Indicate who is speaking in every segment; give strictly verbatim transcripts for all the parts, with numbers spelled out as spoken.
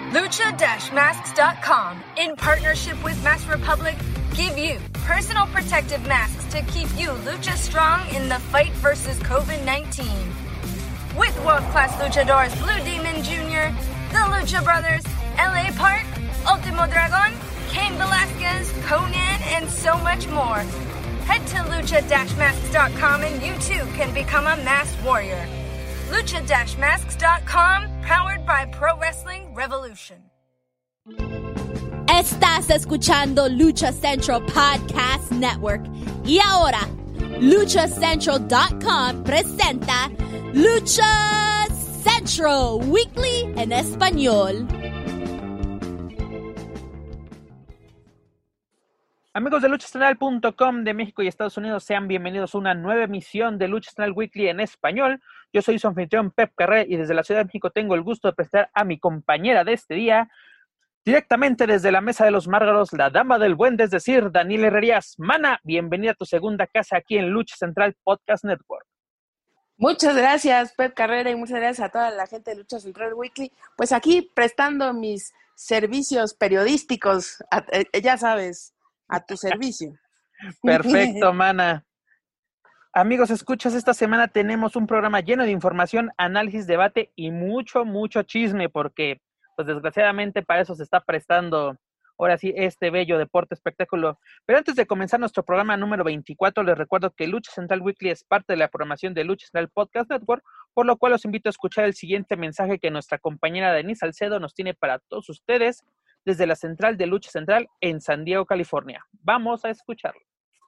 Speaker 1: Lucha Masks dot com, in partnership with Mask Republic, give you personal protective masks to keep you lucha strong in the fight versus COVID nineteen. With world-class luchadors Blue Demon Junior, the Lucha Brothers, L A Park, Ultimo Dragon, Cain Velasquez, Conan, and so much more. Head to Lucha Masks dot com and you too can become a masked warrior. Lucha Masks dot com, powered by Pro Wrestling Revolution.
Speaker 2: Estás escuchando Lucha Central Podcast Network. Y ahora, Lucha Central dot com presenta Lucha Central Weekly en español.
Speaker 3: Amigos de Lucha Central punto com de México y Estados Unidos, sean bienvenidos a una nueva emisión de Lucha Central Weekly en español. Yo soy su anfitrión Pep Carré y desde la Ciudad de México tengo el gusto de presentar a mi compañera de este día, directamente desde la Mesa de los Márgaros, la dama del buen, es decir, Daniela Herrerías. Mana, bienvenida a tu segunda casa aquí en Lucha Central Podcast Network.
Speaker 4: Muchas gracias, Pep Carrera, y muchas gracias a toda la gente de Lucha Central Weekly. Pues aquí prestando mis servicios periodísticos, a, eh, ya sabes, a tu servicio.
Speaker 3: Perfecto, Mana. Amigos, escuchas, esta semana tenemos un programa lleno de información, análisis, debate y mucho, mucho chisme, porque, pues desgraciadamente para eso se está prestando, ahora sí, este bello deporte espectáculo. Pero antes de comenzar nuestro programa número veinticuatro, les recuerdo que Lucha Central Weekly es parte de la programación de Lucha Central Podcast Network, por lo cual los invito a escuchar el siguiente mensaje que nuestra compañera Denise Salcedo nos tiene para todos ustedes desde la central de Lucha Central en San Diego, California. Vamos a escucharlo.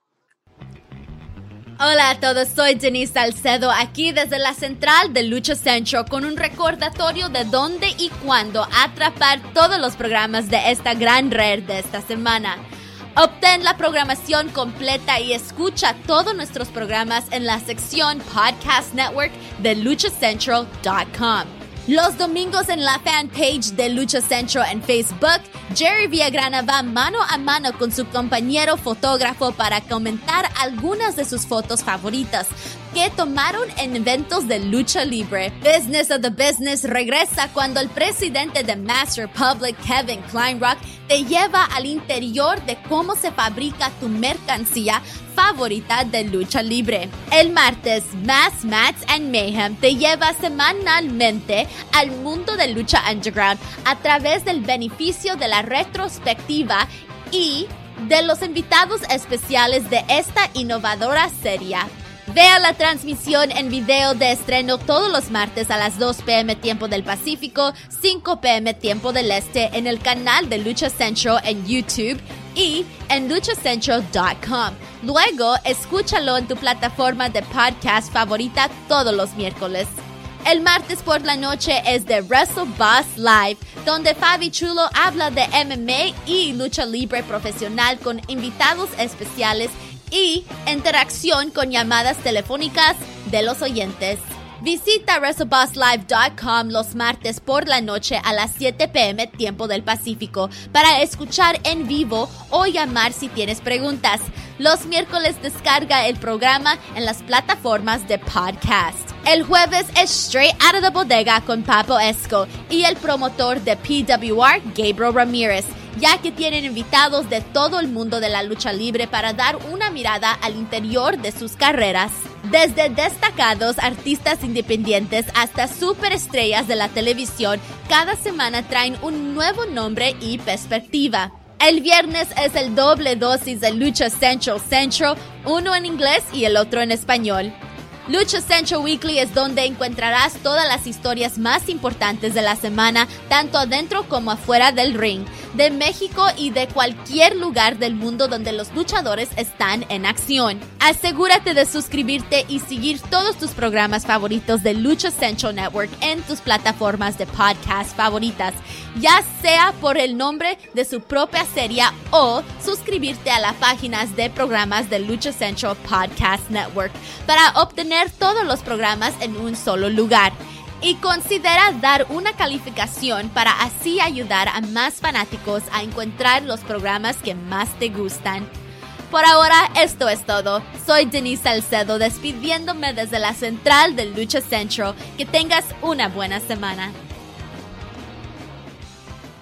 Speaker 2: Hola a todos, soy Denise Salcedo aquí desde la central de Lucha Central con un recordatorio de dónde y cuándo atrapar todos los programas de esta gran red de esta semana. Obtén la programación completa y escucha todos nuestros programas en la sección Podcast Network de Lucha Central punto com. Los domingos en la fanpage de Lucha Central en Facebook, Jerry Villagrana va mano a mano con su compañero fotógrafo para comentar algunas de sus fotos favoritas que tomaron en eventos de lucha libre. Business of the Business regresa cuando el presidente de Mask Republic, Kevin Kleinrock, te lleva al interior de cómo se fabrica tu mercancía favorita de lucha libre. El martes, Mass Mats and Mayhem te lleva semanalmente al mundo de lucha underground a través del beneficio de la retrospectiva y de los invitados especiales de esta innovadora serie. Vea la transmisión en video de estreno todos los martes a las dos p.m. tiempo del Pacífico, cinco p.m. tiempo del Este en el canal de Lucha Central en YouTube y en Lucha Central punto com. Luego, escúchalo en tu plataforma de podcast favorita todos los miércoles. El martes por la noche es de WrestleBoss Live, donde Fabi Chulo habla de M M A y lucha libre profesional con invitados especiales y interacción con llamadas telefónicas de los oyentes. Visita WrestleBoss Live punto com los martes por la noche a las siete p.m. tiempo del Pacífico para escuchar en vivo o llamar si tienes preguntas. Los miércoles descarga el programa en las plataformas de podcast. El jueves es Straight Out of the Bodega con Papo Esco y el promotor de P W R, Gabriel Ramírez, ya que tienen invitados de todo el mundo de la lucha libre para dar una mirada al interior de sus carreras. Desde destacados artistas independientes hasta superestrellas de la televisión, cada semana traen un nuevo nombre y perspectiva. El viernes es el doble dosis de Lucha Central Central, uno en inglés y el otro en español. Lucha Central Weekly es donde encontrarás todas las historias más importantes de la semana, tanto adentro como afuera del ring, de México y de cualquier lugar del mundo donde los luchadores están en acción. Asegúrate de suscribirte y seguir todos tus programas favoritos de Lucha Central Network en tus plataformas de podcast favoritas, ya sea por el nombre de su propia serie o suscribirte a las páginas de programas de Lucha Central Podcast Network para obtener todos los programas en un solo lugar. Y considera dar una calificación para así ayudar a más fanáticos a encontrar los programas que más te gustan. Por ahora, esto es todo. Soy Denise Salcedo, despidiéndome desde la central de Lucha Central. Que tengas una buena semana.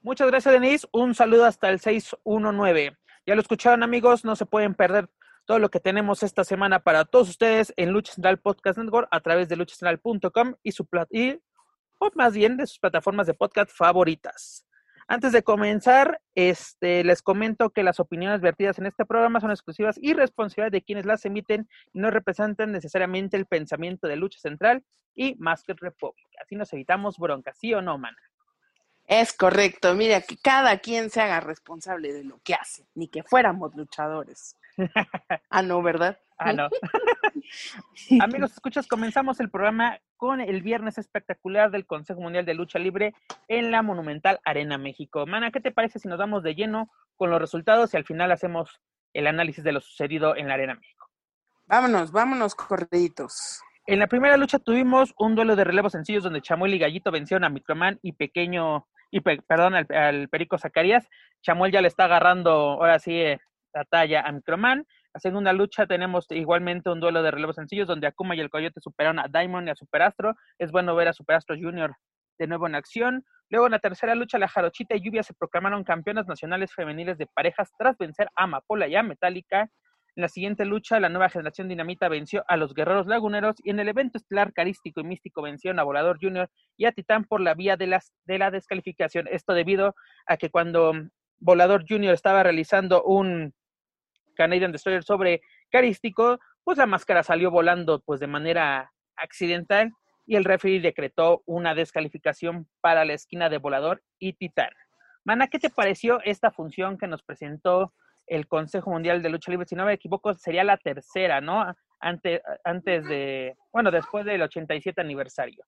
Speaker 3: Muchas gracias, Denise. Un saludo hasta el seis uno nueve. Ya lo escucharon, amigos, no se pueden perder todo lo que tenemos esta semana para todos ustedes en Lucha Central Podcast Network a través de lucha central punto com y su plat- y, o más bien de sus plataformas de podcast favoritas. Antes de comenzar, este, les comento que las opiniones vertidas en este programa son exclusivas y responsabilidad de quienes las emiten y no representan necesariamente el pensamiento de Lucha Central y Masked Republic. Así nos evitamos broncas, ¿sí o no, mana?
Speaker 4: Es correcto, mira, que cada quien se haga responsable de lo que hace, ni que fuéramos luchadores. Ah, no, ¿verdad?
Speaker 3: Ah, no. Amigos, escuchas, comenzamos el programa con el viernes espectacular del Consejo Mundial de Lucha Libre en la Monumental Arena México. Mana, ¿qué te parece si nos vamos de lleno con los resultados y al final hacemos el análisis de lo sucedido en la Arena México?
Speaker 4: Vámonos, vámonos corriditos.
Speaker 3: En la primera lucha tuvimos un duelo de relevos sencillos donde Chamuel y Gallito vencieron a Microman y Pequeño, y pe, perdón, al, al Perico Zacarías. Chamuel ya le está agarrando, ahora sí, eh, la talla a Microman. La segunda lucha tenemos igualmente un duelo de relevos sencillos donde Akuma y el Coyote superaron a Diamond y a Superastro. Es bueno ver a Superastro junior de nuevo en acción. Luego en la tercera lucha, la Jarochita y Lluvia se proclamaron campeonas nacionales femeniles de parejas tras vencer a Amapola y a Metallica. En la siguiente lucha, la nueva generación Dinamita venció a los Guerreros Laguneros y en el evento estelar Carístico y Místico vencieron a Volador Junior y a Titán por la vía de, las, de la descalificación. Esto debido a que cuando Volador Junior estaba realizando un Canadian Destroyer sobre Carístico, pues la máscara salió volando pues de manera accidental y el referee decretó una descalificación para la esquina de Volador y Titán. Mana, ¿qué te pareció esta función que nos presentó el Consejo Mundial de Lucha Libre? Si no me equivoco, sería la tercera, ¿no? Antes, antes de, bueno, después del ochenta y siete aniversario.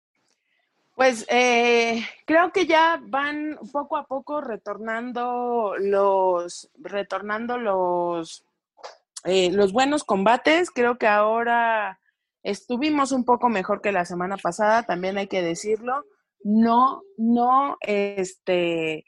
Speaker 4: Pues eh, creo que ya van poco a poco retornando los, retornando los, eh, los buenos combates. Creo que ahora estuvimos un poco mejor que la semana pasada, también hay que decirlo. No, no, este,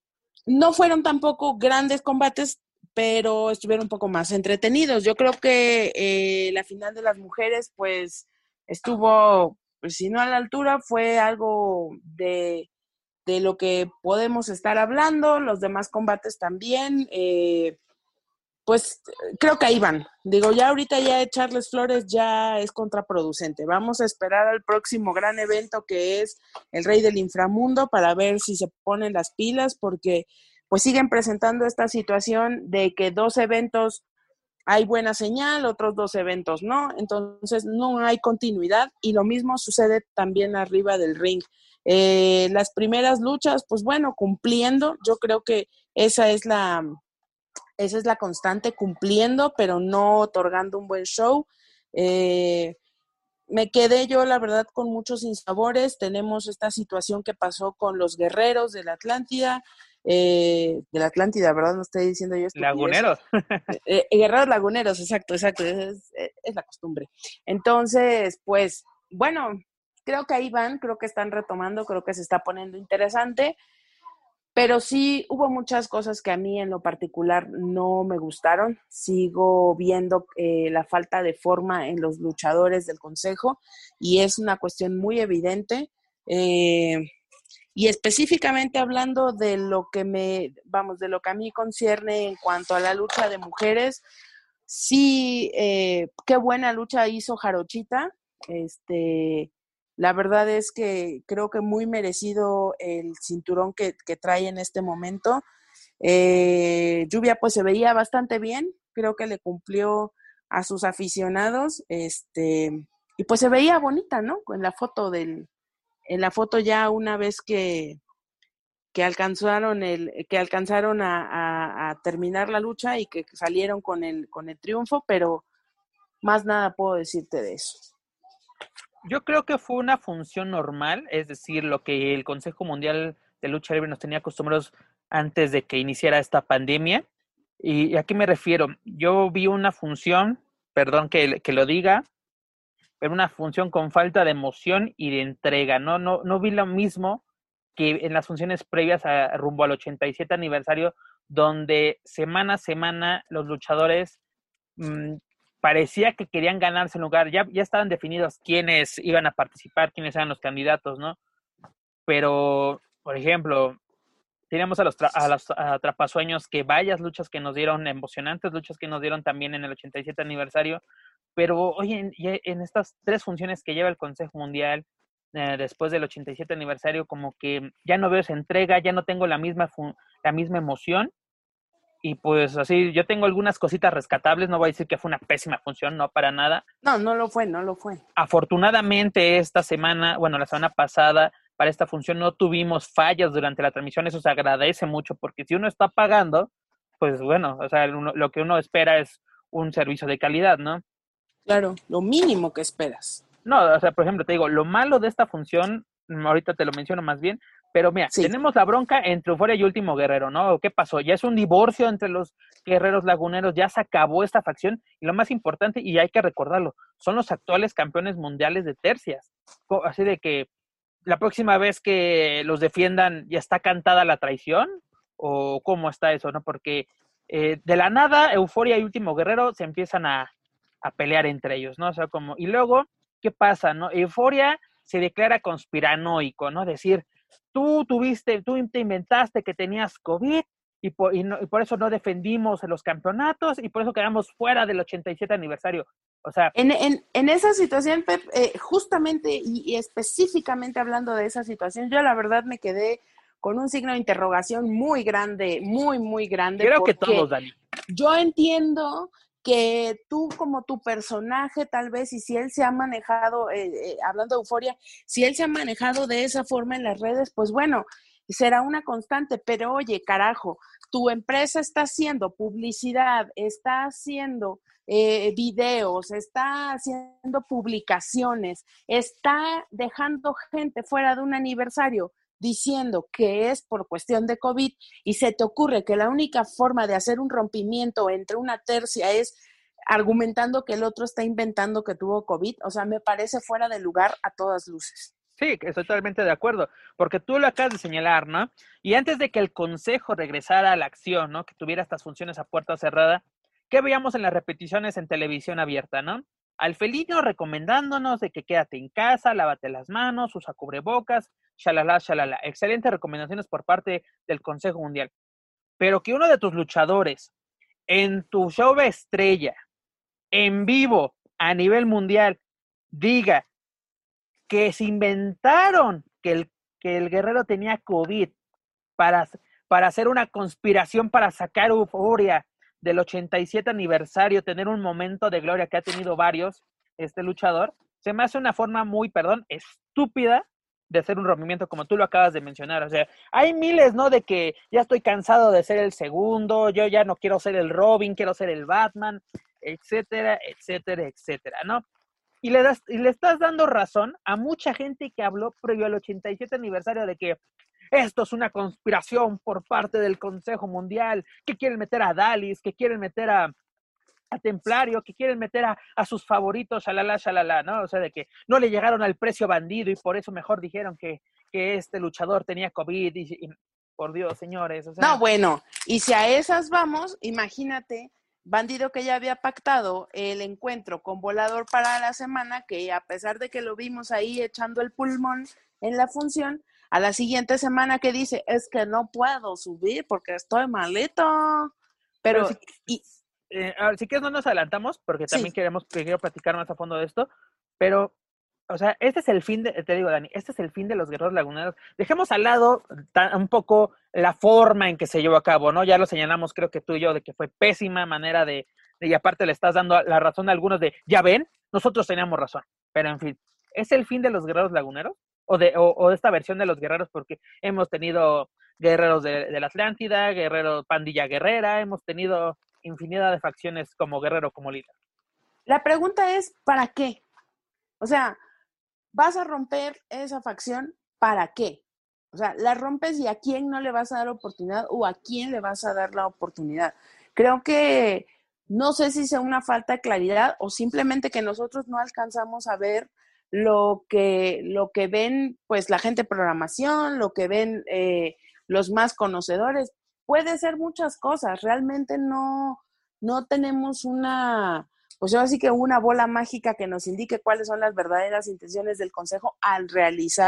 Speaker 4: no fueron tampoco grandes combates, pero estuvieron un poco más entretenidos. Yo creo que eh, la final de las mujeres, pues, estuvo, pues, si no a la altura, fue algo de, de lo que podemos estar hablando. Los demás combates también, eh, pues, creo que ahí van. Digo, ya ahorita ya echarles flores ya es contraproducente. Vamos a esperar al próximo gran evento que es el Rey del Inframundo para ver si se ponen las pilas, porque pues siguen presentando esta situación de que dos eventos hay buena señal, otros dos eventos no, entonces no hay continuidad y lo mismo sucede también arriba del ring. Eh, las primeras luchas, pues bueno, cumpliendo, yo creo que esa es la, esa es la constante, cumpliendo, pero no otorgando un buen show. Eh, me quedé yo, la verdad, con muchos sinsabores. Tenemos esta situación que pasó con los guerreros de la Atlántida, eh, de la Atlántida, ¿verdad? No estoy diciendo yo estupideces.
Speaker 3: Laguneros.
Speaker 4: eh, eh, guerreros laguneros, exacto, exacto, es, es, es la costumbre. Entonces, pues, bueno, creo que ahí van, creo que están retomando, creo que se está poniendo interesante, pero sí hubo muchas cosas que a mí en lo particular no me gustaron. Sigo viendo eh, la falta de forma en los luchadores del consejo y es una cuestión muy evidente. Eh, y específicamente hablando de lo que me, vamos, de lo que a mí concierne en cuanto a la lucha de mujeres, sí, eh, qué buena lucha hizo Jarochita. Este, la verdad es que creo que muy merecido el cinturón que, que trae en este momento. Eh, Lluvia pues se veía bastante bien, creo que le cumplió a sus aficionados, este, y pues se veía bonita, ¿no? En la foto del, en la foto ya una vez que, que alcanzaron el, que alcanzaron a, a, a terminar la lucha y que salieron con el, con el triunfo, pero más nada puedo decirte de eso.
Speaker 3: Yo creo que fue una función normal, es decir, lo que el Consejo Mundial de Lucha Libre nos tenía acostumbrados antes de que iniciara esta pandemia. ¿Y a qué me refiero? Yo vi una función, perdón que, que lo diga, pero una función con falta de emoción y de entrega. No, no, no vi lo mismo que en las funciones previas a, rumbo al ochenta y siete aniversario, donde semana a semana los luchadores mmm, parecía que querían ganarse el lugar. Ya, ya estaban definidos quiénes iban a participar, quiénes eran los candidatos, ¿no? Pero, por ejemplo, teníamos a los, tra- a los atrapasueños que varias luchas que nos dieron, emocionantes luchas que nos dieron también en el ochenta y siete aniversario, pero oye, en, en estas tres funciones que lleva el Consejo Mundial, eh, después del ochenta y siete aniversario, como que ya no veo esa entrega, ya no tengo la misma, fun- la misma emoción, y pues así, yo tengo algunas cositas rescatables, no voy a decir que fue una pésima función, no, para nada.
Speaker 4: No, no lo fue, no lo fue.
Speaker 3: Afortunadamente esta semana, bueno, la semana pasada, para esta función no tuvimos fallas durante la transmisión, eso se agradece mucho, porque si uno está pagando, pues bueno, o sea, uno, lo que uno espera es un servicio de calidad, ¿no?
Speaker 4: Claro, lo mínimo que esperas.
Speaker 3: No, o sea, por ejemplo, te digo, lo malo de esta función, ahorita te lo menciono más bien, pero mira,
Speaker 4: Sí.
Speaker 3: tenemos la bronca entre Euforia y Último Guerrero, ¿no? ¿Qué pasó? Ya es un divorcio entre los guerreros laguneros, ya se acabó esta facción, y lo más importante, y hay que recordarlo, son los actuales campeones mundiales de tercias. Así de que la próxima vez que los defiendan, ¿ya está cantada la traición? ¿O cómo está eso, no? Porque eh, de la nada, Euforia y Último Guerrero se empiezan a, a pelear entre ellos, ¿no? O sea, como, y luego, ¿qué pasa, no? Euforia se declara conspiranoico, ¿no? Decir, tú tuviste, tú te inventaste que tenías COVID y por, y, no, y por eso no defendimos los campeonatos y por eso quedamos fuera del ochenta y siete aniversario. O sea,
Speaker 4: en, en, en esa situación, Pep, eh, justamente y, y específicamente hablando de esa situación, yo la verdad me quedé con un signo de interrogación muy grande, muy, muy grande.
Speaker 3: Creo que todos, Dani.
Speaker 4: Yo entiendo que tú como tu personaje tal vez, y si él se ha manejado, eh, eh, hablando de Euforia, si él se ha manejado de esa forma en las redes, pues bueno, será una constante, pero oye, carajo, tu empresa está haciendo publicidad, está haciendo eh, videos, está haciendo publicaciones, está dejando gente fuera de un aniversario diciendo que es por cuestión de COVID y se te ocurre que la única forma de hacer un rompimiento entre una tercia es argumentando que el otro está inventando que tuvo COVID, o sea, me parece fuera de lugar a todas luces.
Speaker 3: Sí, estoy totalmente de acuerdo, porque tú lo acabas de señalar, ¿no? Y antes de que el consejo regresara a la acción, ¿no? Que tuviera estas funciones a puerta cerrada, ¿qué veíamos en las repeticiones en televisión abierta, no? Al felino recomendándonos de que quédate en casa, lávate las manos, usa cubrebocas, shalala, shalala. Excelentes recomendaciones por parte del Consejo Mundial. Pero que uno de tus luchadores en tu show de estrella, en vivo, a nivel mundial, diga que se inventaron que el, que el guerrero tenía COVID para, para hacer una conspiración para sacar Euforia del ochenta y siete aniversario, tener un momento de gloria que ha tenido varios, este luchador, se me hace una forma muy, perdón, estúpida de hacer un rompimiento como tú lo acabas de mencionar. O sea, hay miles, ¿no? De que ya estoy cansado de ser el segundo, yo ya no quiero ser el Robin, quiero ser el Batman, etcétera, etcétera, etcétera, ¿no? Y le, das, y le estás dando razón a mucha gente que habló previo al ochenta y siete aniversario de que esto es una conspiración por parte del Consejo Mundial, que quieren meter a Dallas, que quieren meter a, a Templario, que quieren meter a, a sus favoritos, shalala, shalala, ¿no? O sea, de que no le llegaron al precio bandido y por eso mejor dijeron que, que este luchador tenía COVID y, y por Dios, señores. O sea,
Speaker 4: no, bueno, y si a esas vamos, imagínate, Bandido que ya había pactado el encuentro con Volador para la semana, que a pesar de que lo vimos ahí echando el pulmón en la función, a la siguiente semana que dice, es que no puedo subir porque estoy malito. Pero,
Speaker 3: pero si, y, eh, si quieres no nos adelantamos, porque también sí. queremos quiero platicar más a fondo de esto, pero, o sea, este es el fin, de, te digo, Dani, este es el fin de los guerreros laguneros. Dejemos al lado tan, un poco la forma en que se llevó a cabo, ¿no? Ya lo señalamos, creo que tú y yo, de que fue pésima manera de, de y aparte le estás dando la razón a algunos de, ya ven, nosotros teníamos razón, pero en fin, ¿es el fin de los guerreros laguneros? O de, o, o de esta versión de los guerreros, porque hemos tenido guerreros de, de la Atlántida, guerreros pandilla guerrera, hemos tenido infinidad de facciones como guerrero, como líder.
Speaker 4: La pregunta es, ¿para qué? O sea, ¿vas a romper esa facción? ¿Para qué? O sea, la rompes y a quién no le vas a dar oportunidad o a quién le vas a dar la oportunidad. Creo que no sé si sea una falta de claridad o simplemente que nosotros no alcanzamos a ver lo que, lo que ven pues la gente de programación, lo que ven eh, los más conocedores. Puede ser muchas cosas. Realmente no, no tenemos una... pues yo así que una bola mágica que nos indique cuáles son las verdaderas intenciones del Consejo al realizar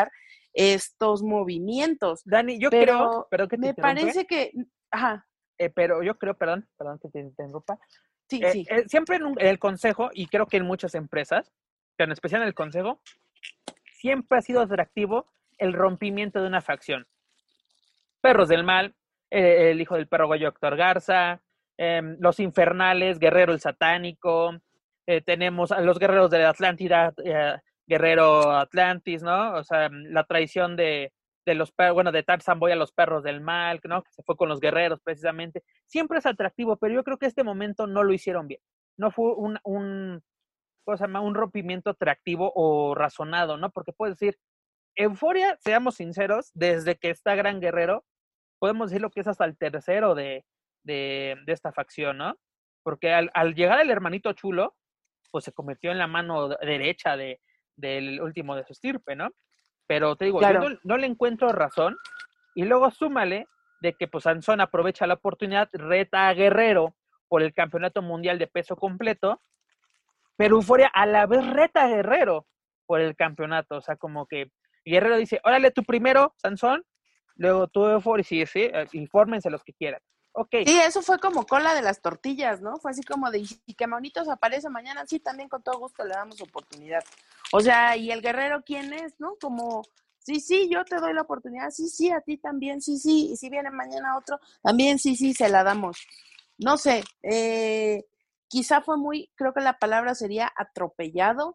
Speaker 4: estos movimientos.
Speaker 3: Dani, yo
Speaker 4: pero
Speaker 3: creo, perdón que te
Speaker 4: me
Speaker 3: interrumpa,
Speaker 4: parece que, ajá,
Speaker 3: eh, pero yo creo, perdón, perdón que te interrumpa,
Speaker 4: sí,
Speaker 3: eh,
Speaker 4: sí.
Speaker 3: eh, siempre en, un, en el consejo, y creo que en muchas empresas, pero en especial en el consejo, siempre ha sido atractivo el rompimiento de una facción. Perros del Mal, eh, el hijo del perro Goyo Héctor Garza, eh, los Infernales, Guerrero el Satánico, eh, tenemos a los Guerreros de la Atlántida, eh, Guerrero Atlantis, ¿no? O sea, la traición de, de los perros, bueno, de Tarzan Boy a los Perros del Mal, ¿no? Que se fue con los guerreros precisamente. Siempre es atractivo, pero yo creo que este momento no lo hicieron bien. No fue un, un, ¿cómo se llama? Un rompimiento atractivo o razonado, ¿no? Porque puedes decir, Euforia, seamos sinceros, desde que está Gran Guerrero, podemos decir lo que es hasta el tercero de, de, de esta facción, ¿no? Porque al, al, llegar el hermanito chulo, pues se convirtió en la mano derecha de, del último de su estirpe, ¿no? Pero te digo, claro. yo no, no le encuentro razón. Y luego súmale de que pues Sansón aprovecha la oportunidad, reta a Guerrero por el campeonato mundial de peso completo, pero Euforia a la vez reta a Guerrero por el campeonato. O sea, como que Guerrero dice, órale tú primero, Sansón, luego tú Euforia, sí, sí, infórmense los que quieran. Okay.
Speaker 4: Sí, eso fue como cola de las tortillas, ¿no? Fue así como de, y que Monitos aparece mañana, sí, también con todo gusto le damos oportunidad. O sea, ¿y el Guerrero quién es, no? Como, sí, sí, yo te doy la oportunidad, sí, sí, a ti también, sí, sí, y si viene mañana otro, también, sí, sí, se la damos. No sé, eh, quizá fue muy, creo que la palabra sería atropellado,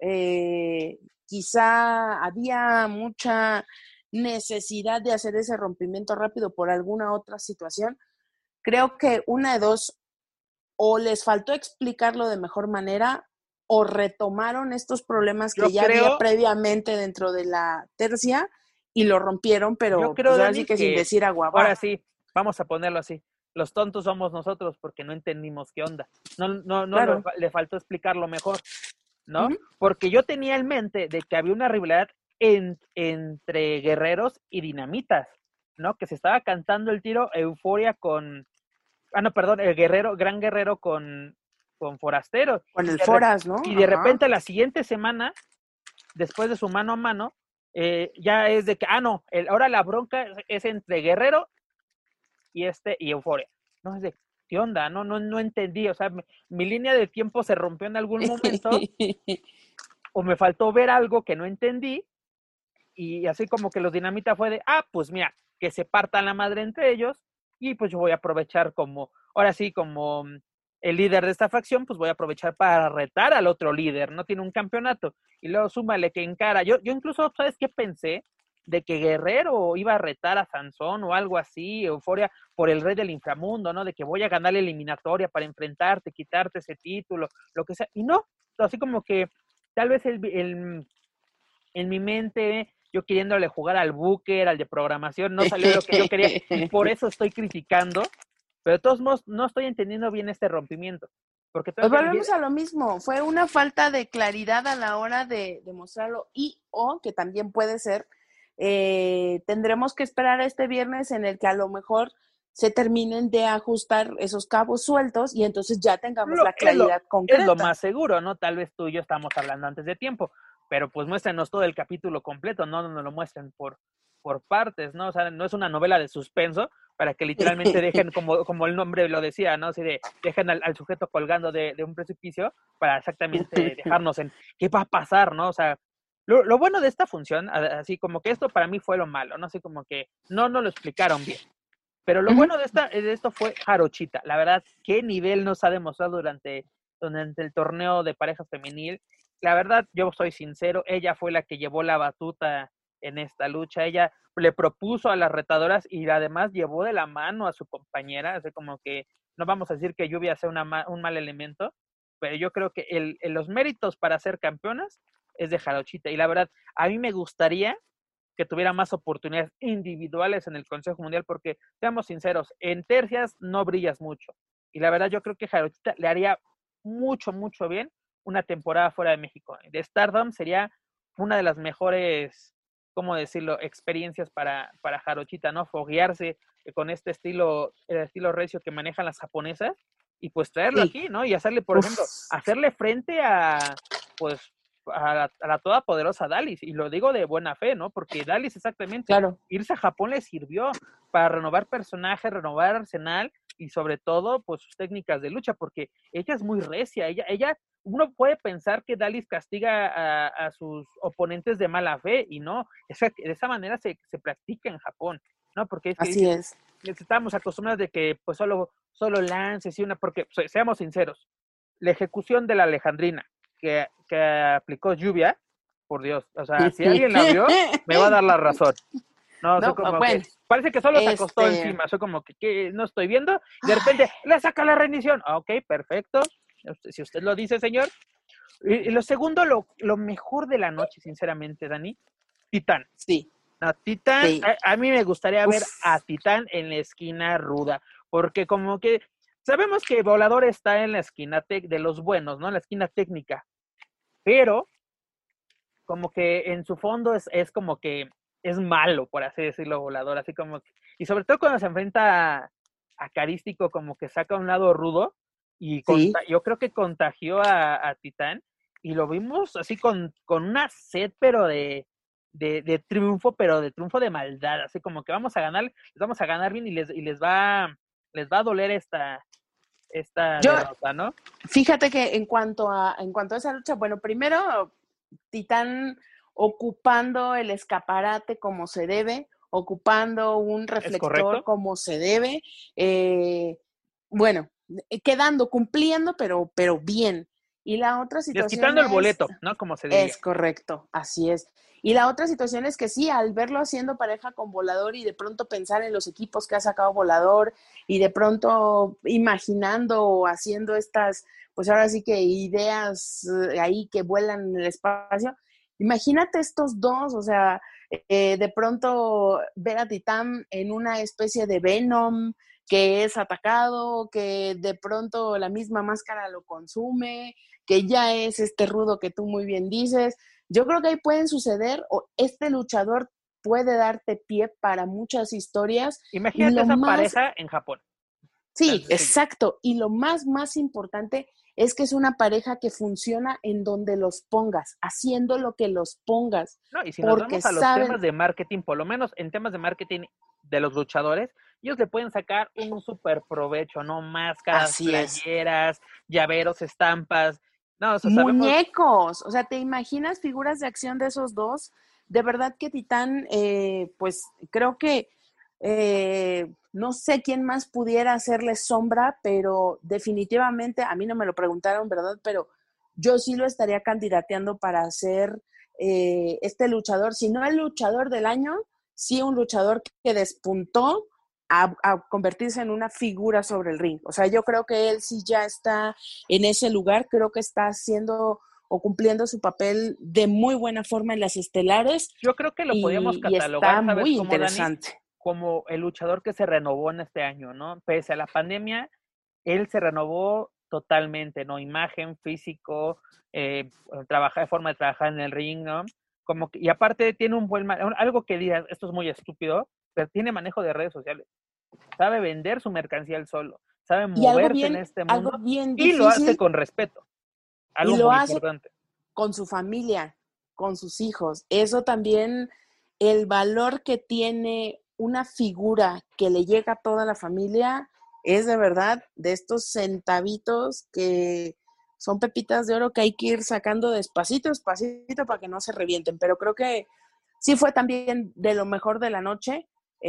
Speaker 4: eh, quizá había mucha necesidad de hacer ese rompimiento rápido por alguna otra situación. Creo que una de dos, o les faltó explicarlo de mejor manera, o retomaron estos problemas que
Speaker 3: yo
Speaker 4: ya
Speaker 3: creo,
Speaker 4: había previamente dentro de la tercia y lo rompieron, pero
Speaker 3: yo creo,
Speaker 4: pues ahora
Speaker 3: Dani,
Speaker 4: sí que, que sin decir agua va.
Speaker 3: Ahora sí, vamos a ponerlo así. Los tontos somos nosotros porque no entendimos qué onda. No, no, no
Speaker 4: claro.
Speaker 3: le, le faltó explicarlo mejor, ¿no?
Speaker 4: Uh-huh.
Speaker 3: Porque yo tenía en mente de que había una rivalidad en, entre guerreros y dinamitas, ¿no? Que se estaba cantando el tiro Euforia con... Ah, no, perdón, el guerrero, gran guerrero con, con Forastero.
Speaker 4: Con el Foras, ¿no?
Speaker 3: Y de
Speaker 4: Ajá.
Speaker 3: repente la siguiente semana, después de su mano a mano, eh, ya es de que, ah, no, el, ahora la bronca es entre Guerrero y este y Euforia. No, es de, ¿qué onda? No, no, no entendí, o sea, mi, mi línea de tiempo se rompió en algún momento, o me faltó ver algo que no entendí, y así como que los dinamita fue de, ah, pues mira, que se partan la madre entre ellos, y pues yo voy a aprovechar como, ahora sí, como el líder de esta facción, pues voy a aprovechar para retar al otro líder, no tiene un campeonato, y luego súmale que encara, yo, yo incluso, ¿sabes qué pensé? De que Guerrero iba a retar a Sansón o algo así, Euforia por el rey del inframundo, ¿no? De que voy a ganar la eliminatoria para enfrentarte, quitarte ese título, lo que sea, y no, así como que tal vez el, el en mi mente, yo queriéndole jugar al Booker, al de programación, no salió lo que yo quería, y por eso estoy criticando, pero de todos modos no estoy entendiendo bien este rompimiento. Porque
Speaker 4: pues volvemos a lo mismo, fue una falta de claridad a la hora de, de mostrarlo, y o que también puede ser, eh, tendremos que esperar a este viernes en el que a lo mejor se terminen de ajustar esos cabos sueltos y entonces ya tengamos lo, la claridad
Speaker 3: es lo,
Speaker 4: concreta.
Speaker 3: Es lo más seguro, ¿no? Tal vez tú y yo estamos hablando antes de tiempo, pero pues muéstrenos todo el capítulo completo, no nos lo muestren por, por partes, ¿no? O sea, no es una novela de suspenso para que literalmente dejen, como, como el nombre lo decía, ¿no? Así de, dejen al, al sujeto colgando de, de un precipicio para exactamente dejarnos en qué va a pasar, ¿no? O sea, lo, lo bueno de esta función, así como que esto para mí fue lo malo, ¿no? Así como que no nos lo explicaron bien. Pero lo uh-huh. bueno de, esta, de esto fue Jarochita. La verdad, qué nivel nos ha demostrado durante, durante el torneo de parejas femenil. La verdad, yo soy sincero, ella fue la que llevó la batuta en esta lucha. Ella le propuso a las retadoras y además llevó de la mano a su compañera. Así como que no vamos a decir que Lluvia sea una, un mal elemento, pero yo creo que el, el, los méritos para ser campeonas es de Jarochita. Y la verdad, a mí me gustaría que tuviera más oportunidades individuales en el Consejo Mundial, porque, seamos sinceros, en tercias no brillas mucho. Y la verdad, yo creo que Jarochita le haría mucho, mucho bien una temporada fuera de México. De Stardom sería una de las mejores, ¿cómo decirlo?, experiencias para, para Jarochita, ¿no? Foguearse con este estilo, el estilo recio que manejan las japonesas, y pues traerlo sí. aquí, ¿no? Y hacerle, por Uf. ejemplo, hacerle frente a, pues, a la, a la todopoderosa Dalys, y lo digo de buena fe, ¿no? Porque Dalys exactamente,
Speaker 4: Claro.
Speaker 3: irse a Japón le sirvió para renovar personajes, renovar arsenal, y sobre todo, pues, sus técnicas de lucha, porque ella es muy recia, ella, ella, uno puede pensar que Dalys castiga a, a sus oponentes de mala fe, y no, esa, de esa manera se, se practica en Japón, ¿no? Porque es que
Speaker 4: Así
Speaker 3: dices,
Speaker 4: es.
Speaker 3: estamos acostumbrados de que, pues, solo, solo lances y una, porque, pues, seamos sinceros, la ejecución de la Alejandrina que, que aplicó Lluvia, por Dios, o sea, si alguien la vio, me va a dar la razón. No,
Speaker 4: No,
Speaker 3: soy como
Speaker 4: bueno,
Speaker 3: que, parece que solo se acostó
Speaker 4: este-
Speaker 3: encima, soy como que, que no estoy viendo, y de repente, le saca la rendición. Ok, perfecto, si usted lo dice, señor. Y, y lo segundo, lo, lo mejor de la noche, sinceramente, Dani, Titán.
Speaker 4: Sí,
Speaker 3: No, Titán,
Speaker 4: sí.
Speaker 3: a, a mí me gustaría ver
Speaker 4: Uf.
Speaker 3: a Titán en la esquina ruda, porque como que sabemos que Volador está en la esquina tec- de los buenos, ¿no? En la esquina técnica, pero como que en su fondo es, es como que es malo, por así decirlo, Volador, así como que, y sobre todo cuando se enfrenta a, a Carístico, como que saca un lado rudo, y
Speaker 4: Sí.
Speaker 3: conta- yo creo que contagió a, a Titán, y lo vimos así con, con una sed, pero de, de, de triunfo, pero de triunfo de maldad, así como que vamos a ganar, les vamos a ganar bien, y les, y les va, les va a doler esta, esta
Speaker 4: Yo,
Speaker 3: derrota, ¿no?
Speaker 4: fíjate que en cuanto a, en cuanto a esa lucha, bueno, primero Titán ocupando el escaparate como se debe, ocupando un reflector
Speaker 3: correcto?
Speaker 4: como se debe, eh, bueno, quedando, cumpliendo, pero, pero bien. Y la otra situación
Speaker 3: Desquitando el
Speaker 4: es,
Speaker 3: boleto, ¿no? Como se diría.
Speaker 4: es correcto, así es. Y la otra situación es que sí, al verlo haciendo pareja con Volador y de pronto pensar en los equipos que ha sacado Volador y de pronto imaginando o haciendo estas, pues ahora sí que ideas eh, ahí que vuelan en el espacio, imagínate estos dos, o sea, eh, de pronto ver a Titán en una especie de Venom que es atacado, que de pronto la misma máscara lo consume, que ya es este rudo que tú muy bien dices. Yo creo que ahí pueden suceder, o este luchador puede darte pie para muchas historias.
Speaker 3: Imagínate
Speaker 4: y lo
Speaker 3: esa
Speaker 4: más,
Speaker 3: pareja en Japón.
Speaker 4: sí, exacto. Y lo más, más importante es que es una pareja que funciona en donde los pongas, haciendo lo que los pongas.
Speaker 3: No, y si nos
Speaker 4: porque
Speaker 3: vamos a los
Speaker 4: saben,
Speaker 3: temas de marketing, por lo menos en temas de marketing de los luchadores, ellos le pueden sacar un súper provecho, ¿no? Máscaras,
Speaker 4: así es.
Speaker 3: playeras, llaveros, estampas. No, o sea, sabemos,
Speaker 4: Muñecos, o sea, ¿te imaginas figuras de acción de esos dos? De verdad que Titán, eh, pues creo que eh, no sé quién más pudiera hacerle sombra, pero definitivamente, a mí no me lo preguntaron, ¿verdad? Pero yo sí lo estaría candidateando para ser eh, este luchador, si no el luchador del año, sí un luchador que despuntó a, a convertirse en una figura sobre el ring. O sea, yo creo que él sí ya está en ese lugar, creo que está haciendo o cumpliendo su papel de muy buena forma en las estelares.
Speaker 3: yo creo que lo podríamos
Speaker 4: y, y
Speaker 3: catalogar,
Speaker 4: está
Speaker 3: ¿sabes
Speaker 4: muy
Speaker 3: cómo, Dani?
Speaker 4: interesante.
Speaker 3: Como el luchador que se renovó en este año, ¿no? Pese a la pandemia, él se renovó totalmente, ¿no? Imagen, físico, eh, trabajar, forma de trabajar en el ring, ¿no? Como que, y aparte tiene un buen, algo que digas, esto es muy estúpido, pero tiene manejo de redes sociales. Sabe vender su mercancía él solo, sabe
Speaker 4: Y algo
Speaker 3: moverse en
Speaker 4: bien,
Speaker 3: este
Speaker 4: algo
Speaker 3: mundo
Speaker 4: bien
Speaker 3: y lo hace
Speaker 4: difícil,
Speaker 3: con respeto. Algo
Speaker 4: y lo
Speaker 3: muy
Speaker 4: hace
Speaker 3: importante.
Speaker 4: con su familia, con sus hijos. Eso también, el valor que tiene una figura que le llega a toda la familia, es de verdad de estos centavitos que son pepitas de oro que hay que ir sacando despacito, despacito para que no se revienten. Pero creo que sí fue también de lo mejor de la noche.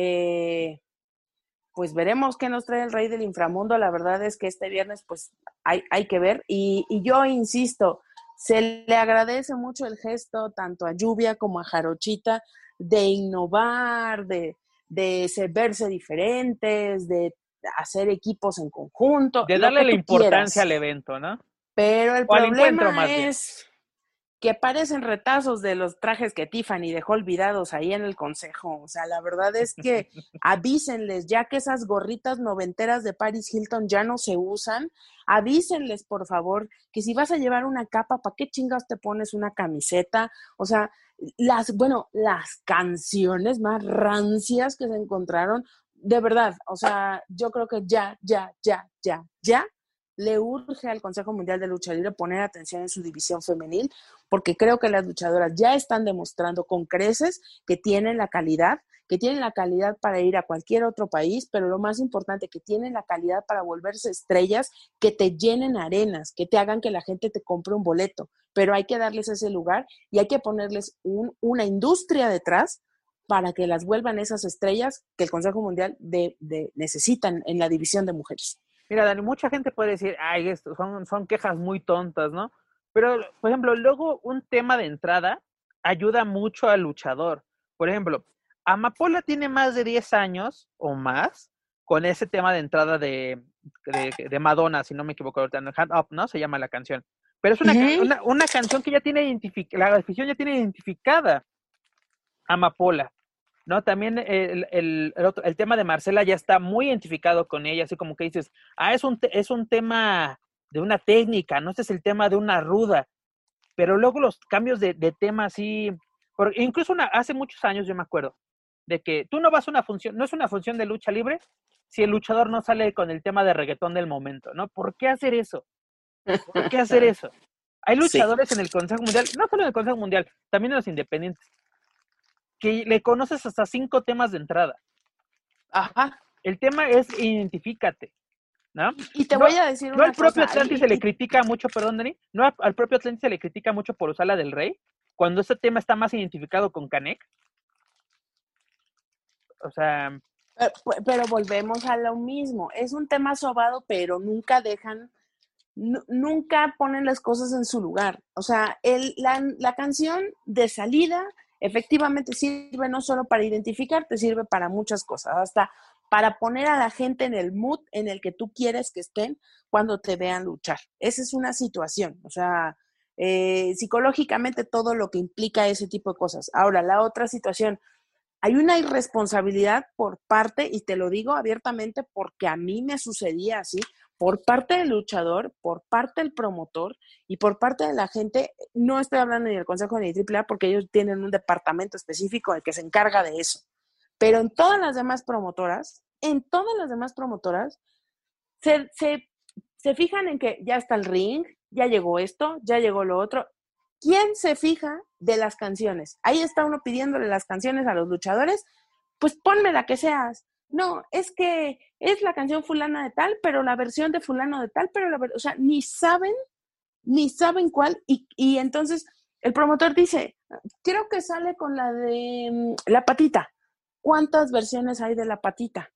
Speaker 4: Eh, pues veremos qué nos trae el Rey del Inframundo. La verdad es que este viernes pues hay, hay que ver. Y, y yo insisto, se le agradece mucho el gesto tanto a Lluvia como a Jarochita de innovar, de, de verse diferentes, de hacer equipos en conjunto,
Speaker 3: De
Speaker 4: lo
Speaker 3: darle
Speaker 4: que
Speaker 3: la
Speaker 4: tú
Speaker 3: importancia
Speaker 4: quieras.
Speaker 3: al evento, ¿no?
Speaker 4: Pero el
Speaker 3: O al encuentro,
Speaker 4: problema
Speaker 3: más bien.
Speaker 4: es que parecen retazos de los trajes que Tiffany dejó olvidados ahí en el consejo. O sea, la verdad es que avísenles, ya que esas gorritas noventeras de Paris Hilton ya no se usan, avísenles, por favor, que si vas a llevar una capa, ¿para qué chingas te pones una camiseta? O sea, las, bueno, las canciones más rancias que se encontraron, de verdad, o sea, yo creo que ya, ya, ya, ya, ya le urge al Consejo Mundial de Lucha Libre poner atención en su división femenil, porque creo que las luchadoras ya están demostrando con creces que tienen la calidad, que tienen la calidad para ir a cualquier otro país, pero lo más importante, que tienen la calidad para volverse estrellas, que te llenen arenas, que te hagan que la gente te compre un boleto, pero hay que darles ese lugar y hay que ponerles un, una industria detrás para que las vuelvan esas estrellas que el Consejo Mundial de, de, necesitan en la división de mujeres.
Speaker 3: Mira, Dani, mucha gente puede decir, ay, esto son, son quejas muy tontas, ¿no? Pero, por ejemplo, luego un tema de entrada ayuda mucho al luchador. Por ejemplo, Amapola tiene más de diez años o más con ese tema de entrada de, de, de Madonna, si no me equivoco, Hand Up, ¿no? Se llama la canción. Pero es una, uh-huh. una, una canción que ya tiene identificada, la afición ya tiene identificada Amapola, ¿no? También el, el, el, otro, el tema de Marcela ya está muy identificado con ella, así como que dices, ah, es un, te, es un tema de una técnica, no este es el tema de una ruda, pero luego los cambios de, de tema así, por, incluso una, hace muchos años yo me acuerdo, de que tú no vas a una función, no es una función de lucha libre si el luchador no sale con el tema de reggaetón del momento, ¿no? ¿Por qué hacer eso? ¿Por qué hacer eso? Hay luchadores sí. en el Consejo Mundial, no solo en el Consejo Mundial, también en los independientes, que le conoces hasta cinco temas de entrada.
Speaker 4: Ajá.
Speaker 3: El tema es identifícate, ¿no?
Speaker 4: Y te
Speaker 3: no,
Speaker 4: voy a decir
Speaker 3: no
Speaker 4: una
Speaker 3: al propio
Speaker 4: cosa.
Speaker 3: Atlantis
Speaker 4: y,
Speaker 3: se le
Speaker 4: y...
Speaker 3: critica mucho, perdón, Dani, no al propio Atlantis se le critica mucho por usar la del Rey, cuando este tema está más identificado con Canek. O sea...
Speaker 4: Pero, pero volvemos a lo mismo. Es un tema sobado, pero nunca dejan, n- nunca ponen las cosas en su lugar. O sea, el, la, la canción de salida efectivamente sirve no solo para identificarte, sirve para muchas cosas, hasta para poner a la gente en el mood en el que tú quieres que estén cuando te vean luchar. Esa es una situación, o sea, eh, psicológicamente todo lo que implica ese tipo de cosas. Ahora, la otra situación, hay una irresponsabilidad por parte, y te lo digo abiertamente porque a mí me sucedía así, por parte del luchador, por parte del promotor y por parte de la gente. No estoy hablando ni del Consejo ni de Triple A porque ellos tienen un departamento específico el que se encarga de eso. Pero en todas las demás promotoras, en todas las demás promotoras, se, se, se fijan en que ya está el ring, ya llegó esto, ya llegó lo otro. ¿Quién se fija de las canciones? Ahí está uno pidiéndole las canciones a los luchadores, pues ponme la que seas. No, es que es la canción fulana de tal, pero la versión de fulano de tal, pero la o sea, ni saben, ni saben cuál, y, y entonces el promotor dice, creo que sale con la de um, La Patita. ¿Cuántas versiones hay de La Patita?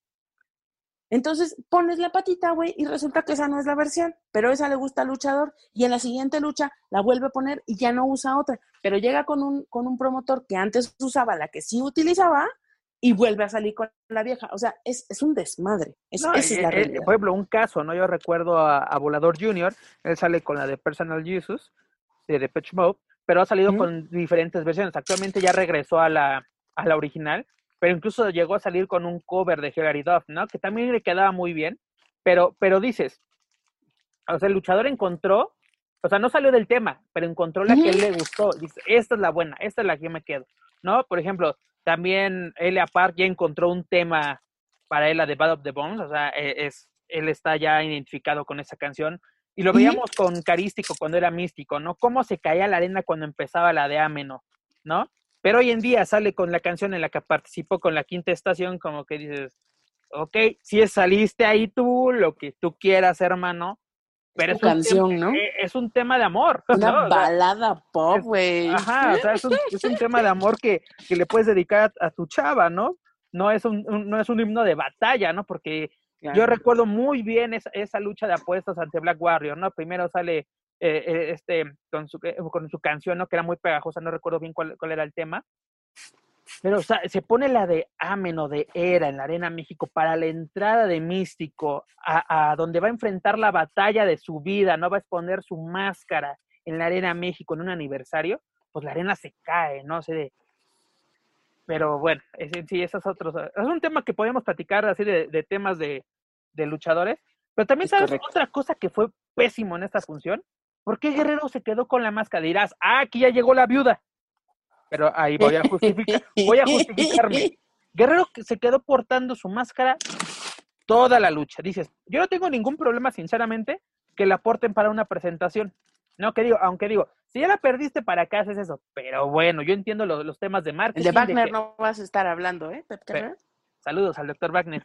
Speaker 4: Entonces pones La Patita, güey, y resulta que esa no es la versión, pero esa le gusta al luchador, y en la siguiente lucha la vuelve a poner y ya no usa otra, pero llega con un, con un promotor que antes usaba la que sí utilizaba, y vuelve a salir con la vieja. O sea, es, es un desmadre. Es,
Speaker 3: no,
Speaker 4: esa
Speaker 3: eh,
Speaker 4: es la
Speaker 3: eh,
Speaker 4: realidad.
Speaker 3: Por ejemplo, un caso, ¿no? Yo recuerdo a, a Volador junior, él sale con la de Personal Jesus, de Depeche Mode, pero ha salido ¿Mm? con diferentes versiones. Actualmente ya regresó a la, a la original, pero incluso llegó a salir con un cover de Hilary Duff, ¿no? Que también le quedaba muy bien, pero, pero dices, o sea, el luchador encontró, o sea, no salió del tema, pero encontró la ¿Mm? que él le gustó. Dice, esta es la buena, esta es la que yo me quedo, ¿no? Por ejemplo, también Elia Park ya encontró un tema para él, la de Bad of the Bones, o sea, es, él está ya identificado con esa canción, y lo veíamos ¿Mm? con Carístico cuando era Místico, ¿no? Cómo se caía la arena cuando empezaba la de Ameno, ¿no? Pero hoy en día sale con la canción en la que participó con la Quinta Estación, como que dices, ok, si saliste ahí tú, lo que tú quieras, hermano, pero es, es, un,
Speaker 4: canción,
Speaker 3: tema,
Speaker 4: ¿no?
Speaker 3: es un tema de amor.
Speaker 4: Una
Speaker 3: ¿no?
Speaker 4: balada
Speaker 3: o sea,
Speaker 4: pop, güey.
Speaker 3: Ajá, o sea, es un, es un tema de amor que, que le puedes dedicar a, a tu chava, ¿no? No es un, un, no es un himno de batalla, ¿no? Porque claro, yo recuerdo muy bien esa, esa lucha de apuestas ante Black Warrior, ¿no? Primero sale eh, eh, este con su, eh, con su canción, ¿no? Que era muy pegajosa, no recuerdo bien cuál, cuál era el tema. Pero, o sea, se pone la de Ameno, de Era, en la Arena México, para la entrada de Místico, a, a donde va a enfrentar la batalla de su vida, ¿no? Va a exponer su máscara en la Arena México en un aniversario, pues la arena se cae, ¿no? Se de... Pero bueno, es, sí, esos otros... Es un tema que podemos platicar así de, de temas de, de luchadores, pero también, es ¿sabes? Correcto. Otra cosa que fue pésimo en esta función, ¿por qué Guerrero se quedó con la máscara? Dirás, ah, aquí ya llegó la viuda. Pero ahí voy a justificar, voy a justificarme. Guerrero se quedó portando su máscara toda la lucha. Dices, yo no tengo ningún problema, sinceramente, que la aporten para una presentación. No, que digo, aunque digo, si ya la perdiste, ¿para qué haces eso? Pero bueno, yo entiendo los, los temas de marketing.
Speaker 4: El de Wagner
Speaker 3: de que...
Speaker 4: no vas a estar hablando, ¿eh, Pep Carrera?
Speaker 3: Saludos al doctor Wagner.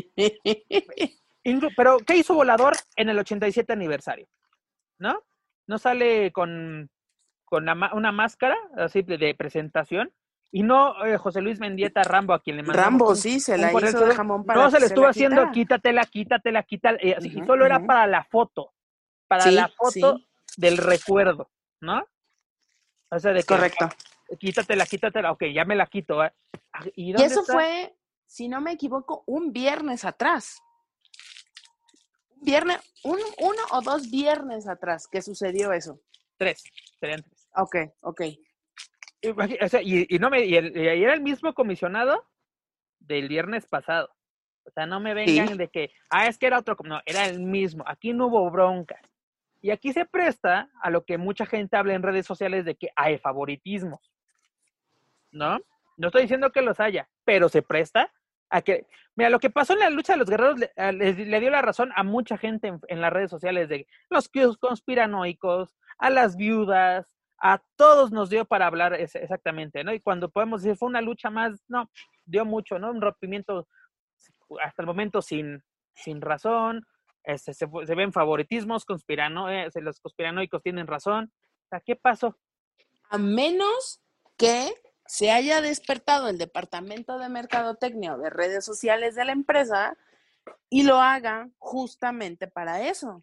Speaker 3: Pero, ¿qué hizo Volador en el ochenta y siete aniversario? ¿No? ¿No sale con, con la, una máscara así de, de presentación? Y no eh, José Luis Mendieta Rambo, a quien le mandó.
Speaker 4: Rambo,
Speaker 3: un,
Speaker 4: sí, se la hizo
Speaker 3: correcto,
Speaker 4: de jamón para
Speaker 3: no, se le estuvo haciendo,
Speaker 4: quitara.
Speaker 3: quítatela, quítatela, quítatela. Eh, uh-huh, y solo uh-huh. era para la foto. Para
Speaker 4: sí,
Speaker 3: la foto
Speaker 4: sí.
Speaker 3: del recuerdo, ¿no? O sea, de que,
Speaker 4: correcto.
Speaker 3: Quítatela, quítatela. Ok, ya me la quito. ¿eh?
Speaker 4: ¿Y, y eso está? Fue, si no me equivoco, un viernes atrás. Un viernes, un, uno o dos viernes atrás que sucedió eso.
Speaker 3: Tres, serían tres.
Speaker 4: Ok, ok.
Speaker 3: Y, o sea, y, y no me y, el, y era el mismo comisionado del viernes pasado. O sea, no me vengan ¿Sí? de que, ah, es que era otro, no, era el mismo. Aquí no hubo broncas. Y aquí se presta a lo que mucha gente habla en redes sociales de que hay favoritismos, ¿no? No estoy diciendo que los haya, pero se presta a que, mira, lo que pasó en la lucha de los guerreros le, le, le dio la razón a mucha gente en, en las redes sociales de los conspiranoicos, a las viudas, a todos nos dio para hablar ese, exactamente, ¿no? Y cuando podemos decir fue una lucha más, no, dio mucho, ¿no? Un rompimiento hasta el momento sin, sin razón, este, se, se ven favoritismos, conspirano, eh, los conspiranoicos tienen razón. O sea, ¿qué pasó?
Speaker 4: A menos que se haya despertado el departamento de mercadotecnia o de redes sociales de la empresa y lo haga justamente para eso.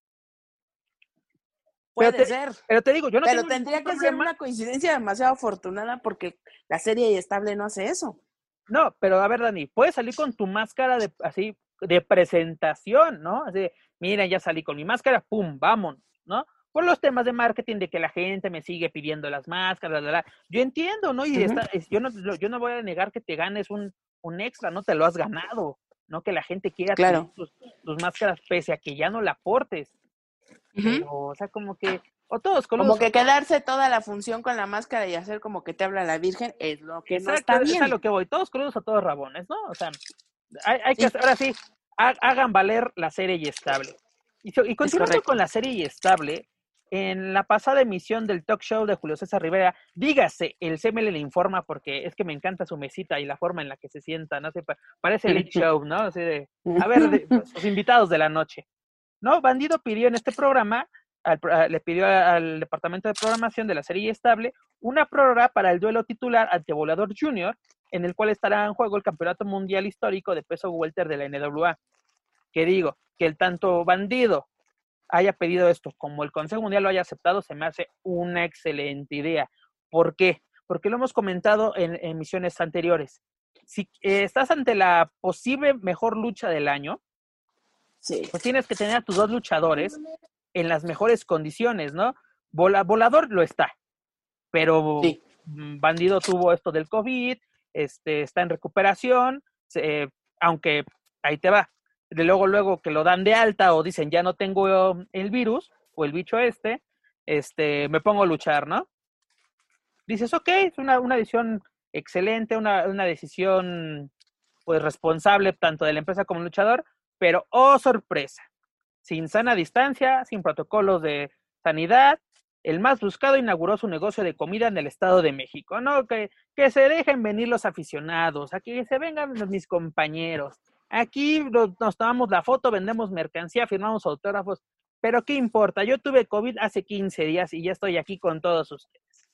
Speaker 4: Puede
Speaker 3: pero te,
Speaker 4: ser.
Speaker 3: Pero te digo, yo no
Speaker 4: Pero
Speaker 3: tengo
Speaker 4: tendría que
Speaker 3: problema.
Speaker 4: ser una coincidencia demasiado afortunada porque la serie estable no hace eso.
Speaker 3: No, pero a ver, Dani, puedes salir con tu máscara de así de presentación, ¿no? Así de, mira, ya salí con mi máscara, pum, vámonos, ¿no? Por los temas de marketing, de que la gente me sigue pidiendo las máscaras, bla, bla, bla. Yo entiendo, ¿no? Y uh-huh. está, yo no yo no voy a negar que te ganes un, un extra, ¿no? Te lo has ganado, ¿no? Que la gente quiera
Speaker 4: claro.
Speaker 3: tus, tus máscaras pese a que ya no la aportes. Uh-huh. Pero, o sea, como que, o todos con
Speaker 4: Como
Speaker 3: los...
Speaker 4: que quedarse toda la función con la máscara y hacer como que te habla la Virgen es lo que
Speaker 3: Exacto,
Speaker 4: no está bien.
Speaker 3: Es a lo que voy, todos crudos o todos rabones, ¿no? O sea, hay, hay que, sí. ahora sí, ha, hagan valer la serie y estable. Y, y continuando con la serie y estable, en la pasada emisión del talk show de Julio César Rivera, dígase, el C M L le informa porque es que me encanta su mesita y la forma en la que se sienta, ¿no? Parece Late Show, ¿no? Así de, a ver, de, pues, los invitados de la noche. ¿No? Bandido pidió en este programa, al, a, le pidió al departamento de programación de la serie estable una prórroga para el duelo titular ante Volador Junior, en el cual estará en juego el campeonato mundial histórico de peso welter de la N W A. Que digo, que el tanto Bandido haya pedido esto como el Consejo Mundial lo haya aceptado, se me hace una excelente idea. ¿Por qué? Porque lo hemos comentado en, en emisiones anteriores. Si eh, estás ante la posible mejor lucha del año,
Speaker 4: sí.
Speaker 3: pues tienes que tener a tus dos luchadores en las mejores condiciones, ¿no? Vola, volador lo está, pero
Speaker 4: sí.
Speaker 3: Bandido tuvo esto del COVID, este, está en recuperación, eh, aunque ahí te va. De luego, luego que lo dan de alta o dicen ya no tengo el virus o el bicho este, este, me pongo a luchar, ¿no? Dices, ok, es una, una decisión excelente, una, una decisión pues responsable tanto de la empresa como el luchador, pero oh sorpresa, sin sana distancia, sin protocolos de sanidad, el más buscado inauguró su negocio de comida en el Estado de México, ¿no? Que, que se dejen venir los aficionados, aquí que se vengan mis compañeros. Aquí nos tomamos la foto, vendemos mercancía, firmamos autógrafos, pero ¿qué importa? Yo tuve COVID hace quince días y ya estoy aquí con todos ustedes.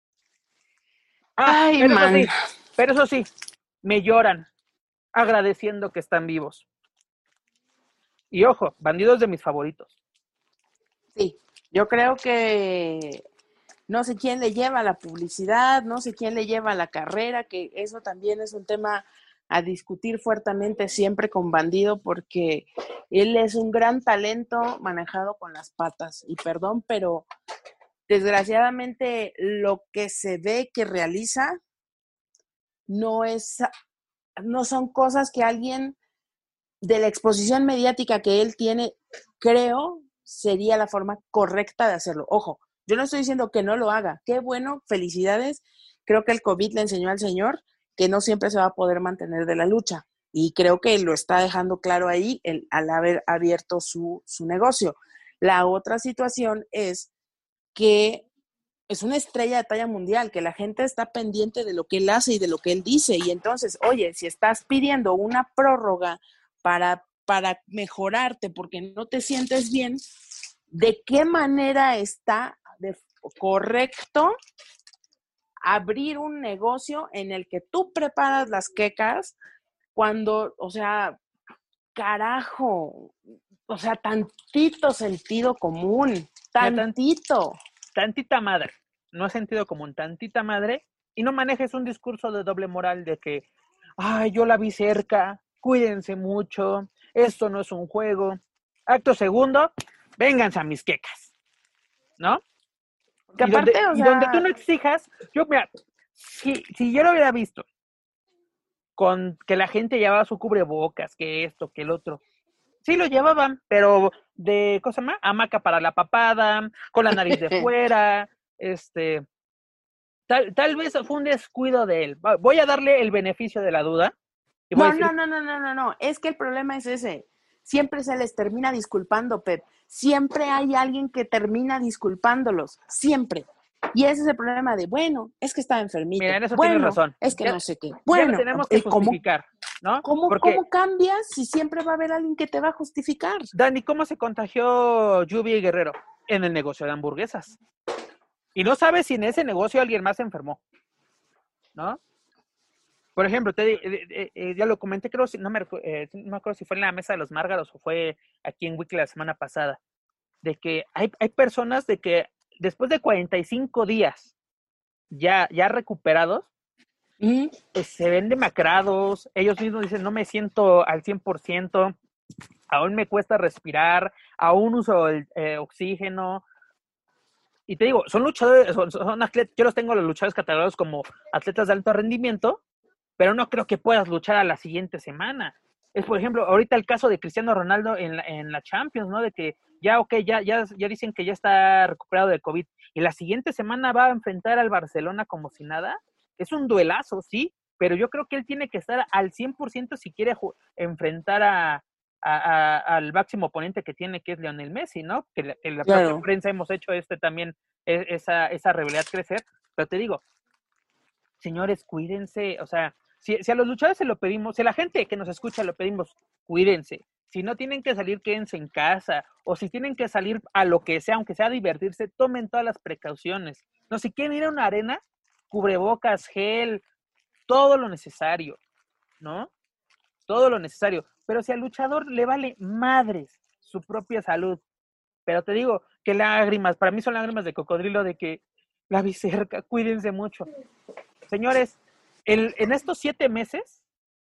Speaker 3: Ah,
Speaker 4: Ay,
Speaker 3: pero
Speaker 4: man.
Speaker 3: Eso sí, pero eso sí, me lloran agradeciendo que están vivos. Y ojo, Bandido es de mis favoritos.
Speaker 4: Sí, yo creo que no sé quién le lleva la publicidad, no sé quién le lleva la carrera, que eso también es un tema a discutir fuertemente siempre con Bandido, porque él es un gran talento manejado con las patas. Y perdón, pero desgraciadamente lo que se ve que realiza no es, no son cosas que alguien de la exposición mediática que él tiene, creo, sería la forma correcta de hacerlo. Ojo, yo no estoy diciendo que no lo haga. Qué bueno, felicidades. Creo que el COVID le enseñó al señor que no siempre se va a poder mantener de la lucha. Y creo que lo está dejando claro ahí el, al haber abierto su, su negocio. La otra situación es que es una estrella de talla mundial, que la gente está pendiente de lo que él hace y de lo que él dice. Y entonces, oye, si estás pidiendo una prórroga para, para mejorarte porque no te sientes bien, ¿de qué manera está de correcto abrir un negocio en el que tú preparas las quecas cuando, o sea, carajo, o sea, tantito sentido común, tantito.
Speaker 3: Tantita madre, no es sentido común, tantita madre, y no manejes un discurso de doble moral de que, ay, yo la vi cerca, cuídense mucho, esto no es un juego. Acto segundo, vénganse a mis quecas, ¿no?
Speaker 4: Que
Speaker 3: y,
Speaker 4: aparte,
Speaker 3: donde,
Speaker 4: o
Speaker 3: y
Speaker 4: sea...
Speaker 3: donde tú no exijas, yo, mira, si, si yo lo hubiera visto, con que la gente llevaba su cubrebocas, que esto, que el otro, sí lo llevaban, pero de, ¿cosa más? Hamaca para la papada, con la nariz de fuera, este, tal, tal vez fue un descuido de él. Voy a darle el beneficio de la duda. Y voy
Speaker 4: No,
Speaker 3: a decir,
Speaker 4: no, no, no, no, no, no, es que el problema es ese. Siempre se les termina disculpando, Pep. Siempre hay alguien que termina disculpándolos, siempre. Y ese es el problema de, bueno, es que estaba enfermito.
Speaker 3: Mira, en eso
Speaker 4: bueno,
Speaker 3: tienes razón.
Speaker 4: es que
Speaker 3: ya,
Speaker 4: no sé qué.
Speaker 3: Ya
Speaker 4: Bueno,
Speaker 3: lo tenemos que
Speaker 4: ¿cómo,
Speaker 3: justificar, ¿no?
Speaker 4: ¿cómo,
Speaker 3: Porque,
Speaker 4: ¿cómo cambias si siempre va a haber alguien que te va a justificar?
Speaker 3: Dani, ¿cómo se contagió Lluvia y Guerrero? En el negocio de hamburguesas. Y no sabes si en ese negocio alguien más se enfermó, ¿no? Por ejemplo, te, eh, eh, ya lo comenté, creo, no me, eh, no me acuerdo si fue en la mesa de los Márgaros o fue aquí en Wiki la semana pasada, de que hay, hay personas de que después de cuarenta y cinco días ya, ya recuperados,
Speaker 4: ¿Mm?
Speaker 3: eh, se ven demacrados, ellos mismos dicen, no me siento al cien por ciento, aún me cuesta respirar, aún uso el eh, oxígeno. Y te digo, son luchadores, son, son atletas, yo los tengo a los luchadores catalogados como atletas de alto rendimiento, pero no creo que puedas luchar a la siguiente semana. Es, por ejemplo, ahorita el caso de Cristiano Ronaldo en la, en la Champions, ¿no? De que ya, ok, ya, ya, ya dicen que ya está recuperado del COVID, y la siguiente semana va a enfrentar al Barcelona como si nada. Es un duelazo, sí, pero yo creo que él tiene que estar al cien por ciento si quiere ju- enfrentar a, a, a, al máximo oponente que tiene, que es Lionel Messi, ¿no? Que la, en la
Speaker 4: Claro.
Speaker 3: propia prensa hemos hecho este también, esa, esa rivalidad crecer, pero te digo, señores, cuídense, o sea, si, si a los luchadores se lo pedimos, si a la gente que nos escucha lo pedimos, cuídense. Si no tienen que salir, quédense en casa. O si tienen que salir a lo que sea, aunque sea a divertirse, tomen todas las precauciones. No, si quieren ir a una arena, cubrebocas, gel, todo lo necesario, ¿no? Todo lo necesario. Pero si al luchador le vale madres su propia salud, pero te digo que lágrimas, para mí son lágrimas de cocodrilo de que la vi cerca, cuídense mucho. Señores, el, en estos siete meses,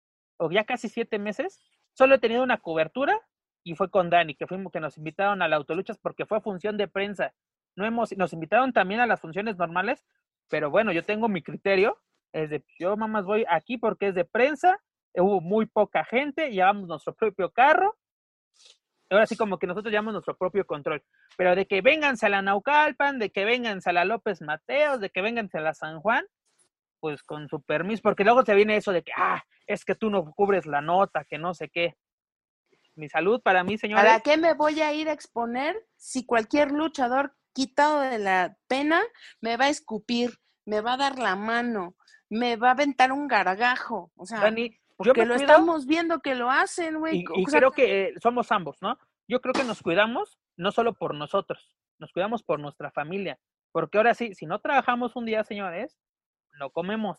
Speaker 3: o ya casi siete meses, solo he tenido una cobertura y fue con Dani, que fuimos, que nos invitaron a la Autoluchas porque fue función de prensa. No hemos, nos invitaron también a las funciones normales, pero bueno, yo tengo mi criterio, es de, yo mamás voy aquí porque es de prensa, hubo muy poca gente, llevamos nuestro propio carro, ahora sí como que nosotros llevamos nuestro propio control, pero de que vénganse a la Naucalpan, de que vénganse a la López Mateos, de que vénganse a la San Juan, pues con su permiso, porque luego se viene eso de que, ah, es que tú no cubres la nota, que no sé qué. Mi salud para mí, señores.
Speaker 4: ¿Para qué me voy a ir a exponer si cualquier luchador quitado de la pena me va a escupir, me va a dar la mano, me va a aventar un gargajo? O sea,
Speaker 3: Dani,
Speaker 4: porque lo
Speaker 3: cuido,
Speaker 4: estamos viendo que lo hacen, güey.
Speaker 3: Y, y
Speaker 4: o sea,
Speaker 3: creo que eh, somos ambos, ¿no? Yo creo que nos cuidamos no solo por nosotros, nos cuidamos por nuestra familia. Porque ahora sí, si no trabajamos un día, señores, no comemos,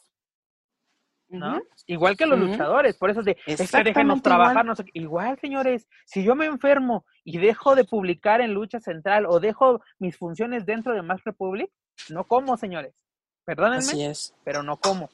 Speaker 3: ¿no? Uh-huh. Igual que los uh-huh. luchadores, por eso es de, es que déjenos trabajar, no sé, igual, señores, si yo me enfermo y dejo de publicar en Lucha Central o dejo mis funciones dentro de Mask Republic, no como, señores, perdónenme,
Speaker 4: así es.
Speaker 3: Pero no como,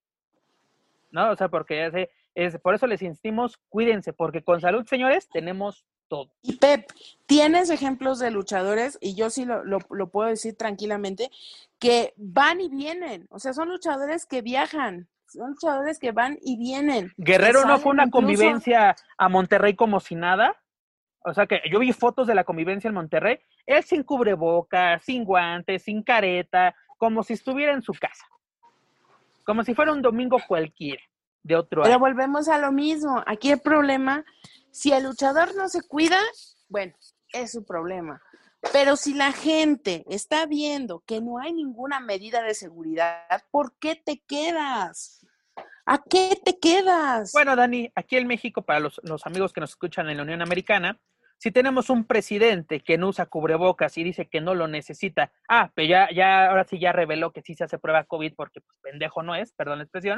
Speaker 3: ¿no? O sea, porque es, es, por eso les insistimos, cuídense, porque con salud, señores, tenemos todo.
Speaker 4: Y Pep, tienes ejemplos de luchadores, y yo sí lo, lo, lo puedo decir tranquilamente, que van y vienen, o sea, son luchadores que viajan, son luchadores que van y vienen.
Speaker 3: Guerrero no fue una incluso... convivencia a Monterrey como si nada, o sea que yo vi fotos de la convivencia en Monterrey, él sin cubrebocas, sin guantes, sin careta, como si estuviera en su casa, como si fuera un domingo cualquiera de otro
Speaker 4: Pero
Speaker 3: año.
Speaker 4: Volvemos a lo mismo, aquí el problema, si el luchador no se cuida, bueno, es su problema. Pero si la gente está viendo que no hay ninguna medida de seguridad, ¿por qué te quedas? ¿A qué te quedas?
Speaker 3: Bueno, Dani, aquí en México, para los, los amigos que nos escuchan en la Unión Americana, si tenemos un presidente que no usa cubrebocas y dice que no lo necesita, ah, pero ya, ya, ahora sí ya reveló que sí se hace prueba COVID porque pues pendejo no es, perdón la expresión,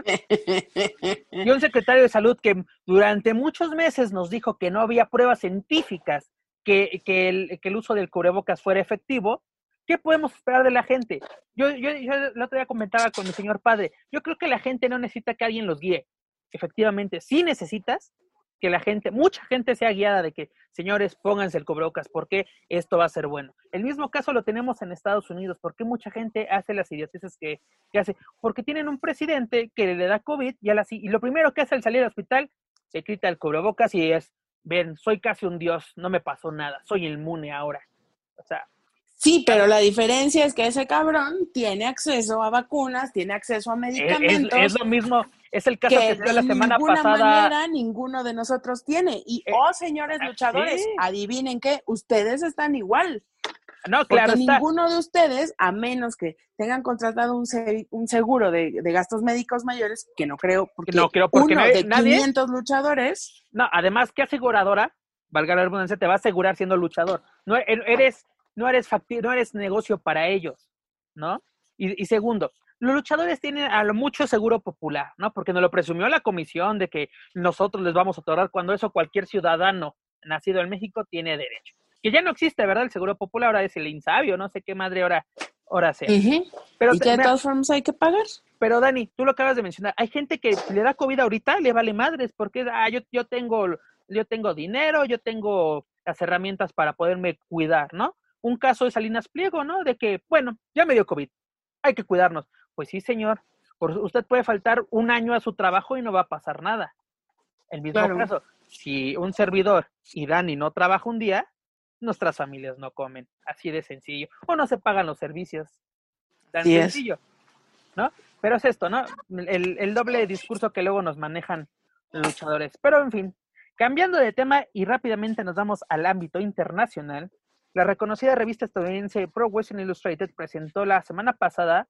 Speaker 3: y un secretario de salud que durante muchos meses nos dijo que no había pruebas científicas que, que, el, que el uso del cubrebocas fuera efectivo, ¿qué podemos esperar de la gente? Yo, yo, yo el otro día comentaba con mi señor padre, yo creo que la gente no necesita que alguien los guíe. Efectivamente, sí necesitas que la gente, mucha gente sea guiada de que, señores, pónganse el cubrebocas, porque esto va a ser bueno. El mismo caso lo tenemos en Estados Unidos, porque mucha gente hace las idioteces que, que hace, porque tienen un presidente que le da COVID y, a la, y lo primero que hace al salir al hospital, se quita el cubrebocas y es, ven, soy casi un dios, no me pasó nada, soy inmune ahora. O sea,
Speaker 4: sí, pero la diferencia es que ese cabrón tiene acceso a vacunas, tiene acceso a medicamentos.
Speaker 3: Es, es lo mismo, es el caso que, que
Speaker 4: de
Speaker 3: la semana
Speaker 4: ninguna
Speaker 3: pasada.
Speaker 4: manera ninguno de nosotros tiene. Y,
Speaker 3: eh,
Speaker 4: oh, señores luchadores,
Speaker 3: sí.
Speaker 4: adivinen qué, ustedes están igual.
Speaker 3: No, claro
Speaker 4: Porque
Speaker 3: está.
Speaker 4: ninguno de ustedes, a menos que tengan contratado un, se, un seguro de, de gastos médicos mayores, que no creo, porque,
Speaker 3: no creo porque
Speaker 4: uno
Speaker 3: nadie,
Speaker 4: de quinientos
Speaker 3: nadie,
Speaker 4: luchadores.
Speaker 3: No, además, ¿qué aseguradora, valga la redundancia, te va a asegurar siendo luchador? No eres, no eres facti- no eres negocio para ellos, ¿no? Y, y segundo, los luchadores tienen a lo mucho seguro popular, ¿no? Porque nos lo presumió la comisión de que nosotros les vamos a otorgar, cuando eso cualquier ciudadano nacido en México tiene derecho. Que ya no existe, ¿verdad? El seguro popular, ahora es el INSABI, no sé qué madre ahora, ahora sea.
Speaker 4: Uh-huh.
Speaker 3: Pero,
Speaker 4: y que de
Speaker 3: mira,
Speaker 4: todas formas hay que pagar.
Speaker 3: Pero Dani, tú lo acabas de mencionar, hay gente que le da COVID ahorita, le vale madres, porque ah, yo, yo tengo, yo tengo dinero, yo tengo las herramientas para poderme cuidar, ¿no? Un caso de Salinas Pliego, ¿no? De que, bueno, ya me dio COVID, hay que cuidarnos. Pues sí, señor, por, usted puede faltar un año a su trabajo y no va a pasar nada. El mismo claro. caso, si un servidor y Dani no trabaja un día, nuestras familias no comen, así de sencillo, o no se pagan los servicios, tan sí sencillo, es. ¿No? Pero es esto, ¿no? El, el doble discurso que luego nos manejan los luchadores. Pero en fin, cambiando de tema y rápidamente nos vamos al ámbito internacional, la reconocida revista estadounidense Pro Wrestling Illustrated presentó la semana pasada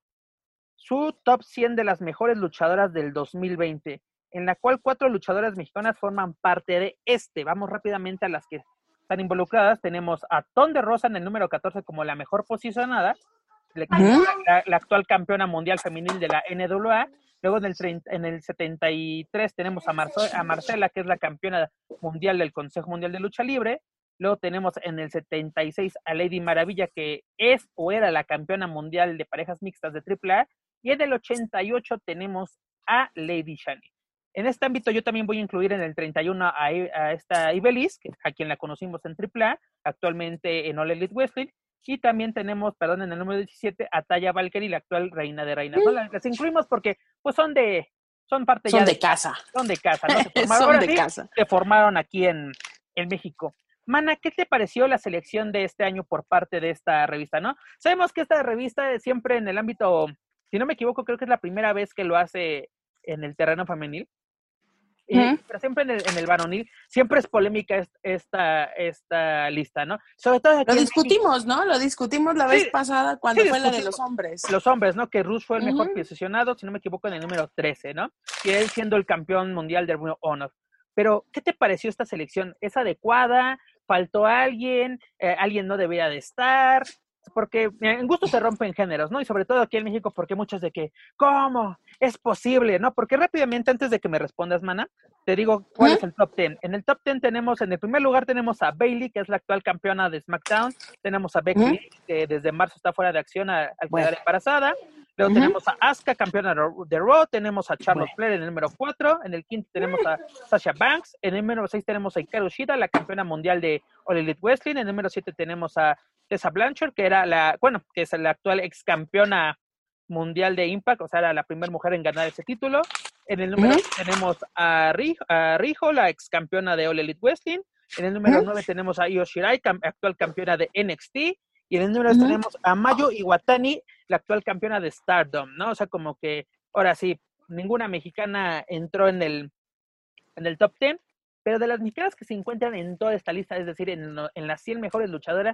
Speaker 3: su top cien de las mejores luchadoras del dos mil veinte, en la cual cuatro luchadoras mexicanas forman parte de este. Vamos rápidamente a las que están involucradas. Tenemos a Thunder Rosa en el número catorce como la mejor posicionada, la, uh-huh. la, la actual campeona mundial femenil de la N W A. Luego en el, treinta, en el setenta y tres tenemos a, Marce, a Marcela, que es la campeona mundial del Consejo Mundial de Lucha Libre. Luego tenemos en el setenta y seis a Lady Maravilla, que es o era la campeona mundial de parejas mixtas de triple A. Y en el ochenta y ocho tenemos a Lady Shani. En este ámbito yo también voy a incluir en el treinta y uno a, a esta Ibelis, que, a quien la conocimos en triple A, actualmente en All Elite Wrestling. Y también tenemos, perdón, en el número diecisiete a Taya Valkyrie, la actual reina de reinas. ¿No? Las incluimos porque pues son de, son parte
Speaker 4: son
Speaker 3: ya
Speaker 4: de,
Speaker 3: de
Speaker 4: casa.
Speaker 3: Son de casa, ¿no? Se formaron,
Speaker 4: son
Speaker 3: ahora
Speaker 4: de
Speaker 3: sí,
Speaker 4: casa.
Speaker 3: Se formaron aquí en, en México. Mana, ¿qué te pareció la selección de este año por parte de esta revista, no? Sabemos que esta revista siempre en el ámbito, si no me equivoco, creo que es la primera vez que lo hace en el terreno femenil. Uh-huh. Eh, pero siempre en el, en el varonil, siempre es polémica esta, esta lista, ¿no? Sobre todo
Speaker 4: lo discutimos, ¿no? Lo discutimos la vez sí, pasada cuando sí, fue la de los hombres.
Speaker 3: Los hombres, ¿no? Que Rush fue el uh-huh. mejor posicionado, si no me equivoco, en el número trece, ¿no? Y él siendo el campeón mundial de Ring of Honor. Pero, ¿qué te pareció esta selección? ¿Es adecuada? ¿Faltó alguien? Eh, ¿Alguien no debía de estar? Porque en gusto se rompen géneros, ¿no? Y sobre todo aquí en México, porque muchos de que, ¿cómo? Es posible, ¿no? Porque rápidamente, antes de que me respondas, Mana, te digo cuál ¿Mm? es el top diez. En el top diez tenemos, en el primer lugar tenemos a Bayley, que es la actual campeona de SmackDown. Tenemos a Becky, ¿Mm? que desde marzo está fuera de acción al bueno. quedar embarazada. Luego uh-huh. tenemos a Asuka, campeona de Raw. Tenemos a Charlotte bueno. Flair en el número cuatro. En el quinto tenemos a Sasha Banks. En el número seis tenemos a Hikaru Shida, la campeona mundial de All Elite Wrestling. En el número siete tenemos a Tessa Blanchard, que era la, bueno, que es la actual ex campeona mundial de Impact, o sea, era la primera mujer en ganar ese título. En el número uh-huh. tenemos a, Riho, a Riho, la ex campeona de All Elite Wrestling. En el número uh-huh. nueve tenemos a Io Shirai, cam- actual campeona de N X T. Y en el número uh-huh. tenemos a Mayu Iwatani, la actual campeona de Stardom, ¿no? O sea, como que, ahora sí, ninguna mexicana entró en el, en el top diez, pero de las mexicanas que se encuentran en toda esta lista, es decir, en, en las cien mejores luchadoras,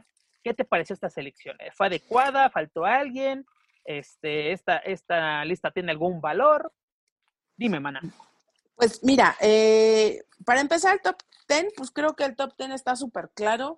Speaker 3: ¿qué te pareció esta selección? ¿Fue adecuada? ¿Faltó alguien? Este, esta, ¿Esta lista tiene algún valor? Dime, mana.
Speaker 4: Pues mira, eh, para empezar, el top ten, pues creo que el top ten está súper claro.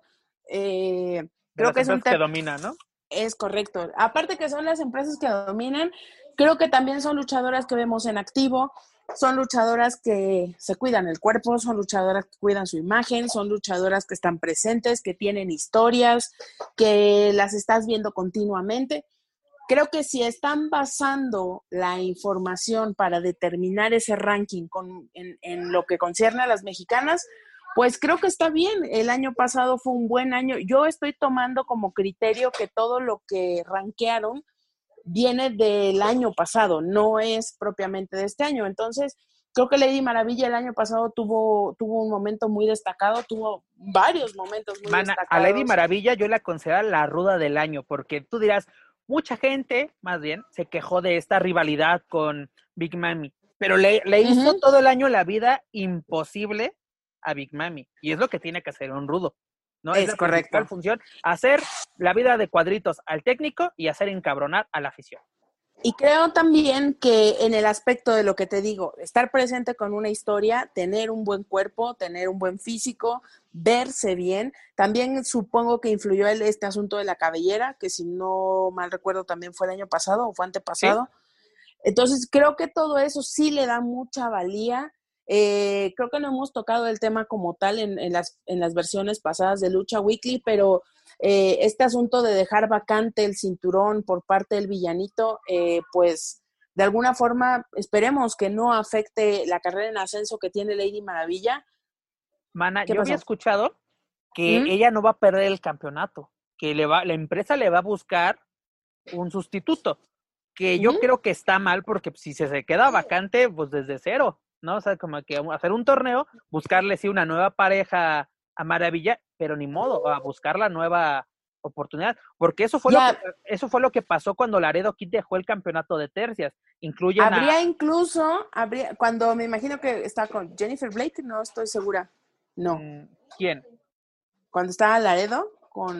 Speaker 4: Eh,
Speaker 3: De
Speaker 4: creo
Speaker 3: las
Speaker 4: que es un
Speaker 3: empresas que
Speaker 4: top.
Speaker 3: dominan, ¿no?
Speaker 4: Es correcto. Aparte que son las empresas que dominan, creo que también son luchadoras que vemos en activo, son luchadoras que se cuidan el cuerpo, son luchadoras que cuidan su imagen, son luchadoras que están presentes, que tienen historias, que las estás viendo continuamente. Creo que si están basando la información para determinar ese ranking con, en, en lo que concierne a las mexicanas, pues creo que está bien. El año pasado fue un buen año. Yo estoy tomando como criterio que todo lo que rankearon viene del año pasado, no es propiamente de este año. Entonces, creo que Lady Maravilla el año pasado tuvo, tuvo un momento muy destacado, tuvo varios momentos muy
Speaker 3: Mana,
Speaker 4: destacados.
Speaker 3: a Lady Maravilla yo la considero la ruda del año, porque tú dirás, mucha gente, más bien, se quejó de esta rivalidad con Big Mami, pero le, le hizo
Speaker 4: Ujú.
Speaker 3: todo el año la vida imposible a Big Mami, y es lo que tiene que hacer un rudo, ¿no? Es,
Speaker 4: Es
Speaker 3: la
Speaker 4: correcto.
Speaker 3: principal función, hacer la vida de cuadritos al técnico y hacer encabronar a la afición.
Speaker 4: Y creo también que en el aspecto de lo que te digo, estar presente con una historia, tener un buen cuerpo, tener un buen físico, verse bien, también supongo que influyó el, este asunto de la cabellera, que si no mal recuerdo también fue el año pasado o fue antepasado. ¿Sí? Entonces creo que todo eso sí le da mucha valía. Eh, creo que no hemos tocado el tema como tal en, en, las, en las versiones pasadas de Lucha Weekly, pero eh, este asunto de dejar vacante el cinturón por parte del villanito, eh, pues de alguna forma esperemos que no afecte la carrera en ascenso que tiene Lady Maravilla.
Speaker 3: Mana,
Speaker 4: ¿Qué
Speaker 3: yo
Speaker 4: pasó?
Speaker 3: había escuchado que
Speaker 4: ¿Mm?
Speaker 3: ella no va a perder el campeonato, que le va, la empresa le va a buscar un sustituto, que yo
Speaker 4: ¿Mm?
Speaker 3: creo que está mal porque si se, se queda vacante, pues desde cero, ¿no? O sea, como que hacer un torneo, buscarle sí una nueva pareja a Maravilla, pero ni modo, a buscar la nueva oportunidad, porque eso fue
Speaker 4: Ya.
Speaker 3: lo que eso fue lo que pasó cuando Laredo Kid dejó el campeonato de tercias. Incluyen
Speaker 4: habría
Speaker 3: a
Speaker 4: incluso, habría, cuando me imagino que está con Jennifer Blake, no estoy segura. No.
Speaker 3: ¿Quién?
Speaker 4: Cuando estaba Laredo, con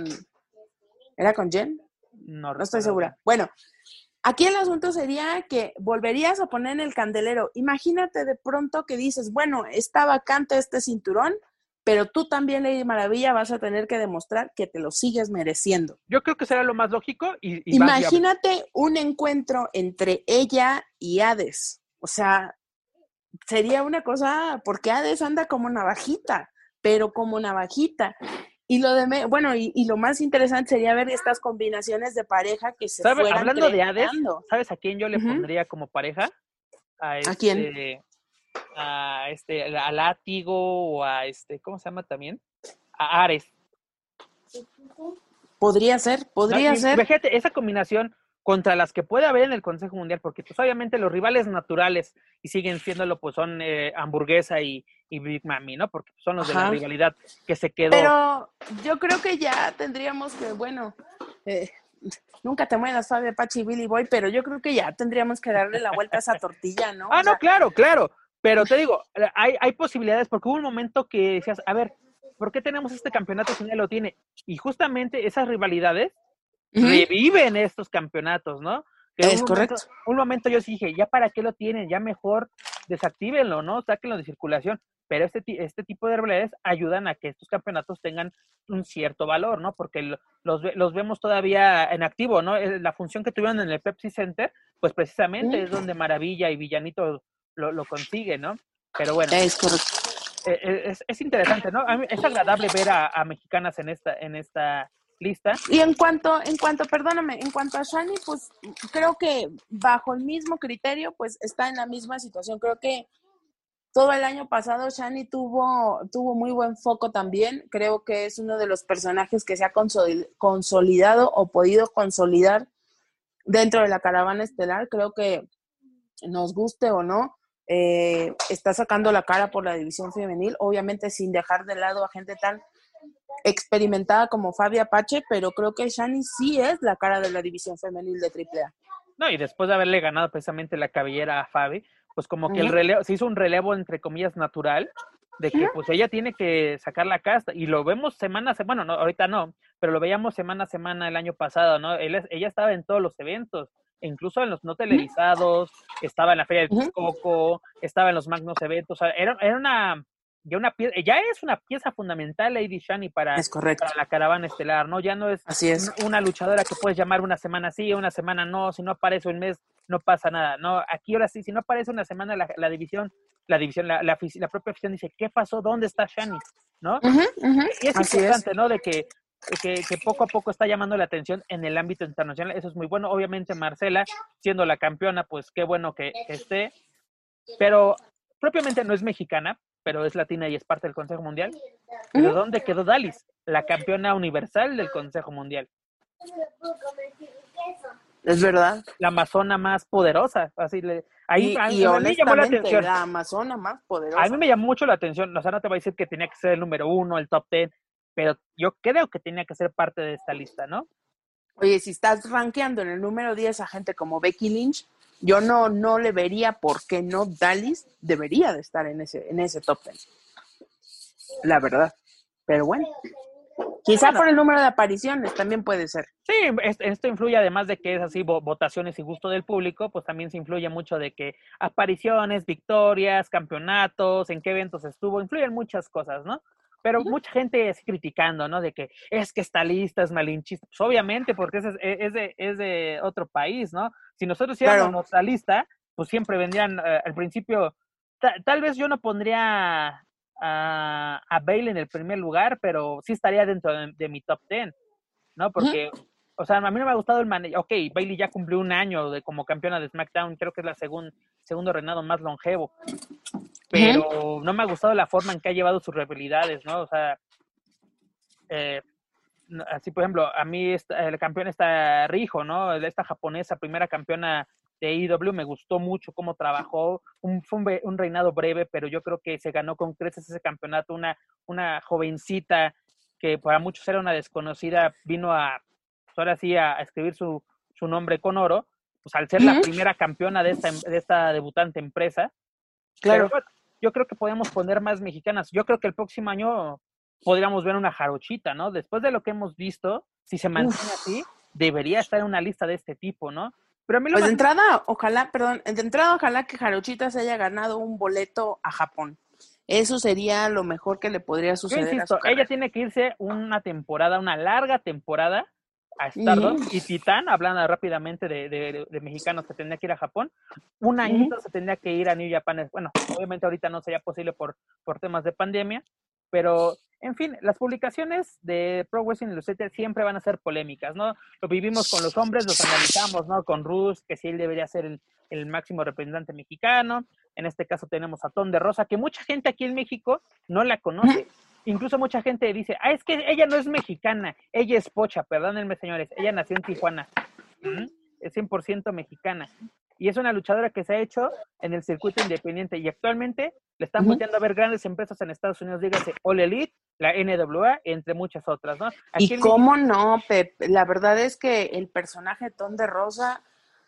Speaker 4: ¿era con Jen?
Speaker 3: No,
Speaker 4: no estoy segura. Bien. Bueno, aquí el asunto sería que volverías a poner en el candelero. Imagínate de pronto que dices, bueno, está vacante este cinturón, pero tú también, Lady Maravilla, vas a tener que demostrar que te lo sigues mereciendo.
Speaker 3: Yo creo que será lo más lógico. Y, y
Speaker 4: Imagínate un encuentro entre ella y Hades. O sea, sería una cosa, porque Hades anda como navajita, pero como navajita. Y lo de, me, bueno, y, y lo más interesante sería ver estas combinaciones de pareja que se
Speaker 3: ¿Sabe?
Speaker 4: fueran
Speaker 3: Hablando
Speaker 4: creando.
Speaker 3: de Hades, ¿sabes a quién yo le uh-huh. pondría como pareja? A, este,
Speaker 4: ¿A quién?
Speaker 3: A este, a Látigo o a este, ¿cómo se llama también? A Ares.
Speaker 4: Podría ser, podría
Speaker 3: no,
Speaker 4: ser.
Speaker 3: Imagínate esa combinación contra las que puede haber en el Consejo Mundial, porque pues obviamente los rivales naturales y siguen siéndolo, pues son eh, Hamburguesa y, y Big Mami, ¿no? Porque son los Ajá. de la rivalidad que se quedó.
Speaker 4: Pero yo creo que ya tendríamos que, bueno, eh, nunca te mueras, Fabio, Pachi y Billy Boy, pero yo creo que ya tendríamos que darle la vuelta a esa tortilla, ¿no?
Speaker 3: Ah,
Speaker 4: o sea,
Speaker 3: no, claro, claro, pero te digo, hay, hay posibilidades, porque hubo un momento que decías, a ver, ¿por qué tenemos este campeonato si nadie lo tiene? Y justamente esas rivalidades uh-huh. reviven estos campeonatos, ¿no? Que
Speaker 4: es
Speaker 3: un
Speaker 4: correcto.
Speaker 3: Momento, un momento yo sí dije, ya para qué lo tienen, ya mejor desactívenlo, ¿no? Sáquenlo de circulación. Pero este, este tipo de rivalidades ayudan a que estos campeonatos tengan un cierto valor, ¿no? Porque los, los vemos todavía en activo, ¿no? La función que tuvieron en el Pepsi Center, pues precisamente uh-huh. es donde Maravilla y Villanito lo, lo consiguen, ¿no? Pero bueno.
Speaker 4: Es correcto.
Speaker 3: Es, es interesante, ¿no? A mí es agradable ver a, a mexicanas en esta, en esta lista.
Speaker 4: Y en cuanto, en cuanto, perdóname, en cuanto a Shani, pues creo que bajo el mismo criterio, pues está en la misma situación. Creo que todo el año pasado Shani tuvo, tuvo muy buen foco también. Creo que es uno de los personajes que se ha consolidado o podido consolidar dentro de la caravana estelar. Creo que nos guste o no, eh, está sacando la cara por la división femenil, obviamente sin dejar de lado a gente tan experimentada como Fabi Apache, pero creo que Shani sí es la cara de la división femenil de triple A.
Speaker 3: No, y después de haberle ganado precisamente la cabellera a Fabi, pues como que uh-huh. el relevo, se hizo un relevo entre comillas natural, de que pues ella tiene que sacar la casta, y lo vemos semana a semana, bueno, no, ahorita no, pero lo veíamos semana a semana el año pasado, ¿no? Él, ella estaba en todos los eventos, incluso en los no televisados, estaba en la Feria de Texcoco, estaba en los magnos eventos, o sea, era, era una, ya una pieza, ya es una pieza fundamental Lady Shani para,
Speaker 4: Es correcto.
Speaker 3: para la caravana estelar, ¿no? Ya no es,
Speaker 4: Así es.
Speaker 3: una luchadora que puedes llamar una semana sí, una semana no, si no aparece un mes, no pasa nada, ¿no? Aquí ahora sí, si no aparece una semana la, la división, la división, la, la, la propia afición dice, ¿qué pasó? ¿Dónde está Shani? ¿No?
Speaker 4: Uh-huh, uh-huh.
Speaker 3: Y es
Speaker 4: Así
Speaker 3: importante,
Speaker 4: es.
Speaker 3: ¿no? De que, que, que poco a poco está llamando la atención en el ámbito internacional, eso es muy bueno. Obviamente Marcela, siendo la campeona, pues qué bueno que, que esté, pero propiamente no es mexicana, pero es latina y es parte del Consejo Mundial. ¿De uh-huh. dónde quedó Dalys? La campeona universal del Consejo Mundial.
Speaker 4: Es verdad.
Speaker 3: La amazona más poderosa, así le... Ahí,
Speaker 4: y,
Speaker 3: a,
Speaker 4: y
Speaker 3: a mí me llamó la atención.
Speaker 4: La amazona más poderosa.
Speaker 3: A mí me llamó mucho la atención, o sea, no te voy a decir que tenía que ser el número uno, el top ten, pero yo creo que tenía que ser parte de esta lista, ¿no?
Speaker 4: Oye, si estás rankeando en el número diez a gente como Becky Lynch, yo no, no le vería por qué no Dalys debería de estar en ese, en ese top ten. La verdad. Pero bueno. Quizá bueno, por el número de apariciones también puede ser.
Speaker 3: Sí, esto influye, además de que es así votaciones y gusto del público, pues también se influye mucho de que apariciones, victorias, campeonatos, en qué eventos estuvo, influyen muchas cosas, ¿no? Pero mucha gente es criticando, ¿no? De que es que esta lista es malinchista. Pues obviamente, porque es, es, de, es de otro país, ¿no? Si nosotros hiciéramos claro. nuestra lista, pues siempre vendrían, uh, al principio, ta, tal vez yo no pondría a, a Bayley en el primer lugar, pero sí estaría dentro de, de mi top ten, ¿no? Porque, uh-huh. o sea, a mí no me ha gustado el manejo. Ok, Bayley ya cumplió un año de como campeona de SmackDown, creo que es la segun, segundo reinado más longevo, pero uh-huh. no me ha gustado la forma en que ha llevado sus rivalidades, ¿no? O sea, eh, así por ejemplo, a mí esta, el campeón está Riho, ¿no? Esta japonesa, primera campeona de A E W, me gustó mucho cómo trabajó, un, fue un, un reinado breve, pero yo creo que se ganó con creces ese campeonato, una, una jovencita que para muchos era una desconocida, vino a, pues ahora sí, a, a escribir su, su nombre con oro, pues al ser uh-huh. la primera campeona de esta, de esta debutante empresa.
Speaker 4: Claro.
Speaker 3: Pero, yo creo que podemos poner más mexicanas. Yo creo que el próximo año podríamos ver una jarochita, ¿no? Después de lo que hemos visto, si se mantiene Uf. así, debería estar en una lista de este tipo, ¿no? Pero a mí lo
Speaker 4: pues
Speaker 3: más...
Speaker 4: de entrada, ojalá, perdón, de entrada ojalá que Jarochita se haya ganado un boleto a Japón. Eso sería lo mejor que le podría suceder.
Speaker 3: Yo insisto,
Speaker 4: a su
Speaker 3: ella tiene que irse una temporada, una larga temporada a Stardom uh-huh. y Titán, hablando rápidamente de, de, de mexicanos que tendría que ir a Japón, un añito uh-huh. se tendría que ir a New Japan. Bueno, obviamente ahorita no sería posible por, por temas de pandemia, pero en fin, las publicaciones de Pro Wrestling Illustrated siempre van a ser polémicas, ¿no? Lo vivimos con los hombres, los analizamos, ¿no? Con Rush, que si él debería ser el, el máximo representante mexicano. En este caso tenemos a Ton de Rosa, que mucha gente aquí en México no la conoce. Incluso mucha gente dice, ah, es que ella no es mexicana, ella es pocha, perdónenme señores, ella nació en Tijuana, ¿Mm? es cien por ciento mexicana. Y es una luchadora que se ha hecho en el circuito independiente y actualmente le están uh-huh. volteando a ver grandes empresas en Estados Unidos, dígase All Elite, la N W A, entre muchas otras, ¿no?
Speaker 4: Aquí y cómo México... no, Pep, la verdad es que el personaje Ton de Rosa,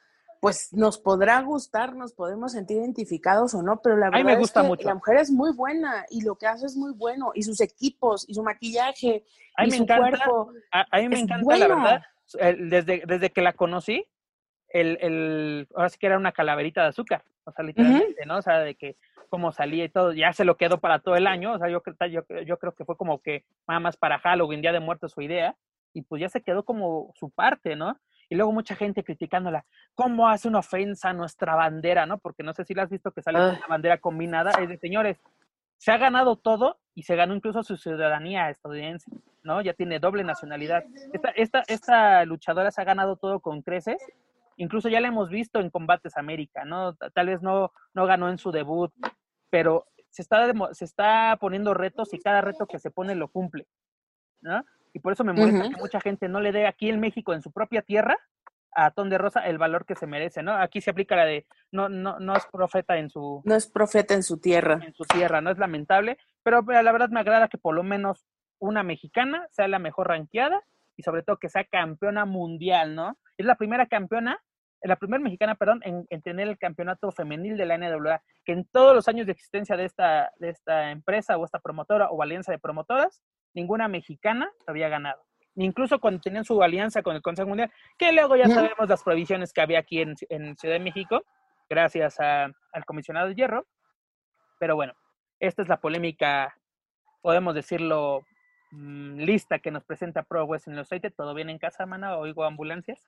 Speaker 4: pues nos podrá gustar, nos podemos sentir identificados o no, pero la verdad
Speaker 3: me gusta
Speaker 4: es que
Speaker 3: mucho.
Speaker 4: La mujer es muy buena y lo que hace es muy bueno, y sus equipos, y su maquillaje,
Speaker 3: a
Speaker 4: y
Speaker 3: me
Speaker 4: su
Speaker 3: encanta,
Speaker 4: cuerpo.
Speaker 3: A, a mí me encanta,
Speaker 4: bueno.
Speaker 3: la verdad, desde, desde que la conocí, el, el, ahora sí que era una calaverita de azúcar, o sea, literalmente, uh-huh. ¿no? O sea, de que cómo salía y todo, ya se lo quedó para todo el año, o sea, yo, yo, yo creo que fue como que nada más para Halloween, Día de Muertos su idea, y pues ya se quedó como su parte, ¿no? Y luego mucha gente criticándola, ¿cómo hace una ofensa a nuestra bandera, no? Porque no sé si la has visto que sale uh. con una bandera combinada, es de, señores, se ha ganado todo y se ganó incluso su ciudadanía estadounidense, ¿no? Ya tiene doble nacionalidad. Esta, esta, esta luchadora se ha ganado todo con creces, incluso ya la hemos visto en Combates América, ¿no? Tal vez no, no ganó en su debut, pero se está, se está poniendo retos y cada reto que se pone lo cumple, ¿no? Y por eso me molesta uh-huh. que mucha gente no le dé aquí en México, en su propia tierra, a Ton de Rosa el valor que se merece, ¿no? Aquí se aplica la de no, no, no es profeta en su...
Speaker 4: No es profeta en su tierra.
Speaker 3: En su tierra, ¿no? Es lamentable, pero la verdad me agrada que por lo menos una mexicana sea la mejor rankeada y sobre todo que sea campeona mundial, ¿no? Es la primera campeona la primera mexicana, perdón, en, en tener el campeonato femenil de la N W A, que en todos los años de existencia de esta, de esta empresa o esta promotora o alianza de promotoras, ninguna mexicana había ganado. Incluso cuando tenían su alianza con el Consejo Mundial, que luego ya sabemos las provisiones que había aquí en, en Ciudad de México, gracias a, al comisionado de hierro. Pero bueno, esta es la polémica, podemos decirlo, mmm, lista que nos presenta Pro Wrestling Illustrated. ¿Todo bien en casa, mana? ¿Oigo ambulancias?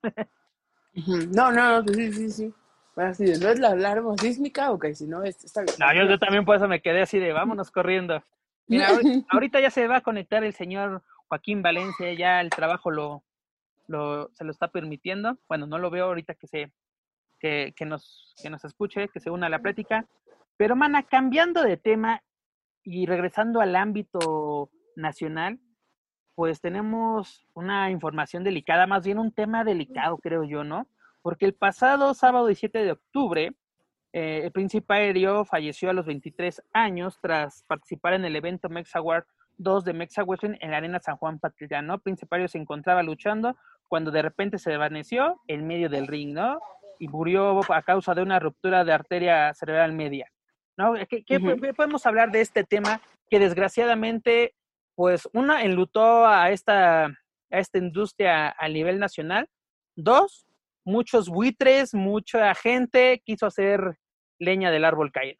Speaker 4: No, no, sí, sí, sí. Bueno, si no es la alarma sísmica, ok, si no, está bien.
Speaker 3: No, yo, yo también por eso me quedé así de vámonos corriendo. Mira, ahorita, ahorita ya se va a conectar el señor Joaquín Valencia, ya el trabajo lo, lo se lo está permitiendo. Bueno, no lo veo ahorita que se que, que nos que nos escuche, que se una a la plática. Pero, mana, cambiando de tema y regresando al ámbito nacional, pues tenemos una información delicada, más bien un tema delicado, creo yo, ¿no? Porque el pasado sábado diecisiete de octubre, eh, el Príncipe Aéreo falleció a los veintitrés años tras participar en el evento MexaWar dos de Mexa Wrestling en la Arena San Juan Patitlán, ¿no? Príncipe Aéreo se encontraba luchando cuando de repente se desvaneció en medio del ring, ¿no? Y murió a causa de una ruptura de arteria cerebral media, ¿no? ¿Qué, qué, uh-huh. ¿qué podemos hablar de este tema que desgraciadamente, pues, una, enlutó a esta, a esta industria a nivel nacional? Dos, muchos buitres, mucha gente quiso hacer leña del árbol caído.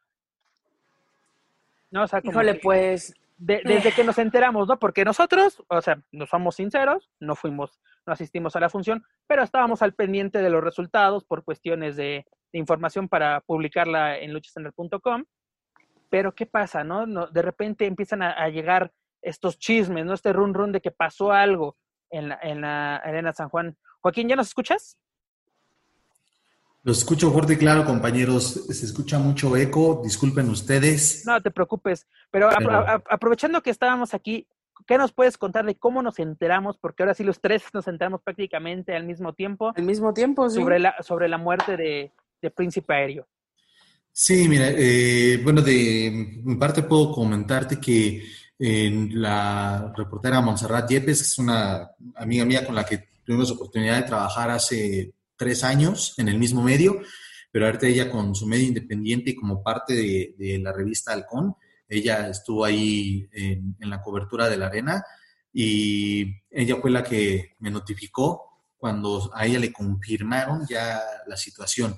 Speaker 3: ¿No? O sea, como
Speaker 4: Híjole,
Speaker 3: que,
Speaker 4: pues...
Speaker 3: De, desde que nos enteramos, ¿no? Porque nosotros, o sea, no somos sinceros, no fuimos, no asistimos a la función, pero estábamos al pendiente de los resultados por cuestiones de, de información para publicarla en luchacenter punto com. Pero ¿qué pasa, no? no de repente empiezan a, a llegar estos chismes, ¿no? Este run run de que pasó algo en la, en la Arena San Juan. Joaquín, ¿ya nos escuchas?
Speaker 5: Los escucho fuerte y claro, compañeros. Se escucha mucho eco. Disculpen ustedes.
Speaker 3: No te preocupes. Pero, pero... A, a, aprovechando que estábamos aquí, ¿qué nos puedes contar de cómo nos enteramos? Porque ahora sí los tres nos enteramos prácticamente al mismo tiempo.
Speaker 4: Al mismo tiempo, sí.
Speaker 3: Sobre la, sobre la muerte de, de Príncipe Aéreo.
Speaker 5: Sí, mira, eh, bueno, de mi parte puedo comentarte que eh, la reportera Montserrat Yepes, es una amiga mía con la que tuvimos oportunidad de trabajar hace tres años en el mismo medio, pero ahorita ella con su medio independiente y como parte de, de la revista Halcón, ella estuvo ahí en, en la cobertura de la arena y ella fue la que me notificó cuando a ella le confirmaron ya la situación.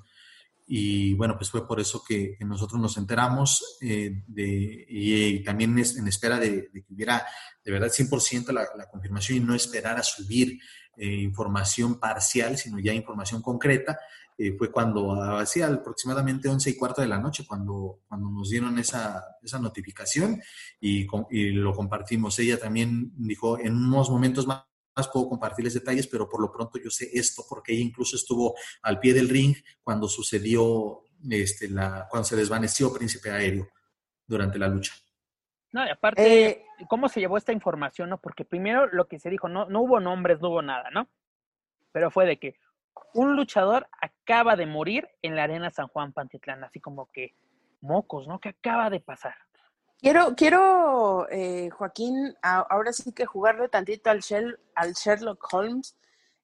Speaker 5: Y bueno, pues fue por eso que, que nosotros nos enteramos eh, de, y, y también es en espera de, de que hubiera de verdad cien por ciento la, la confirmación y no esperar a subir eh, información parcial, sino ya información concreta. Eh, fue cuando hacía aproximadamente once y cuarto de la noche cuando, cuando nos dieron esa, esa notificación y, y lo compartimos. Ella también dijo en unos momentos más más puedo compartirles detalles, pero por lo pronto yo sé esto porque ella incluso estuvo al pie del ring cuando sucedió, este, la, cuando se desvaneció Príncipe Aéreo durante la lucha.
Speaker 3: No, y aparte, eh, ¿cómo se llevó esta información? No? Porque primero lo que se dijo, no, no hubo nombres, no hubo nada, ¿no? Pero fue de que un luchador acaba de morir en la Arena San Juan Pantitlán, así como que mocos, ¿no? ¿Qué acaba de pasar?
Speaker 4: Quiero, quiero eh, Joaquín, a, ahora sí que jugarle tantito al, Shell, al Sherlock Holmes.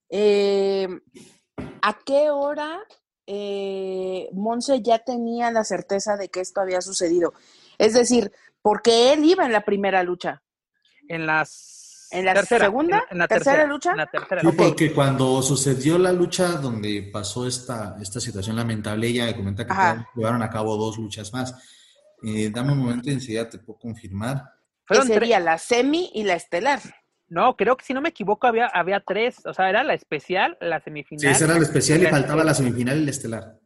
Speaker 4: Eh, ¿A qué hora eh, Monse ya tenía la certeza de que esto había sucedido? Es decir, porque él iba en la primera lucha.
Speaker 3: En las...
Speaker 4: ¿En la
Speaker 3: tercera,
Speaker 4: segunda?
Speaker 3: En, en la
Speaker 4: ¿Tercera,
Speaker 3: tercera
Speaker 4: lucha?
Speaker 3: En la tercera
Speaker 5: sí,
Speaker 3: lucha.
Speaker 5: Porque cuando sucedió la lucha donde pasó esta, esta situación lamentable, ella comenta que llevaron a cabo dos luchas más. Eh, dame un momento y enseguida te puedo confirmar.
Speaker 4: ¿Qué sería la semi y la estelar?
Speaker 3: No, creo que si no me equivoco había, había tres, o sea, era la especial, la semifinal.
Speaker 5: Sí, esa era la especial y,
Speaker 3: la
Speaker 5: faltaba
Speaker 3: especial.
Speaker 5: la semifinal y la estelar.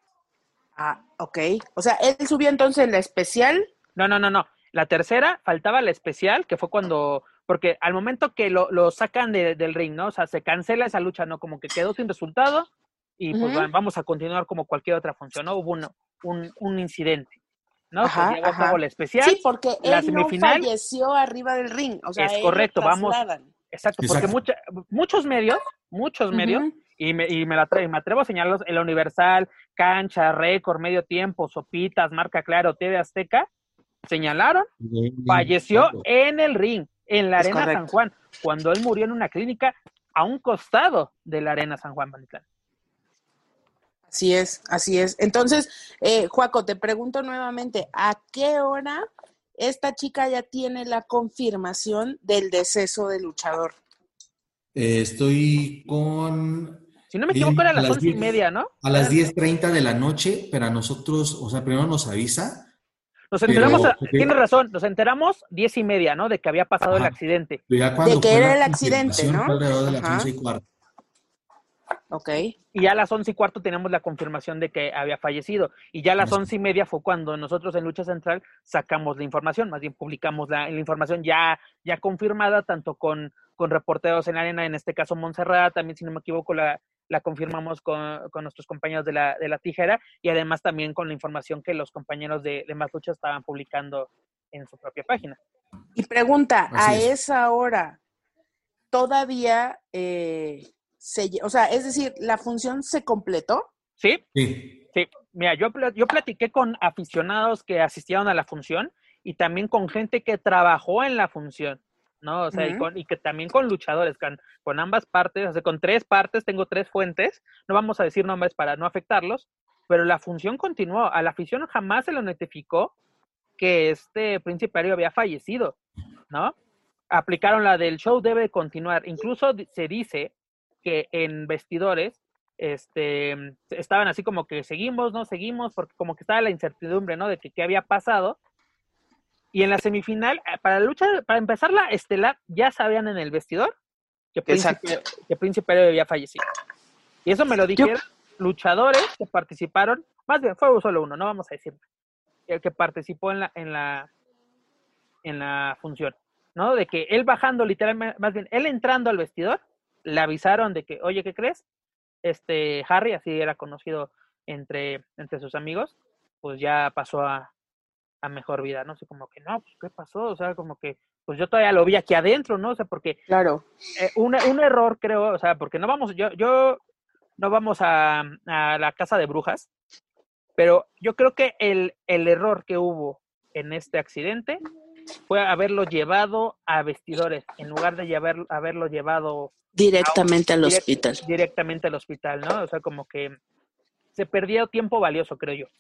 Speaker 4: Ah, ok. O sea, él subió entonces la especial.
Speaker 3: No, no, no, no. La tercera faltaba la especial, que fue cuando, porque al momento que lo, lo sacan de, del ring, ¿no? O sea, se cancela esa lucha, ¿no? Como que quedó sin resultado y pues uh-huh. vamos a continuar como cualquier otra función, ¿no? Hubo un, un, un incidente. ¿No? Ajá, que llevó a cabo la especial.
Speaker 4: Sí, porque
Speaker 3: la
Speaker 4: él
Speaker 3: semifinal,
Speaker 4: no falleció arriba del ring. O sea,
Speaker 3: es correcto, vamos. Exacto,
Speaker 5: Exacto.
Speaker 3: porque mucha, muchos medios, muchos uh-huh. medios, y me, y me, la tra- me atrevo a señalarlos, el Universal, Cancha, Récord, Medio Tiempo, Sopitas, Marca Claro, T V Azteca, señalaron, bien, bien, falleció claro. en el ring, en la es Arena correcto. San Juan, cuando él murió en una clínica a un costado de la Arena San Juan Pantitlán.
Speaker 4: Así es, así es. Entonces, eh, Joaco, te pregunto nuevamente, ¿a qué hora esta chica ya tiene la confirmación del deceso del luchador?
Speaker 5: Eh, estoy con...
Speaker 3: Si no me equivoco,
Speaker 5: Bien,
Speaker 3: era a
Speaker 5: a
Speaker 3: las
Speaker 5: las
Speaker 3: once y
Speaker 5: diez
Speaker 3: media, ¿no?
Speaker 5: a las diez treinta de la noche, pero a nosotros, o sea, primero nos avisa,
Speaker 3: Nos enteramos,
Speaker 5: pero...
Speaker 3: a- tienes razón, nos enteramos diez y media, ¿no? De que había pasado el
Speaker 5: Ajá,
Speaker 3: accidente.
Speaker 5: pero ya
Speaker 4: De
Speaker 5: cuando
Speaker 4: que
Speaker 5: fue
Speaker 4: era
Speaker 5: la
Speaker 4: el accidente,
Speaker 5: confirmación fue
Speaker 4: ¿no?
Speaker 5: alrededor de las
Speaker 4: Ajá,
Speaker 5: once y cuarto.
Speaker 4: ok.
Speaker 3: Y ya a las once y cuarto tenemos la confirmación de que había fallecido. Y ya a las
Speaker 5: Así
Speaker 3: once y media fue cuando nosotros en Lucha Central sacamos la información, más bien publicamos la, la información ya, ya confirmada, tanto con, con reporteros en la arena, en este caso Montserrat, también si no me equivoco la, la confirmamos con, con nuestros compañeros de la, de la Tijera, y además también con la información que los compañeros de, de Más Lucha estaban publicando en su propia página.
Speaker 4: Y pregunta,
Speaker 5: Así
Speaker 4: a
Speaker 5: es.
Speaker 4: esa hora, ¿todavía eh, se, o sea, es decir, la función se completó?
Speaker 3: ¿Sí?
Speaker 5: Sí.
Speaker 3: Sí, mira, yo, yo platiqué con aficionados que asistieron a la función y también con gente que trabajó en la función, ¿no? O sea, uh-huh. y, con, y que también con luchadores, con, con ambas partes, o sea, con tres partes, tengo tres fuentes, no vamos a decir nombres para no afectarlos, pero la función continuó. A la afición jamás se lo notificó que este Príncipe Aéreo había fallecido, ¿no? Aplicaron la del show debe continuar. Incluso se dice que en vestidores este, estaban así como que seguimos, ¿no? Seguimos, porque como que estaba la incertidumbre, ¿no? De que qué había pasado. Y en la semifinal, para la lucha, para empezar la estelar, ya sabían en el vestidor que Príncipe, que Príncipe Aéreo había fallecido. Y eso me lo dijeron Yo... luchadores que participaron, más bien fue solo uno, no vamos a decir, el que participó en la, en la, en la función, ¿no? De que él bajando literalmente, más bien, él entrando al vestidor, le avisaron de que, oye, ¿qué crees? Este Harry, así era conocido entre, entre sus amigos, pues ya pasó a, a mejor vida, ¿no? Así como que, no, pues, ¿qué pasó? O sea, como que, pues yo todavía lo vi aquí adentro, ¿no? O sea, porque...
Speaker 4: Claro.
Speaker 3: Eh, un, un error, creo, o sea, porque no vamos, yo, yo no vamos a, a la casa de brujas, pero yo creo que el, el error que hubo en este accidente fue haberlo llevado a vestidores, en lugar de llevar, haberlo llevado
Speaker 4: directamente a un, al
Speaker 3: direct,
Speaker 4: hospital.
Speaker 3: Directamente al hospital, ¿no? O sea, como que se perdió tiempo valioso, creo yo.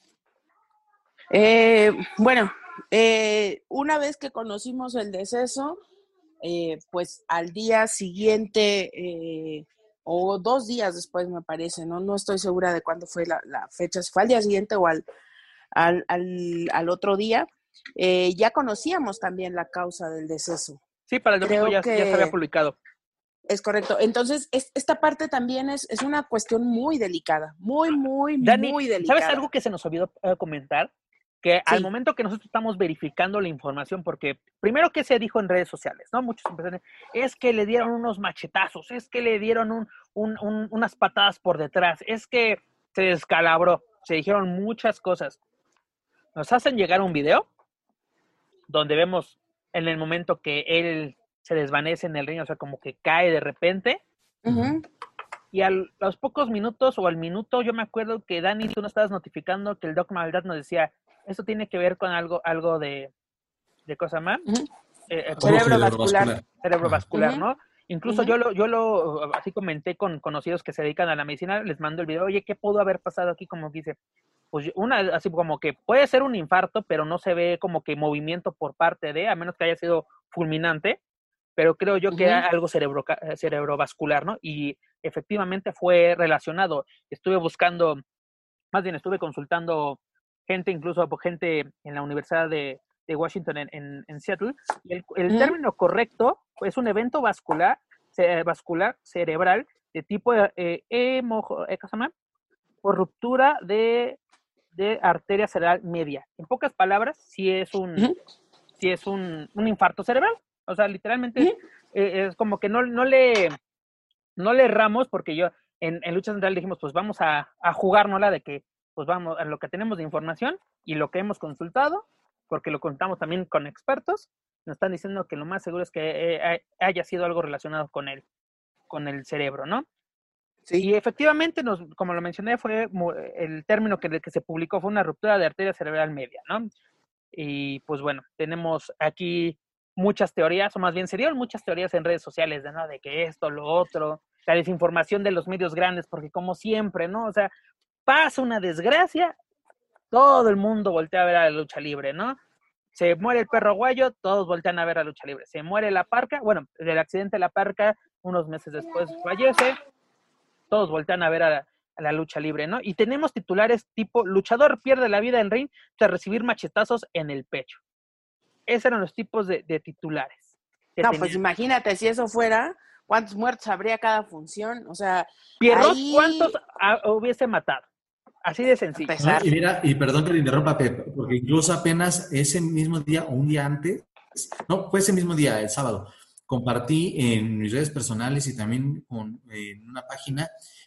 Speaker 4: Eh, bueno, eh, una vez que conocimos el deceso, eh, pues al día siguiente eh, o dos días después, me parece, no, no estoy segura de cuándo fue la, la fecha, si fue al día siguiente o al, al, al, al otro día, eh, ya conocíamos también la causa del deceso.
Speaker 3: Sí, para el domingo ya, ya se había publicado.
Speaker 4: Es correcto. Entonces, es, esta parte también es, es una cuestión muy delicada, muy, muy,
Speaker 3: Dani,
Speaker 4: muy delicada.
Speaker 3: ¿sabes algo que se nos olvidó uh, comentar? Que sí. Al momento que nosotros estamos verificando la información, porque primero que se dijo en redes sociales, ¿no? Muchos empezaron, es que le dieron unos machetazos, es que le dieron un, un, un, unas patadas por detrás, es que se descalabró, se dijeron muchas cosas. Nos hacen llegar un video donde vemos en el momento que él se desvanece en el ring, o sea, como que cae de repente.
Speaker 4: Uh-huh.
Speaker 3: Y a los pocos minutos o al minuto, yo me acuerdo que Dani, tú nos estabas notificando que el Doc Maldad nos decía, esto tiene que ver con algo, algo de, de cosa más.
Speaker 4: Uh-huh.
Speaker 3: eh,
Speaker 4: cerebrovascular.
Speaker 3: Cerebrovascular,
Speaker 4: uh-huh.
Speaker 3: ¿no? Incluso uh-huh. yo lo, yo lo, así comenté con conocidos que se dedican a la medicina, les mando el video, oye, ¿qué pudo haber pasado aquí? Como dice, pues una, así como que puede ser un infarto, pero no se ve como que movimiento por parte de, a menos que haya sido fulminante, pero creo yo que uh-huh. era algo cerebro, cerebrovascular, ¿no? Y efectivamente fue relacionado. Estuve buscando, más bien estuve consultando gente, incluso gente en la Universidad de, de Washington en, en, en Seattle, y el, el uh-huh. término correcto es un evento vascular, ce, vascular cerebral de tipo eh, hemo, eh, ¿qué se llama? Por ruptura de, de arteria cerebral media. En pocas palabras, sí es un, uh-huh. sí es un, un infarto cerebral. O sea, literalmente uh-huh. eh, es como que no, no le no le erramos, porque yo en, en Lucha Central dijimos, pues vamos a, a jugárnosla de que, pues vamos a lo que tenemos de información y lo que hemos consultado, porque lo contamos también con expertos, nos están diciendo que lo más seguro es que eh, haya sido algo relacionado con el, con el cerebro, ¿no? Sí. Y efectivamente, nos, como lo mencioné, fue el término que, que se publicó fue una ruptura de arteria cerebral media, ¿no? Y pues bueno, tenemos aquí muchas teorías, o más bien se dieron muchas teorías en redes sociales, de, ¿no? De que esto, lo otro, la desinformación de los medios grandes, porque como siempre, ¿no? O sea, pasa una desgracia, todo el mundo voltea a ver a la lucha libre, ¿no? Se muere el perro Guayo, todos voltean a ver a la lucha libre. Se muere la Parca, bueno, del accidente de la Parca, unos meses después fallece, todos voltean a ver a la, a la lucha libre, ¿no? Y tenemos titulares tipo, luchador pierde la vida en ring tras recibir machetazos en el pecho. Esos eran los tipos de, de titulares.
Speaker 4: No, tenían. Pues imagínate, si eso fuera, ¿cuántos muertos habría cada función? O sea,
Speaker 3: Pierrot,
Speaker 4: ahí...
Speaker 3: ¿cuántos a, hubiese matado? Así de sencillo.
Speaker 5: No, y mira, y perdón que le interrumpa, Pep, porque incluso apenas ese mismo día o un día antes, no, fue ese mismo día, el sábado, compartí en mis redes personales y también con, en una página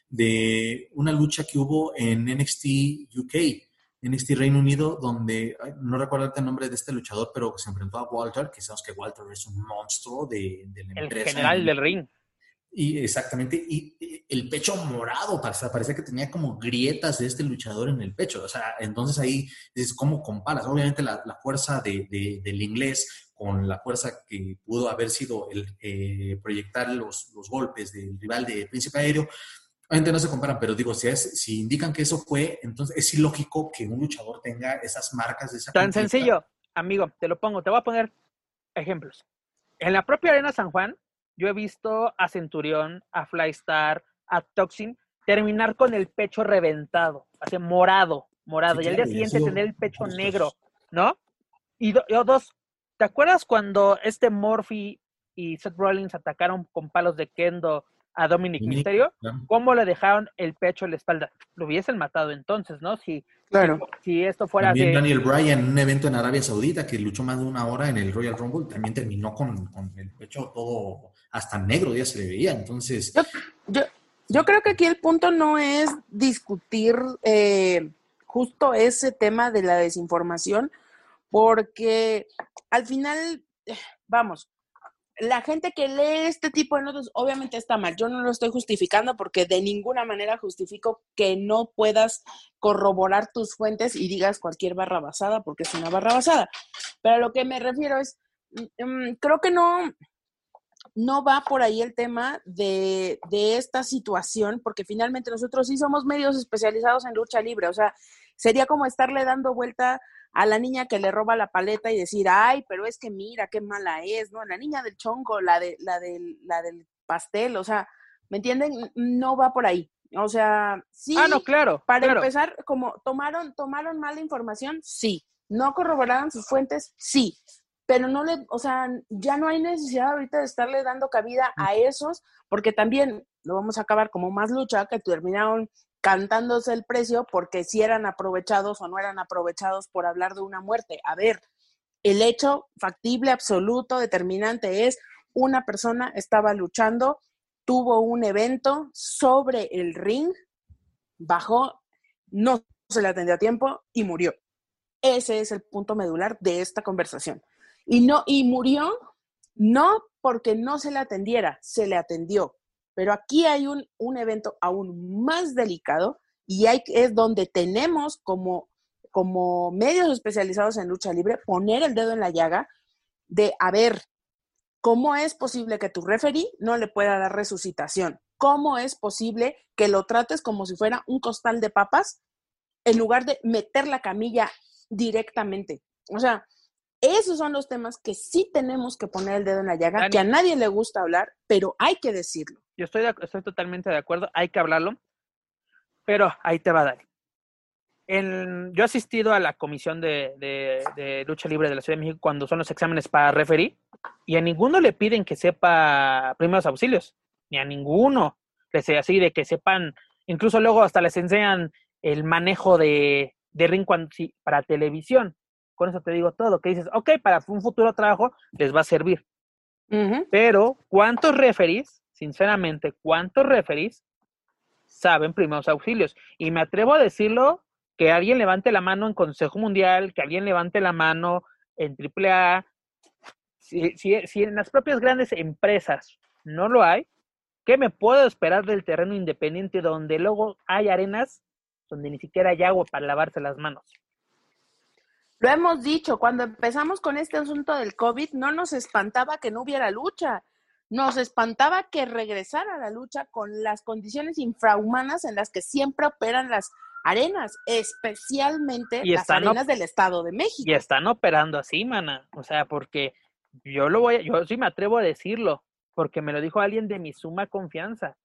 Speaker 5: de una lucha que hubo en N X T U K, N X T Reino Unido, donde, no recuerdo el nombre de este luchador, pero se enfrentó a Walter, que sabemos que Walter es un monstruo de, de la empresa.
Speaker 3: El general del ring.
Speaker 5: Y exactamente, y, y el pecho morado, parecía, parecía que tenía como grietas de este luchador en el pecho. O sea, entonces ahí es como comparas. Obviamente la, la fuerza de, de, del inglés con la fuerza que pudo haber sido el eh, proyectar los, los golpes del rival de Príncipe Aéreo, obviamente no se comparan, pero digo, si, es, si indican que eso fue, entonces es ilógico que un luchador tenga esas marcas de esa
Speaker 3: Tan
Speaker 5: conquista.
Speaker 3: Sencillo, amigo, te lo pongo, te voy a poner ejemplos. En la propia Arena San Juan, yo he visto a Centurión, a Flystar, a Toxin terminar con el pecho reventado, así morado, morado, sí, y al día siguiente sí, tener el pecho justos. negro, ¿no? Y do, yo dos, ¿te acuerdas cuando este Murphy y Seth Rollins atacaron con palos de kendo a Dominic sí, Mysterio? Claro. ¿Cómo le dejaron el pecho en la espalda? Lo hubiesen matado entonces, ¿no? Si,
Speaker 4: claro.
Speaker 3: si, si esto fuera
Speaker 5: también
Speaker 3: de...
Speaker 5: Daniel Bryan en un evento en Arabia Saudita que luchó más de una hora en el Royal Rumble, también terminó con, con el pecho todo, hasta negro ya se le veía, entonces...
Speaker 4: Yo, yo, yo creo que aquí el punto no es discutir eh, justo ese tema de la desinformación, porque al final, vamos, la gente que lee este tipo de notas obviamente está mal. Yo no lo estoy justificando porque de ninguna manera justifico que no puedas corroborar tus fuentes y digas cualquier barra basada porque es una barra basada. Pero a lo que me refiero es, um, creo que no, no va por ahí el tema de, de esta situación, porque finalmente nosotros sí somos medios especializados en lucha libre. O sea, sería como estarle dando vuelta a la niña que le roba la paleta y decir, ay, pero es que mira qué mala es, ¿no? La niña del chongo, la de la del la del pastel, o sea, ¿me entienden? No va por ahí. O sea, sí.
Speaker 3: Ah, no, claro.
Speaker 4: Para
Speaker 3: claro.
Speaker 4: empezar, como tomaron tomaron mala información, sí. No corroboraron sus fuentes, sí. Pero no le, o sea, ya no hay necesidad ahorita de estarle dando cabida a esos, porque también lo vamos a acabar como Más Lucha, que terminaron cantándose el precio porque si eran aprovechados o no eran aprovechados por hablar de una muerte. A ver, el hecho factible, absoluto, determinante es una persona estaba luchando, tuvo un evento sobre el ring, bajó, no se le atendió a tiempo y murió. Ese es el punto medular de esta conversación. Y, no, y murió no porque no se le atendiera, se le atendió. Pero aquí hay un, un evento aún más delicado y hay, es donde tenemos como, como medios especializados en lucha libre poner el dedo en la llaga de, a ver, ¿cómo es posible que tu referee no le pueda dar resucitación? ¿Cómo es posible que lo trates como si fuera un costal de papas en lugar de meter la camilla directamente? O sea, esos son los temas que sí tenemos que poner el dedo en la llaga, Dani, que a nadie le gusta hablar, pero hay que decirlo.
Speaker 3: Yo estoy, de, estoy totalmente de acuerdo, hay que hablarlo, pero ahí te va, Dani. En, yo he asistido a la comisión de, de, de lucha libre de la Ciudad de México cuando son los exámenes para referee, y a ninguno le piden que sepa primeros auxilios, ni a ninguno. Les así de que sepan, incluso luego hasta les enseñan el manejo de, de ring cuando, sí, para televisión. Con eso te digo todo, que dices, ok, para un futuro trabajo les va a servir. Uh-huh. Pero, ¿cuántos referees, sinceramente, cuántos referees saben primeros auxilios? Y me atrevo a decirlo, que alguien levante la mano en Consejo Mundial, que alguien levante la mano en triple A. Si, si, si en las propias grandes empresas no lo hay, ¿qué me puedo esperar del terreno independiente donde luego hay arenas donde ni siquiera hay agua para lavarse las manos?
Speaker 4: Lo hemos dicho, cuando empezamos con este asunto del COVID, no nos espantaba que no hubiera lucha, nos espantaba que regresara la lucha con las condiciones infrahumanas en las que siempre operan las, arenas, especialmente
Speaker 3: Y
Speaker 4: las
Speaker 3: están
Speaker 4: arenas
Speaker 3: op-
Speaker 4: del Estado de México.
Speaker 3: Y están operando así, mana. O sea, porque yo lo voy a, yo sí me atrevo a decirlo, porque me lo dijo alguien de mi suma confianza.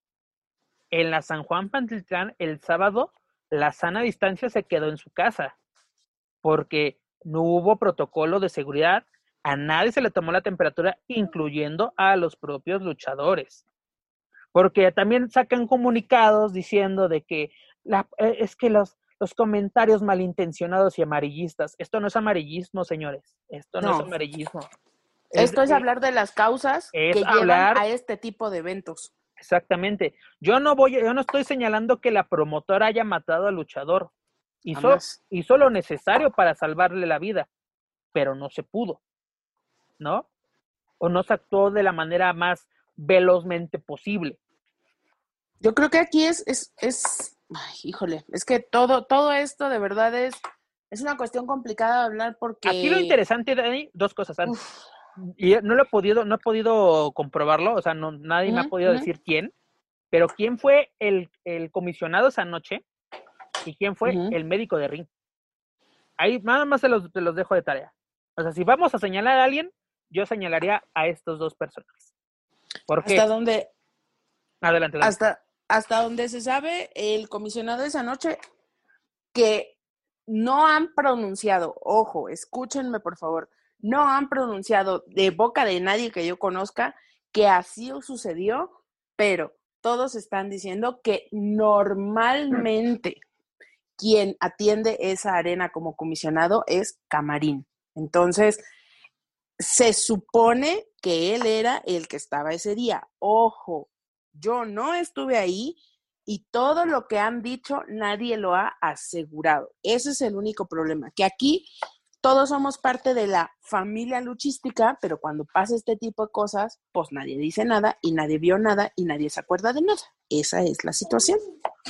Speaker 3: En la San Juan Pantitlán, el sábado, la sana distancia se quedó en su casa, porque no hubo protocolo de seguridad, a nadie se le tomó la temperatura, incluyendo a los propios luchadores. Porque también sacan comunicados diciendo de que la, es que los, los comentarios malintencionados y amarillistas, esto no es amarillismo, señores, esto no, no es amarillismo.
Speaker 4: Esto es, es hablar de las causas
Speaker 3: es
Speaker 4: que
Speaker 3: hablar,
Speaker 4: llevan a este tipo de eventos.
Speaker 3: Exactamente. Yo no voy, yo no estoy señalando que la promotora haya matado al luchador. Hizo, hizo lo necesario para salvarle la vida, pero no se pudo, ¿no? O no se actuó de la manera más velozmente posible.
Speaker 4: Yo creo que aquí es, es, es, ay, híjole, es que todo, todo esto de verdad es, es una cuestión complicada de hablar porque...
Speaker 3: Aquí lo interesante, Dani, dos cosas antes. Uf. Y no lo he podido, no he podido comprobarlo, o sea, no, nadie uh-huh, me ha podido uh-huh. decir quién, pero quién fue el, el comisionado esa noche y quién fue uh-huh. el médico de ring. Ahí nada más se los, se los dejo de tarea. O sea, si vamos a señalar a alguien, yo señalaría a estos dos personas. ¿Por qué?
Speaker 4: ¿Hasta dónde?
Speaker 3: Adelante. adelante.
Speaker 4: Hasta, hasta donde se sabe, el comisionado esa noche que no han pronunciado, ojo, escúchenme por favor, no han pronunciado de boca de nadie que yo conozca que así sucedió, pero todos están diciendo que normalmente quien atiende esa arena como comisionado es Camarín. Entonces, se supone que él era el que estaba ese día. Ojo, yo no estuve ahí y todo lo que han dicho nadie lo ha asegurado. Ese es el único problema, que aquí todos somos parte de la familia luchística, pero cuando pasa este tipo de cosas, pues nadie dice nada y nadie vio nada y nadie se acuerda de nada. Esa es la situación.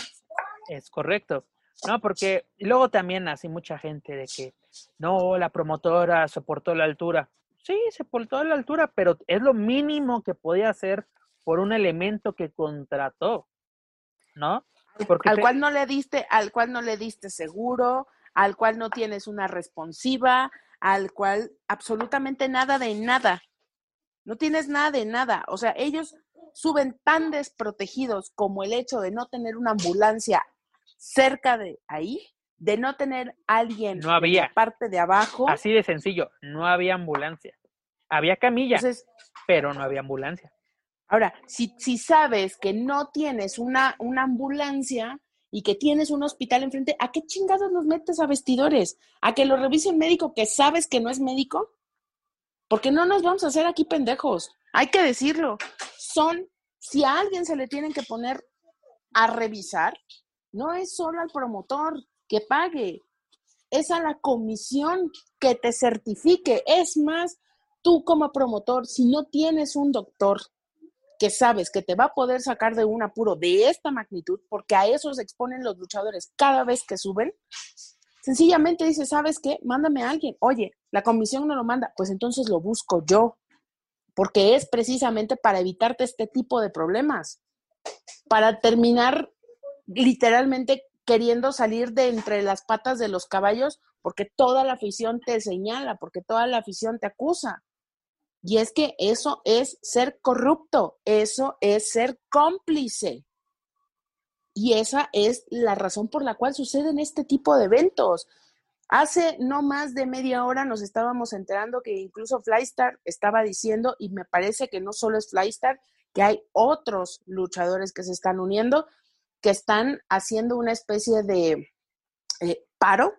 Speaker 3: Es correcto. No, porque luego también así mucha gente de que no, la promotora soportó la altura. Sí, soportó la altura, pero es lo mínimo que podía hacer por un elemento que contrató, ¿no?
Speaker 4: Porque al te... cual no le diste, al cual no le diste seguro, al cual no tienes una responsiva, al cual absolutamente nada de nada. No tienes nada de nada. O sea, ellos suben tan desprotegidos como el hecho de no tener una ambulancia cerca de ahí, de no tener alguien
Speaker 3: no había.
Speaker 4: en la parte de abajo.
Speaker 3: Así de sencillo, no había ambulancia. Había camilla, Entonces, pero no había ambulancia.
Speaker 4: Ahora, si, si sabes que no tienes una, una ambulancia y que tienes un hospital enfrente, ¿a qué chingados los metes a vestidores? ¿A que lo revise un médico que sabes que no es médico? Porque no nos vamos a hacer aquí pendejos. Hay que decirlo. Son, si a alguien se le tienen que poner a revisar, no es solo al promotor que pague, es a la comisión que te certifique. Es más, tú como promotor, si no tienes un doctor que sabes que te va a poder sacar de un apuro de esta magnitud, porque a eso se exponen los luchadores cada vez que suben, sencillamente dices, ¿sabes qué? Mándame a alguien. Oye, la comisión no lo manda, pues entonces lo busco yo, porque es precisamente para evitarte este tipo de problemas, para terminar literalmente queriendo salir de entre las patas de los caballos, porque toda la afición te señala, porque toda la afición te acusa. Y es que eso es ser corrupto, eso es ser cómplice. Y esa es la razón por la cual suceden este tipo de eventos. Hace no más de media hora nos estábamos enterando que incluso Flystar estaba diciendo, y me parece que no solo es Flystar, que hay otros luchadores que se están uniendo, que están haciendo una especie de eh, paro,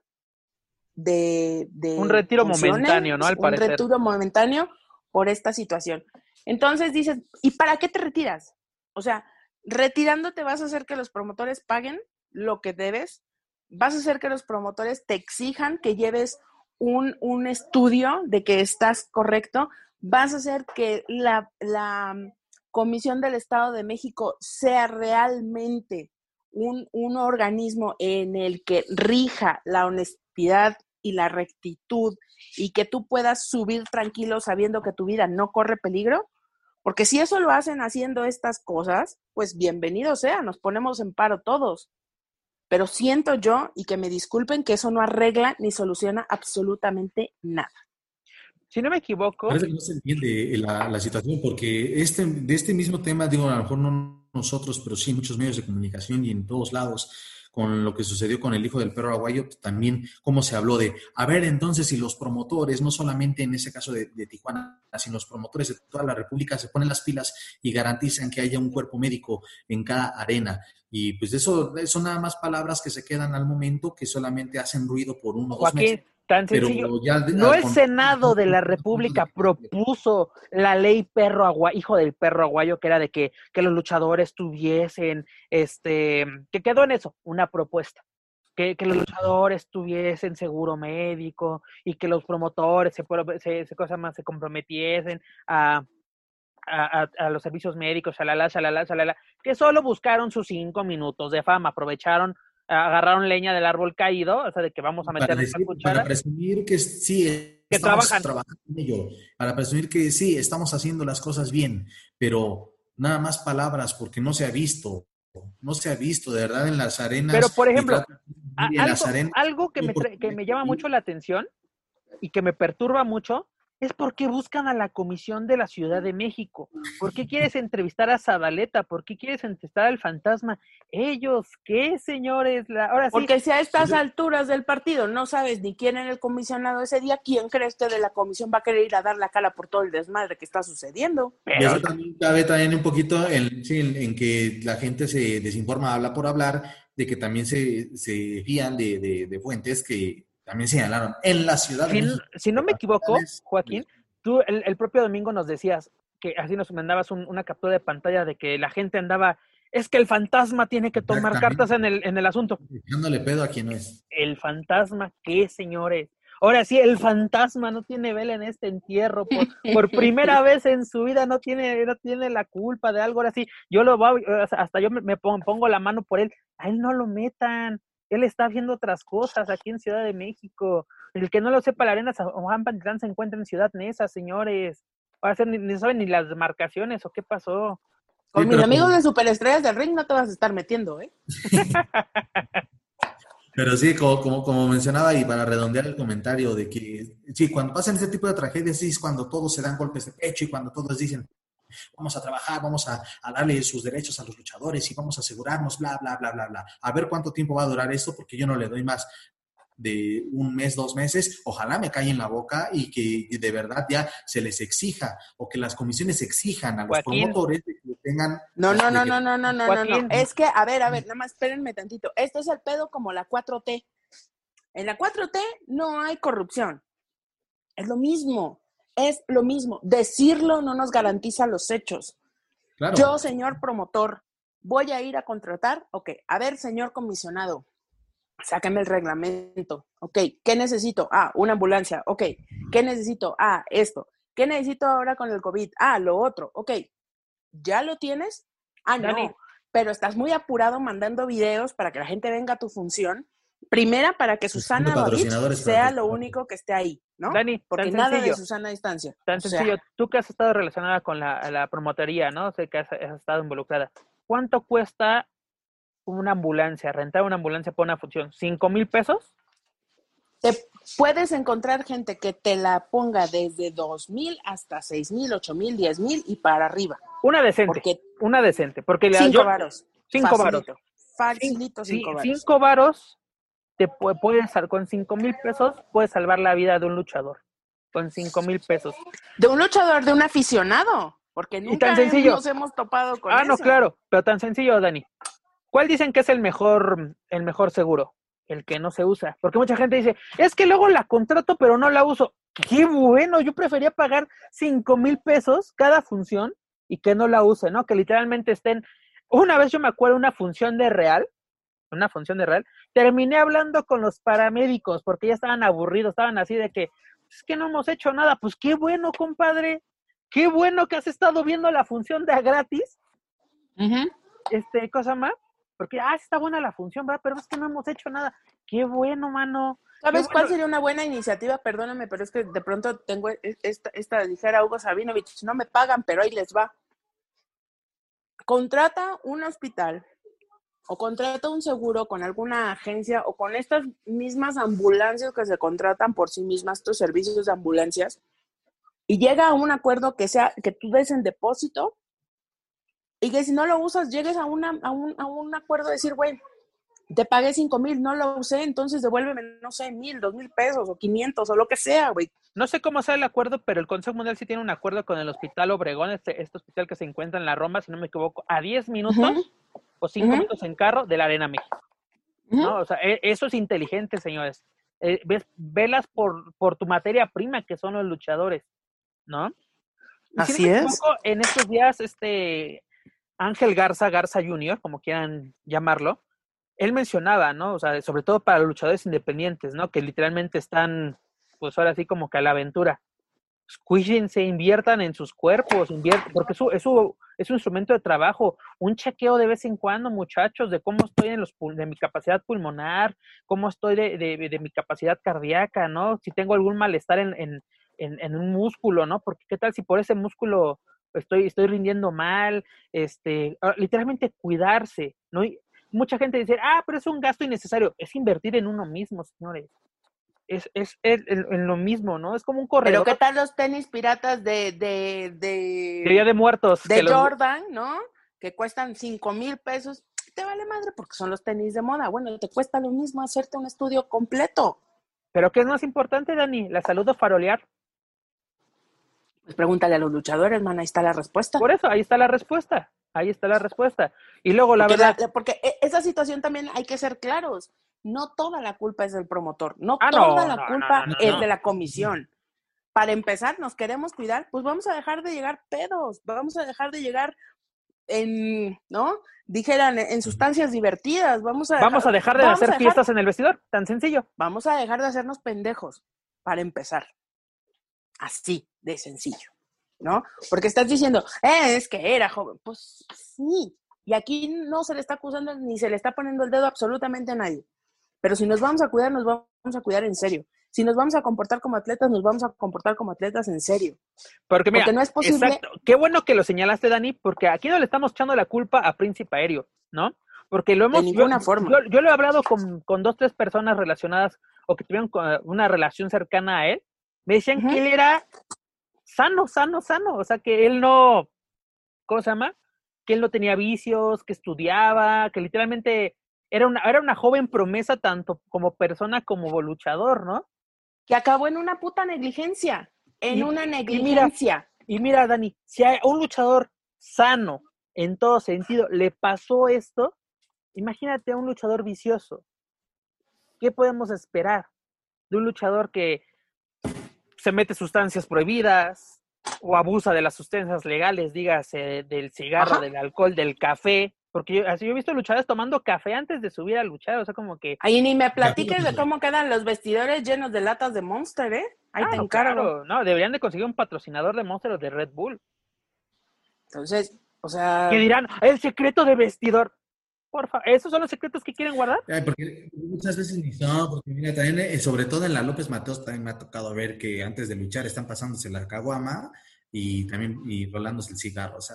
Speaker 4: de, de
Speaker 3: un retiro momentáneo, ¿no? Al
Speaker 4: un
Speaker 3: parecer.
Speaker 4: retiro momentáneo por esta situación. Entonces dices, ¿y para qué te retiras? O sea, retirándote vas a hacer que los promotores paguen lo que debes, vas a hacer que los promotores te exijan que lleves un, un estudio de que estás correcto, vas a hacer que la, la Comisión del Estado de México sea realmente un, un organismo en el que rija la honestidad y la rectitud y que tú puedas subir tranquilo sabiendo que tu vida no corre peligro, porque si eso lo hacen haciendo estas cosas, pues bienvenido sea, nos ponemos en paro todos. pero siento yo, y que me disculpen, que eso no arregla ni soluciona absolutamente nada.
Speaker 3: Si no me equivoco...
Speaker 5: Parece que no se entiende la, la situación, porque este, de este mismo tema, digo, a lo mejor no nosotros, pero sí muchos medios de comunicación y en todos lados, con lo que sucedió con el hijo del perro aguayo, pues también cómo se habló de, a ver, entonces, si los promotores, no solamente en ese caso de, de Tijuana, sino los promotores de toda la República se ponen las pilas y garantizan que haya un cuerpo médico en cada arena. Y pues eso son nada más palabras que se quedan al momento, que solamente hacen ruido por uno o dos
Speaker 3: Joaquín,
Speaker 5: meses.
Speaker 3: tan sencillo.
Speaker 5: Ya,
Speaker 3: no el
Speaker 5: con,
Speaker 3: Senado de la República propuso la ley perro aguayo, hijo del perro aguayo, que era de que, que los luchadores tuviesen, este, que quedó en eso, una propuesta. Que, que los luchadores tuviesen seguro médico y que los promotores se, se, se, cosa más, se comprometiesen a, a, a, a los servicios médicos, shalala, shalala, shalala, que solo buscaron sus cinco minutos de fama, aprovecharon, agarraron leña del árbol caído, o sea, de que vamos a meter
Speaker 5: nuestra cuchara. Para presumir que sí,
Speaker 3: que
Speaker 5: estamos
Speaker 3: trabajan.
Speaker 5: trabajando en ello, para presumir que sí, estamos haciendo las cosas bien, pero nada más palabras, porque no se ha visto, no se ha visto, de verdad, en las arenas.
Speaker 3: Pero, por ejemplo,
Speaker 5: en
Speaker 3: algo,
Speaker 5: las arenas,
Speaker 3: algo que, me, que me llama mucho la atención y que me perturba mucho, es por qué buscan a la Comisión de la Ciudad de México. ¿Por qué quieres entrevistar a Zabaleta? ¿Por qué quieres entrevistar al Fantasma? Ellos, ¿qué, señores? La, ahora sí.
Speaker 4: Porque si a estas alturas del partido no sabes ni quién era el comisionado ese día, ¿quién crees que de la comisión va a querer ir a dar la cara por todo el desmadre que está sucediendo?
Speaker 5: Pero... Y eso también cabe también un poquito en, sí, en, en que la gente se desinforma, habla por hablar, de que también se, se fían de, de, de fuentes que también señalaron en la Ciudad de
Speaker 3: si,
Speaker 5: México.
Speaker 3: Si no me equivoco, Joaquín, tú el, el propio domingo nos decías que así nos mandabas un, una captura de pantalla de que la gente andaba, es que el Fantasma tiene que tomar cartas en el, en el asunto.
Speaker 5: Dándole pedo a quien no es.
Speaker 3: El Fantasma, ¿qué, señores? Ahora sí, el Fantasma no tiene vela en este entierro. Por, por primera vez en su vida no tiene, no tiene la culpa de algo. Ahora sí, yo lo voy, hasta yo me, me pongo la mano por él. A él no lo metan. Él está viendo otras cosas aquí en Ciudad de México. El que no lo sepa, la Arena Juan Pantitlán se encuentra en Ciudad Neza, señores. Ahora sí, ni, ni saben ni las demarcaciones o qué pasó.
Speaker 4: Con
Speaker 5: sí,
Speaker 4: mis
Speaker 5: pero...
Speaker 4: amigos de Superestrellas del Ring no te vas a estar metiendo, ¿eh?
Speaker 5: Pero sí, como, como, como mencionaba y para redondear el comentario de que sí, cuando pasan este tipo de tragedias sí es cuando todos se dan golpes de pecho y cuando todos dicen vamos a trabajar, vamos a, a darle sus derechos a los luchadores y vamos a asegurarnos, bla, bla, bla, bla, bla. A ver cuánto tiempo va a durar esto porque yo no le doy más de un mes, dos meses. Ojalá me calle en la boca y que de verdad ya se les exija o que las comisiones exijan a los
Speaker 3: Joaquín.
Speaker 5: promotores de que tengan...
Speaker 4: No, no, no,
Speaker 5: que...
Speaker 4: no, no, no, no, no,
Speaker 3: Joaquín.
Speaker 4: no. Es que, a ver, a ver, nada más espérenme tantito. Esto es el pedo como la cuatro T. En la cuatro T no hay corrupción. Es lo mismo, es lo mismo. Decirlo no nos garantiza los hechos.
Speaker 5: Claro.
Speaker 4: Yo, señor promotor, voy a ir a contratar. Ok, a ver, señor comisionado, sáqueme el reglamento. Ok, ¿qué necesito? Ah, una ambulancia. Ok, ¿qué necesito? Ah, esto. ¿Qué necesito ahora con el COVID? Ah, lo otro. Ok, ¿ya lo tienes? Ah, no,
Speaker 3: Dani.
Speaker 4: Pero estás muy apurado mandando videos para que la gente venga a tu función. Primera, para que Susana Babich sea lo único que esté ahí, ¿no?
Speaker 3: Dani,
Speaker 4: porque
Speaker 3: tan
Speaker 4: nada
Speaker 3: sencillo.
Speaker 4: de Susana a distancia.
Speaker 3: Tan
Speaker 4: O sea,
Speaker 3: sencillo. Tú que has estado relacionada con la, la promotoría, ¿no? Sé que has, has estado involucrada. ¿Cuánto cuesta una ambulancia, rentar una ambulancia para una función? ¿Cinco mil pesos?
Speaker 4: Te puedes encontrar gente que te la ponga desde dos mil hasta seis mil, ocho mil, diez mil y para arriba.
Speaker 3: Una decente.
Speaker 4: Porque
Speaker 3: una decente. Porque la,
Speaker 4: cinco
Speaker 3: yo,
Speaker 4: varos.
Speaker 3: Cinco
Speaker 4: facilito,
Speaker 3: varos.
Speaker 4: Facilito cinco varos.
Speaker 3: Cinco varos te puedes, con cinco mil pesos puedes salvar la vida de un luchador. Con cinco mil pesos.
Speaker 4: De un luchador, de un aficionado. Porque nunca
Speaker 3: tan sencillo.
Speaker 4: nos hemos topado con
Speaker 3: ah,
Speaker 4: eso.
Speaker 3: Ah, no, claro. Pero tan sencillo, Dani. ¿Cuál dicen que es el mejor, el mejor seguro? El que no se usa. Porque mucha gente dice, es que luego la contrato pero no la uso. ¡Qué bueno! Yo prefería pagar cinco mil pesos cada función y que no la use, ¿no? Que literalmente estén... Una vez yo me acuerdo una función de Real, una función de Real, terminé hablando con los paramédicos porque ya estaban aburridos, estaban así de que, es que no hemos hecho nada. Pues qué bueno, compadre. Qué bueno que has estado viendo la función de a gratis.
Speaker 4: Uh-huh.
Speaker 3: Este, cosa más. Porque, ah, está buena la función, ¿verdad? Pero es que no hemos hecho nada. Qué bueno, mano.
Speaker 4: ¿Sabes
Speaker 3: bueno.
Speaker 4: cuál sería una buena iniciativa? Perdóname, pero es que de pronto tengo esta, esta dijera Hugo Sabinovich, no me pagan, pero ahí les va. Contrata un hospital o contrata un seguro con alguna agencia o con estas mismas ambulancias que se contratan por sí mismas, estos servicios de ambulancias, y llega a un acuerdo que sea que tú des en depósito y que si no lo usas llegues a, una, a, un, a un acuerdo de decir, güey, te pagué cinco mil, no lo usé, entonces devuélveme, no sé, mil, dos mil pesos o quinientos o lo que sea, güey.
Speaker 3: No sé cómo sea el acuerdo, pero el Consejo Mundial sí tiene un acuerdo con el Hospital Obregón, este, este hospital que se encuentra en la Roma, si no me equivoco, a diez minutos uh-huh. o cinco uh-huh. minutos en carro de la Arena México. Uh-huh. ¿No? O sea, eso es inteligente, señores. Eh, ves, velas por, por tu materia prima, que son los luchadores, ¿no? Y
Speaker 4: Así
Speaker 3: si no me
Speaker 4: es.
Speaker 3: equivoco, en estos días, este Ángel Garza, Garza junior, como quieran llamarlo, él mencionaba, ¿no? O sea, sobre todo para los luchadores independientes, ¿no? Que literalmente están, pues ahora sí como que a la aventura. Pues, cuídense, inviertan en sus cuerpos, inviertan, porque eso, eso es un instrumento de trabajo. Un chequeo de vez en cuando, muchachos, de cómo estoy en los de mi capacidad pulmonar, cómo estoy de, de, de mi capacidad cardíaca, ¿no? Si tengo algún malestar en, en, en, en un músculo, ¿no? Porque qué tal si por ese músculo estoy, estoy rindiendo mal, este, literalmente cuidarse, ¿no? Y mucha gente dice, ah, pero es un gasto innecesario. Es invertir en uno mismo, señores. Es, es, es, es en lo mismo, ¿no? Es como un corredor.
Speaker 4: Pero ¿qué tal los tenis piratas de... de, de,
Speaker 3: de Día de Muertos?
Speaker 4: De Jordan, los... ¿no? Que cuestan cinco mil pesos. Te vale madre porque son los tenis de moda. Bueno, te cuesta lo mismo hacerte un estudio completo.
Speaker 3: ¿Pero qué es más importante, Dani? ¿La salud o farolear?
Speaker 4: Pues pregúntale a los luchadores, man, ahí está la respuesta.
Speaker 3: Por eso, ahí está la respuesta. Ahí está la respuesta. Y luego, la
Speaker 4: porque
Speaker 3: verdad...
Speaker 4: La, porque esa situación también hay que ser claros. No toda la culpa es del promotor. No
Speaker 3: ah,
Speaker 4: toda
Speaker 3: no,
Speaker 4: la
Speaker 3: no,
Speaker 4: culpa
Speaker 3: no, no, no,
Speaker 4: es
Speaker 3: no.
Speaker 4: de la comisión. Para empezar, nos queremos cuidar, pues vamos a dejar de llegar pedos. Vamos a dejar de llegar en, ¿no? Dijeran, en sustancias divertidas. Vamos a dejar,
Speaker 3: vamos a dejar de hacer dejar, fiestas en el vestidor. Tan sencillo.
Speaker 4: Vamos a dejar de hacernos pendejos. Para empezar. Así de sencillo. ¿No? Porque estás diciendo, eh, es que era joven. Pues sí, y aquí no se le está acusando ni se le está poniendo el dedo absolutamente a nadie. Pero si nos vamos a cuidar, nos vamos a cuidar en serio. Si nos vamos a comportar como atletas, nos vamos a comportar como atletas en serio.
Speaker 3: Porque, mira,
Speaker 4: porque no es posible.
Speaker 3: Exacto. Qué bueno que lo señalaste, Dani, porque aquí no le estamos echando la culpa a Príncipe Aéreo, ¿no? Porque lo hemos...
Speaker 4: De ninguna
Speaker 3: yo,
Speaker 4: forma.
Speaker 3: Yo, yo lo he hablado con, con dos, tres personas relacionadas o que tuvieron una relación cercana a él. Me decían uh-huh. que él era... sano, sano, sano, o sea, que él no, ¿cómo se llama? Que él no tenía vicios, que estudiaba, que literalmente era una, era una joven promesa tanto como persona como luchador, ¿no?
Speaker 4: Que acabó en una puta negligencia, en
Speaker 3: y,
Speaker 4: una negligencia.
Speaker 3: Y mira, y mira, Dani, si a un luchador sano, en todo sentido, le pasó esto, imagínate a un luchador vicioso. ¿Qué podemos esperar de un luchador que se mete sustancias prohibidas o abusa de las sustancias legales, dígase del cigarro, Ajá. del alcohol, del café? Porque yo, así yo he visto luchadores tomando café antes de subir a luchar, o sea, como que...
Speaker 4: Ahí ni me platiques de cómo quedan los vestidores llenos de latas de Monster, ¿eh? Ahí
Speaker 3: ah,
Speaker 4: te
Speaker 3: no,
Speaker 4: encargo.
Speaker 3: Claro. No, deberían de conseguir un patrocinador de Monster o de Red Bull.
Speaker 4: Entonces, o sea...
Speaker 3: Que dirán, el secreto de vestidor. Por favor, ¿esos son los secretos que quieren guardar?
Speaker 5: Ay, porque muchas veces ni son, porque mira, también, eh, sobre todo en la López Mateos, también me ha tocado ver que antes de luchar están pasándose la caguama y también y rolándose el cigarro, o sea...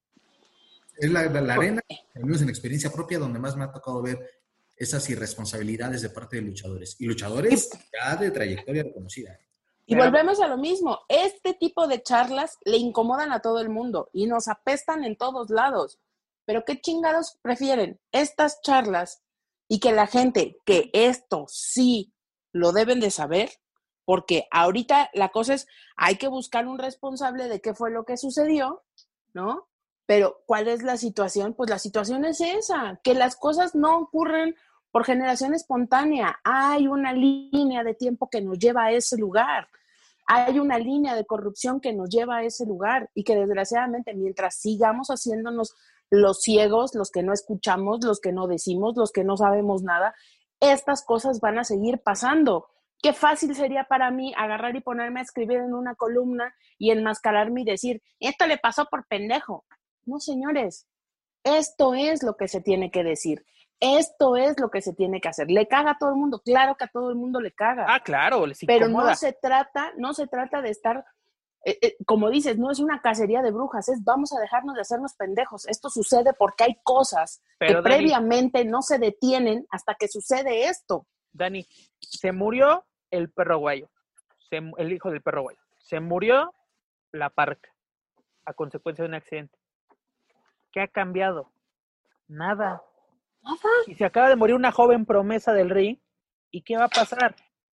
Speaker 5: Es la, la, la arena, al menos en experiencia propia, donde más me ha tocado ver esas irresponsabilidades de parte de luchadores. Y luchadores ya de trayectoria reconocida.
Speaker 4: Y Pero, volvemos a lo mismo. Este tipo de charlas le incomodan a todo el mundo y nos apestan en todos lados. Pero ¿qué chingados prefieren? Estas charlas y que la gente, que esto sí lo deben de saber, porque ahorita la cosa es, hay que buscar un responsable de qué fue lo que sucedió, ¿no? Pero, ¿cuál es la situación? Pues la situación es esa, que las cosas no ocurren por generación espontánea. Hay una línea de tiempo que nos lleva a ese lugar. Hay una línea de corrupción que nos lleva a ese lugar y que desgraciadamente mientras sigamos haciéndonos los ciegos, los que no escuchamos, los que no decimos, los que no sabemos nada, estas cosas van a seguir pasando. Qué fácil sería para mí agarrar y ponerme a escribir en una columna y enmascararme y decir, esto le pasó por pendejo. No, señores, esto es lo que se tiene que decir. Esto es lo que se tiene que hacer. ¿Le caga a todo el mundo? Claro que a todo el mundo le caga.
Speaker 3: Ah, claro, les
Speaker 4: incomoda. Pero no se trata, no se trata de estar eh, eh, como dices, no es una cacería de brujas, es vamos a dejarnos de hacernos pendejos. Esto sucede porque hay cosas
Speaker 3: Pero,
Speaker 4: que
Speaker 3: Dani,
Speaker 4: previamente no se detienen hasta que sucede esto.
Speaker 3: Dani, se murió el perro guayo, se, el hijo del perro guayo. Se murió la parca a consecuencia de un accidente. ¿Qué ha cambiado? Nada.
Speaker 4: Nada.
Speaker 3: Y se acaba de morir una joven promesa del ring. ¿Y qué va a pasar?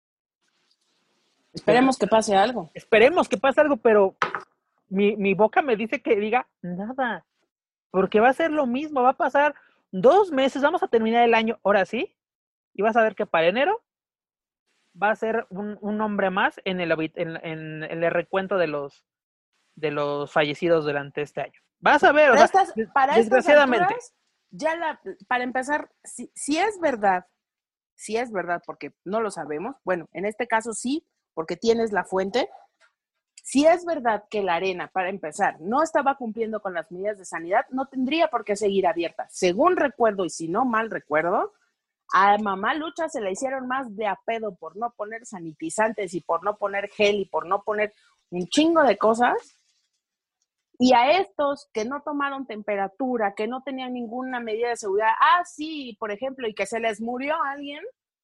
Speaker 4: Esperemos que pase algo.
Speaker 3: Esperemos que pase algo, pero mi, mi boca me dice que diga nada. Porque va a ser lo mismo, va a pasar dos meses, vamos a terminar el año, ahora sí, y vas a ver que para enero va a ser un, un hombre más en el, en, en, en el recuento de los, de los fallecidos durante este año. Vas a ver, o
Speaker 4: Para
Speaker 3: sea,
Speaker 4: estas, para
Speaker 3: desgraciadamente.
Speaker 4: Estas alturas, ya la, para empezar, si, si es verdad, si es verdad, porque no lo sabemos, bueno, en este caso sí, porque tienes la fuente, si es verdad que la arena, para empezar, no estaba cumpliendo con las medidas de sanidad, no tendría por qué seguir abierta. Según recuerdo, y si no mal recuerdo, a Mamá Lucha se le hicieron más de a pedo por no poner sanitizantes y por no poner gel y por no poner un chingo de cosas. Y a estos que no tomaron temperatura, que no tenían ninguna medida de seguridad, ah, sí, por ejemplo, y que se les murió a alguien,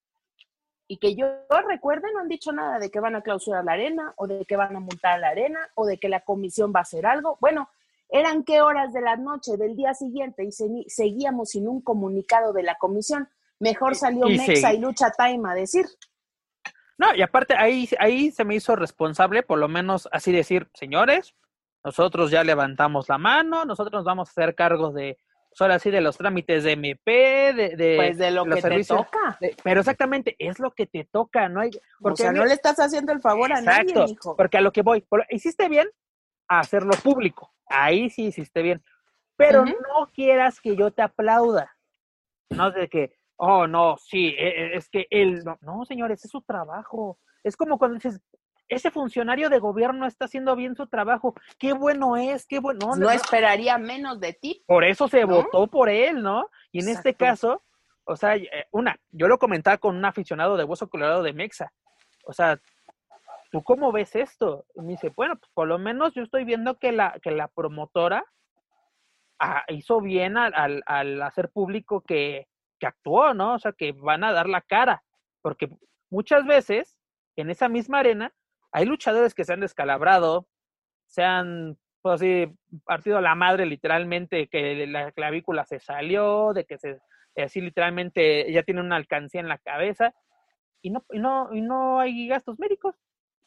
Speaker 4: y que yo recuerde, no han dicho nada de que van a clausurar la arena, o de que van a multar a la arena, o de que la comisión va a hacer algo. Bueno, eran qué horas de la noche del día siguiente y se, seguíamos sin un comunicado de la comisión. Mejor salió
Speaker 3: y, y
Speaker 4: Mexa
Speaker 3: segui-
Speaker 4: y Lucha Time a decir.
Speaker 3: No, y aparte ahí, ahí se me hizo responsable, por lo menos así decir, señores, nosotros ya levantamos la mano, nosotros nos vamos a hacer cargos de, pues ahora sí, de los trámites de M P, de, de,
Speaker 4: Pues de lo
Speaker 3: de los
Speaker 4: que
Speaker 3: servicios.
Speaker 4: te toca.
Speaker 3: De, pero exactamente, es lo que te toca, ¿no hay? Porque
Speaker 4: o sea,
Speaker 3: mi-
Speaker 4: no le estás haciendo el favor a nadie,
Speaker 3: Exacto,
Speaker 4: mijo.
Speaker 3: porque a lo que voy, por- hiciste bien a hacerlo público, ahí sí hiciste bien, pero
Speaker 4: Ujú.
Speaker 3: no quieras que yo te aplauda, no de que, oh, no, sí, e- e- es que él, no, no, señores, es su trabajo, es como cuando dices, ese funcionario de gobierno está haciendo bien su trabajo, qué bueno es, qué bueno, no,
Speaker 4: No
Speaker 3: no,
Speaker 4: esperaría menos de ti.
Speaker 3: por eso se
Speaker 4: ¿no?
Speaker 3: votó por él, ¿no? Y en este
Speaker 4: Exacto.
Speaker 3: caso, o sea, eh, una, yo lo comentaba con un aficionado de Hueso Colorado de Mexa, o sea, ¿tú cómo ves esto? Y me dice, bueno, pues por lo menos yo estoy viendo que la, que la promotora ah, hizo bien al, al, al hacer público que, que actuó, ¿no? O sea, que van a dar la cara, porque muchas veces en esa misma arena hay luchadores que se han descalabrado, se han, pues así, partido la madre literalmente, que la clavícula se salió, de que se, así literalmente ya tiene una alcancía en la cabeza, y no, y no, y no hay gastos médicos.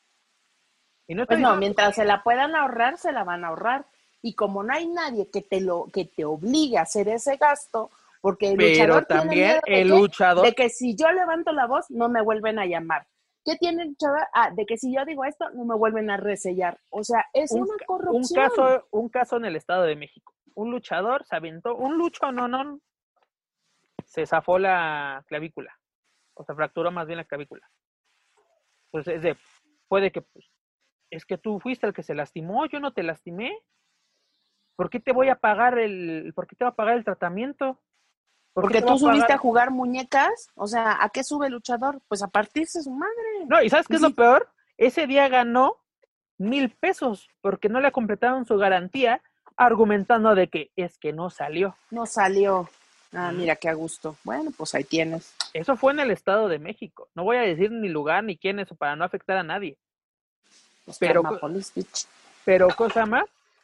Speaker 3: Y no
Speaker 4: Pues
Speaker 3: estoy
Speaker 4: no,
Speaker 3: diciendo-
Speaker 4: mientras se la puedan ahorrar, se la van a ahorrar. Y como no hay nadie que te lo que te obligue a hacer ese gasto, porque el
Speaker 3: Pero
Speaker 4: luchador
Speaker 3: también
Speaker 4: tiene miedo de
Speaker 3: el
Speaker 4: qué?
Speaker 3: luchador,
Speaker 4: De que si yo levanto la voz, no me vuelven a llamar. ¿Qué tiene el luchador? Ah, de que si yo digo esto, no me vuelven a resellar. O sea, es
Speaker 3: un,
Speaker 4: una
Speaker 3: un
Speaker 4: corrupción.
Speaker 3: caso, un caso en el Estado de México. Un luchador se aventó, un lucho, no, no, se zafó la clavícula, o se fracturó más bien la clavícula. Pues es de, puede que, pues, es que tú fuiste el que se lastimó, yo no te lastimé. ¿Por qué te voy a pagar el, por qué te va a pagar el tratamiento? ¿Por qué
Speaker 4: Porque
Speaker 3: te va
Speaker 4: tú
Speaker 3: a
Speaker 4: subiste
Speaker 3: pagar?
Speaker 4: a jugar muñecas, o sea, ¿a qué sube el luchador? Pues a partirse su madre.
Speaker 3: No, ¿y sabes qué es
Speaker 4: Sí.
Speaker 3: lo peor? Ese día ganó mil pesos porque no le completaron su garantía, argumentando de que es que no salió.
Speaker 4: No salió. Ah,
Speaker 3: Mm.
Speaker 4: mira qué a gusto. Bueno, pues ahí tienes.
Speaker 3: Eso fue en el Estado de México. No voy a decir ni lugar ni quién es para no afectar a nadie.
Speaker 4: Pues
Speaker 3: Pero,
Speaker 4: Karmapolis, bitch.
Speaker 3: pero cosa más,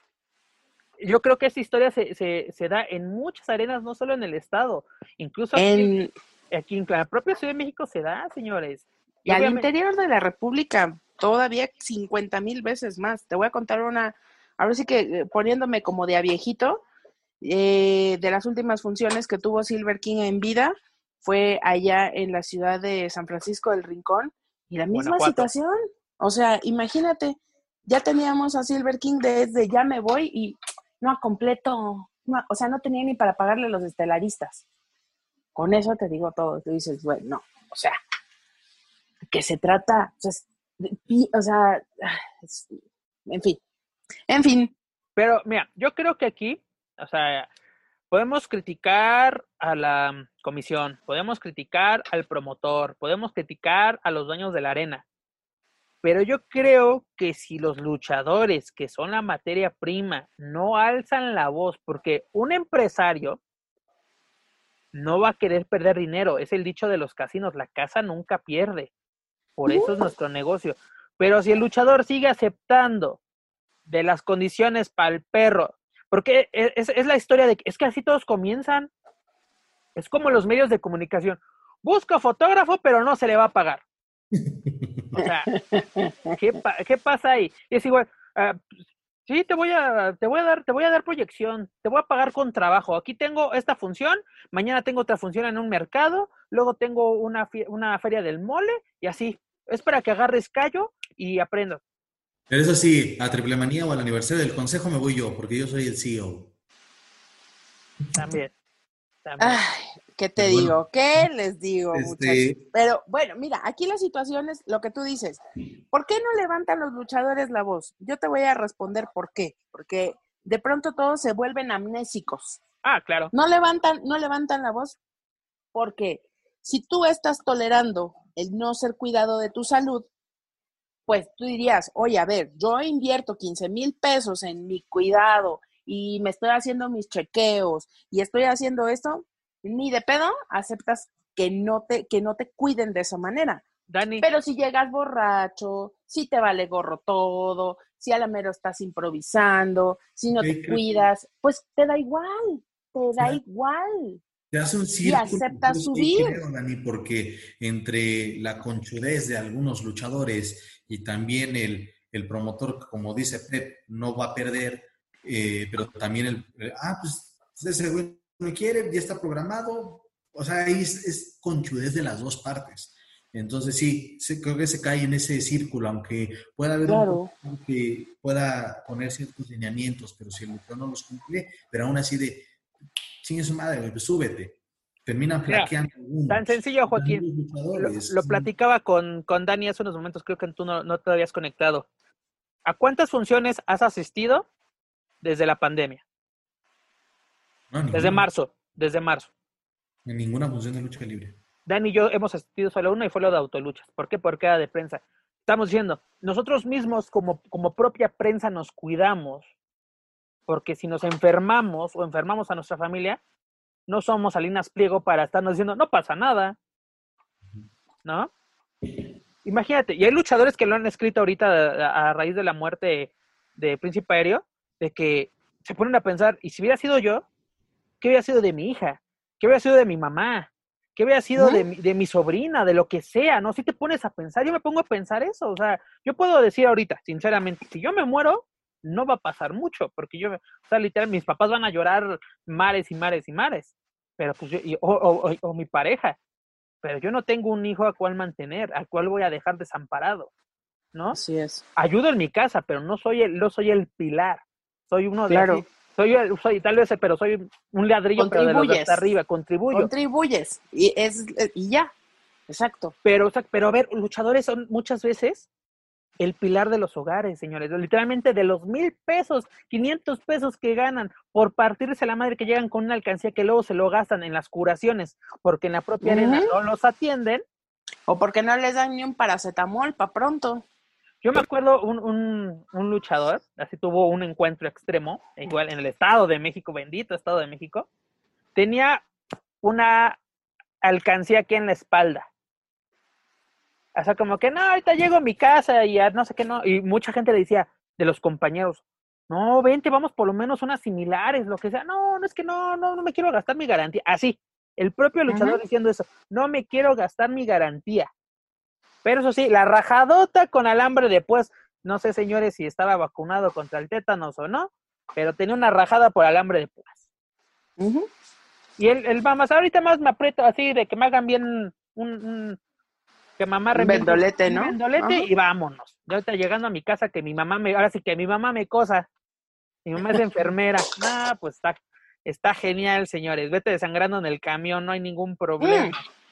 Speaker 3: yo creo que esta historia se, se, se da en muchas arenas, no solo en el Estado. Incluso aquí en,
Speaker 4: En,
Speaker 3: aquí en la propia Ciudad de México se da, señores.
Speaker 4: y al
Speaker 3: obviamente-
Speaker 4: interior de la República, todavía cincuenta mil veces más. Te voy a contar una, ahora sí que eh, poniéndome como de a viejito, eh, de las últimas funciones que tuvo Silver King en vida, fue allá en la ciudad de San Francisco del Rincón, y la misma
Speaker 3: Guanajuato.
Speaker 4: situación. O sea, imagínate, ya teníamos a Silver King desde ya me voy y no completo, no, o sea, no tenía ni para pagarle a los estelaristas. Con eso te digo todo. Tú dices, bueno, no, o sea, que se trata, o sea, es- pi- o sea, es- en fin, en fin,
Speaker 3: Pero mira, yo creo que aquí, o sea, podemos criticar a la comisión, podemos criticar al promotor, podemos criticar a los dueños de la arena, Pero yo creo que si los luchadores, que son la materia prima, no alzan la voz, porque un empresario no va a querer perder dinero, es el dicho de los casinos, la casa nunca pierde, por eso es nuestro negocio. Pero si el luchador sigue aceptando de las condiciones para el perro, porque es, es la historia de que es que así todos comienzan, es como los medios de comunicación, busca fotógrafo pero no se le va a pagar. O sea, ¿qué, ¿qué pasa ahí? Y es igual, uh, sí, te voy a, te voy a dar, te voy a dar proyección, te voy a pagar con trabajo. Aquí tengo esta función, mañana tengo otra función en un mercado, luego tengo una, una feria del mole y así. Es para que agarres callo y aprendas.
Speaker 5: Pero eso sí, a Triple Manía o al aniversario del consejo me voy yo, porque yo soy el C E O.
Speaker 3: También. también.
Speaker 4: Ay, ¿qué te bueno, digo? ¿Qué les digo, este... muchachos? Pero bueno, mira, aquí la situación es lo que tú dices. ¿Por qué no levantan los luchadores la voz? Yo te voy a responder por qué. Porque de pronto todos se vuelven amnésicos.
Speaker 3: Ah, claro.
Speaker 4: No levantan, no levantan la voz porque si tú estás tolerando el no ser cuidado de tu salud, pues tú dirías, oye, a ver, yo invierto quince mil pesos en mi cuidado y me estoy haciendo mis chequeos y estoy haciendo esto, ni de pedo aceptas que no te, que no te cuiden de esa manera.
Speaker 3: Dani.
Speaker 4: Pero si llegas borracho, si te vale gorro todo, si a la mero estás improvisando, si no te cuidas, pues te da igual, te da igual.
Speaker 5: Te hace un círculo.
Speaker 4: Y aceptas subir.
Speaker 5: Creo, Dani, porque entre la conchudez de algunos luchadores y también el, el promotor, como dice Pep, no va a perder, eh, pero también el, el ah, pues ese güey no quiere, ya está programado, o sea, ahí es, es conchudez de las dos partes. Entonces sí, sí, creo que se cae en ese círculo, aunque pueda haber
Speaker 4: claro.
Speaker 5: un que pueda poner ciertos lineamientos, pero si el luchador no los cumple, pero aún así de chingue su madre, pues súbete. Terminan flaqueando.
Speaker 3: Mira, tan sencillo, Joaquín. Lo, lo platicaba con, con Dani hace unos momentos, creo que tú no, no te habías conectado. ¿A cuántas funciones has asistido desde la pandemia?
Speaker 5: No,
Speaker 3: desde marzo, desde marzo.
Speaker 5: En ninguna función de lucha libre.
Speaker 3: Dani y yo hemos asistido solo a una y fue lo de Autoluchas. ¿Por qué? Porque era de prensa. Estamos diciendo, nosotros mismos como, como propia prensa nos cuidamos, porque si nos enfermamos o enfermamos a nuestra familia, no somos Salinas Pliego para estarnos diciendo, no pasa nada, ¿no? Imagínate, y hay luchadores que lo han escrito ahorita a, a raíz de la muerte de Príncipe Aéreo, de que se ponen a pensar, ¿y si hubiera sido yo? ¿Qué hubiera sido de mi hija? ¿Qué hubiera sido de mi mamá? ¿Qué hubiera sido de mi, de mi sobrina? De lo que sea, ¿no? Si te pones a pensar, yo me pongo a pensar eso, o sea, yo puedo decir ahorita, sinceramente, si yo me muero, no va a pasar mucho, porque yo, o sea, literal, mis papás van a llorar mares y mares y mares, pero pues yo, y, o, o, o, o mi pareja, pero yo no tengo un hijo a cual mantener, al cual voy a dejar desamparado, ¿no?
Speaker 4: Así es.
Speaker 3: Ayudo en mi casa, pero no soy el, no soy el pilar, soy uno de
Speaker 4: claro.
Speaker 3: Así, soy, soy, tal vez, pero soy un ladrillo, pero de los de hasta arriba, contribuyo.
Speaker 4: Contribuyes, y, es, y ya, exacto.
Speaker 3: Pero, o sea, pero a ver, luchadores son muchas veces el pilar de los hogares, señores, literalmente de los mil pesos, quinientos pesos que ganan por partirse la madre que llegan con una alcancía que luego se lo gastan en las curaciones, porque en la propia uh-huh. arena no los atienden.
Speaker 4: O porque no les dan ni un paracetamol para pronto.
Speaker 3: Yo me acuerdo un, un, un luchador, así tuvo un encuentro extremo, igual en el Estado de México, bendito Estado de México, tenía una alcancía aquí en la espalda. O sea, como que, no, ahorita llego a mi casa y a no sé qué, no. Y mucha gente le decía, de los compañeros, no, vente, vamos por lo menos unas similares, lo que sea. No, no es que no, no, no me quiero gastar mi garantía. Así, el propio luchador uh-huh. diciendo eso, no me quiero gastar mi garantía. Pero eso sí, la rajadota con alambre de pues, no sé, señores, si estaba vacunado contra el tétanos o no, pero tenía una rajada por alambre de púas.
Speaker 4: Uh-huh.
Speaker 3: Y él, él va más, ahorita más me aprieto así de que me hagan bien un... un que mamá
Speaker 4: un vendolete, ¿no?
Speaker 3: Un vendolete uh-huh. y vámonos. Yo ahorita llegando a mi casa que mi mamá me, ahora sí que mi mamá me cosa. Mi mamá es enfermera. Ah, pues está, está genial, señores. Vete desangrando en el camión, no hay ningún problema.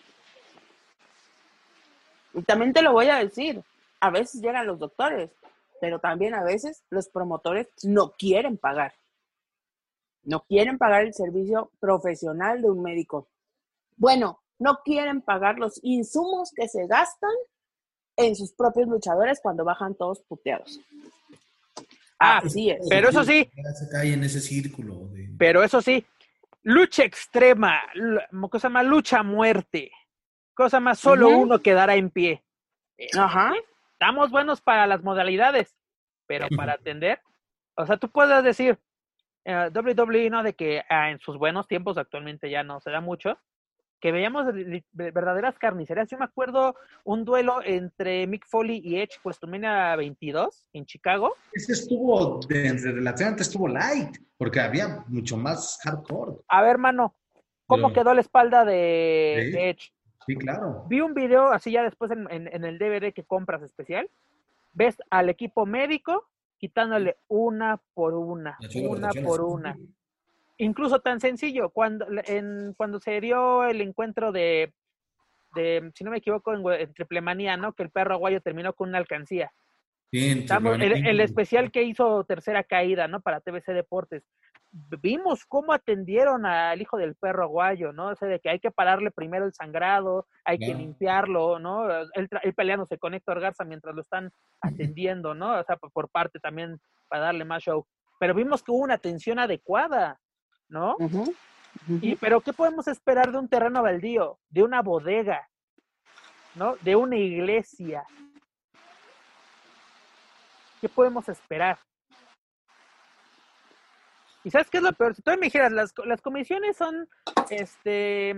Speaker 4: Mm. Y también te lo voy a decir, a veces llegan los doctores, pero también a veces los promotores no quieren pagar. No quieren pagar el servicio profesional de un médico. Bueno, no quieren pagar los insumos que se gastan en sus propios luchadores cuando bajan todos puteados.
Speaker 3: Ah,
Speaker 4: Así es.
Speaker 3: pero eso sí.
Speaker 5: Se cae en ese círculo. De...
Speaker 3: Pero eso sí, lucha extrema, cosa más lucha a muerte, cosa más solo uh-huh. uno quedará en pie.
Speaker 4: Ajá.
Speaker 3: Estamos buenos para las modalidades, pero para atender, o sea, tú puedes decir, uh, doble u doble u E, ¿no? De que uh, en sus buenos tiempos, actualmente ya no se da mucho, que veíamos verdaderas carnicerías. Yo me acuerdo un duelo entre Mick Foley y Edge, WrestleMania veintidós en Chicago.
Speaker 5: Ese estuvo, de, relativamente estuvo light, porque había mucho más hardcore.
Speaker 3: A ver, mano, ¿cómo Pero, quedó la espalda de,
Speaker 5: ¿sí?
Speaker 3: de Edge?
Speaker 5: Sí, claro.
Speaker 3: Vi un video así ya después en, en, en el D V D que compras especial. Ves al equipo médico quitándole una por una, una por una. Incluso tan sencillo, cuando en cuando se dio el encuentro de, de si no me equivoco, en, en Triplemanía, ¿no? Que el perro aguayo terminó con una alcancía.
Speaker 5: Bien,
Speaker 3: Estamos, el, el especial que hizo Tercera Caída, ¿no? Para T V C Deportes. Vimos cómo atendieron al hijo del perro aguayo, ¿no? O sea, de que hay que pararle primero el sangrado, hay no. que limpiarlo, ¿no? Él, él peleándose con Héctor Garza mientras lo están atendiendo, ¿no? O sea, por parte también para darle más show. Pero vimos que hubo una atención adecuada, ¿no? Uh-huh. Uh-huh. Y, pero ¿qué podemos esperar de un terreno baldío? De una bodega, ¿no? De una iglesia. ¿Qué podemos esperar? ¿Y sabes qué es lo peor? Si tú me dijeras, las, las comisiones son, este,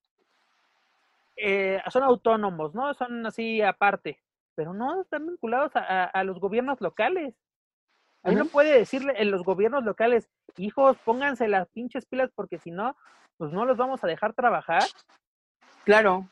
Speaker 3: eh, son autónomos, ¿no? Son así aparte, pero no están vinculados a, a, a los gobiernos locales. Ahí uh-huh. no puede decirle en los gobiernos locales, hijos, pónganse las pinches pilas porque si no, pues no los vamos a dejar trabajar.
Speaker 4: Claro.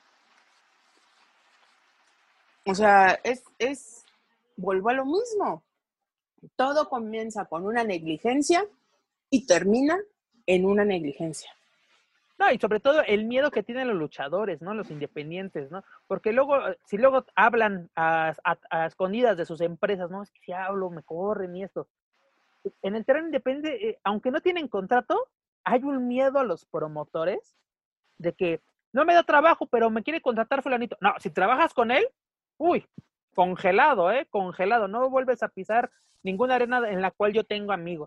Speaker 4: O sea, es, es, vuelvo a lo mismo. Todo comienza con una negligencia y termina en una negligencia.
Speaker 3: No, y sobre todo el miedo que tienen los luchadores, ¿no? Los independientes, ¿no? Porque luego, si luego hablan a, a, a escondidas de sus empresas, ¿no? Es que si hablo, me corren y esto. En el terreno independiente, eh, aunque no tienen contrato, hay un miedo a los promotores de que no me da trabajo, pero me quiere contratar fulanito. No, si trabajas con él, uy, congelado, ¿eh? Congelado. No vuelves a pisar ninguna arena en la cual yo tengo amigos.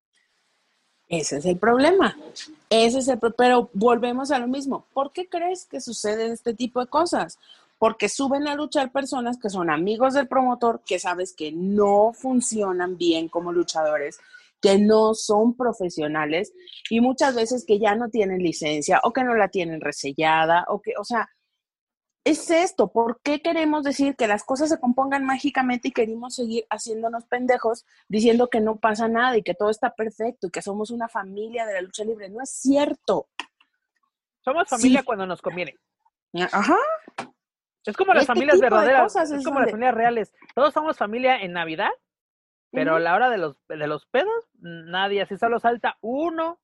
Speaker 4: Ese es el problema. Ese es el pro- pero volvemos a lo mismo. ¿Por qué crees que suceden este tipo de cosas? Porque suben a luchar personas que son amigos del promotor, que sabes que no funcionan bien como luchadores, que no son profesionales y muchas veces que ya no tienen licencia o que no la tienen resellada o que, o sea, es esto. ¿Por qué queremos decir que las cosas se compongan mágicamente y queremos seguir haciéndonos pendejos diciendo que no pasa nada y que todo está perfecto y que somos una familia de la lucha libre? No es cierto.
Speaker 3: Somos familia sí. cuando nos conviene.
Speaker 4: Ajá.
Speaker 3: Es como las este familias verdaderas, es como donde... las familias reales. Todos somos familia en Navidad, pero uh-huh. a la hora de los, de los pedos, nadie, así solo salta uno,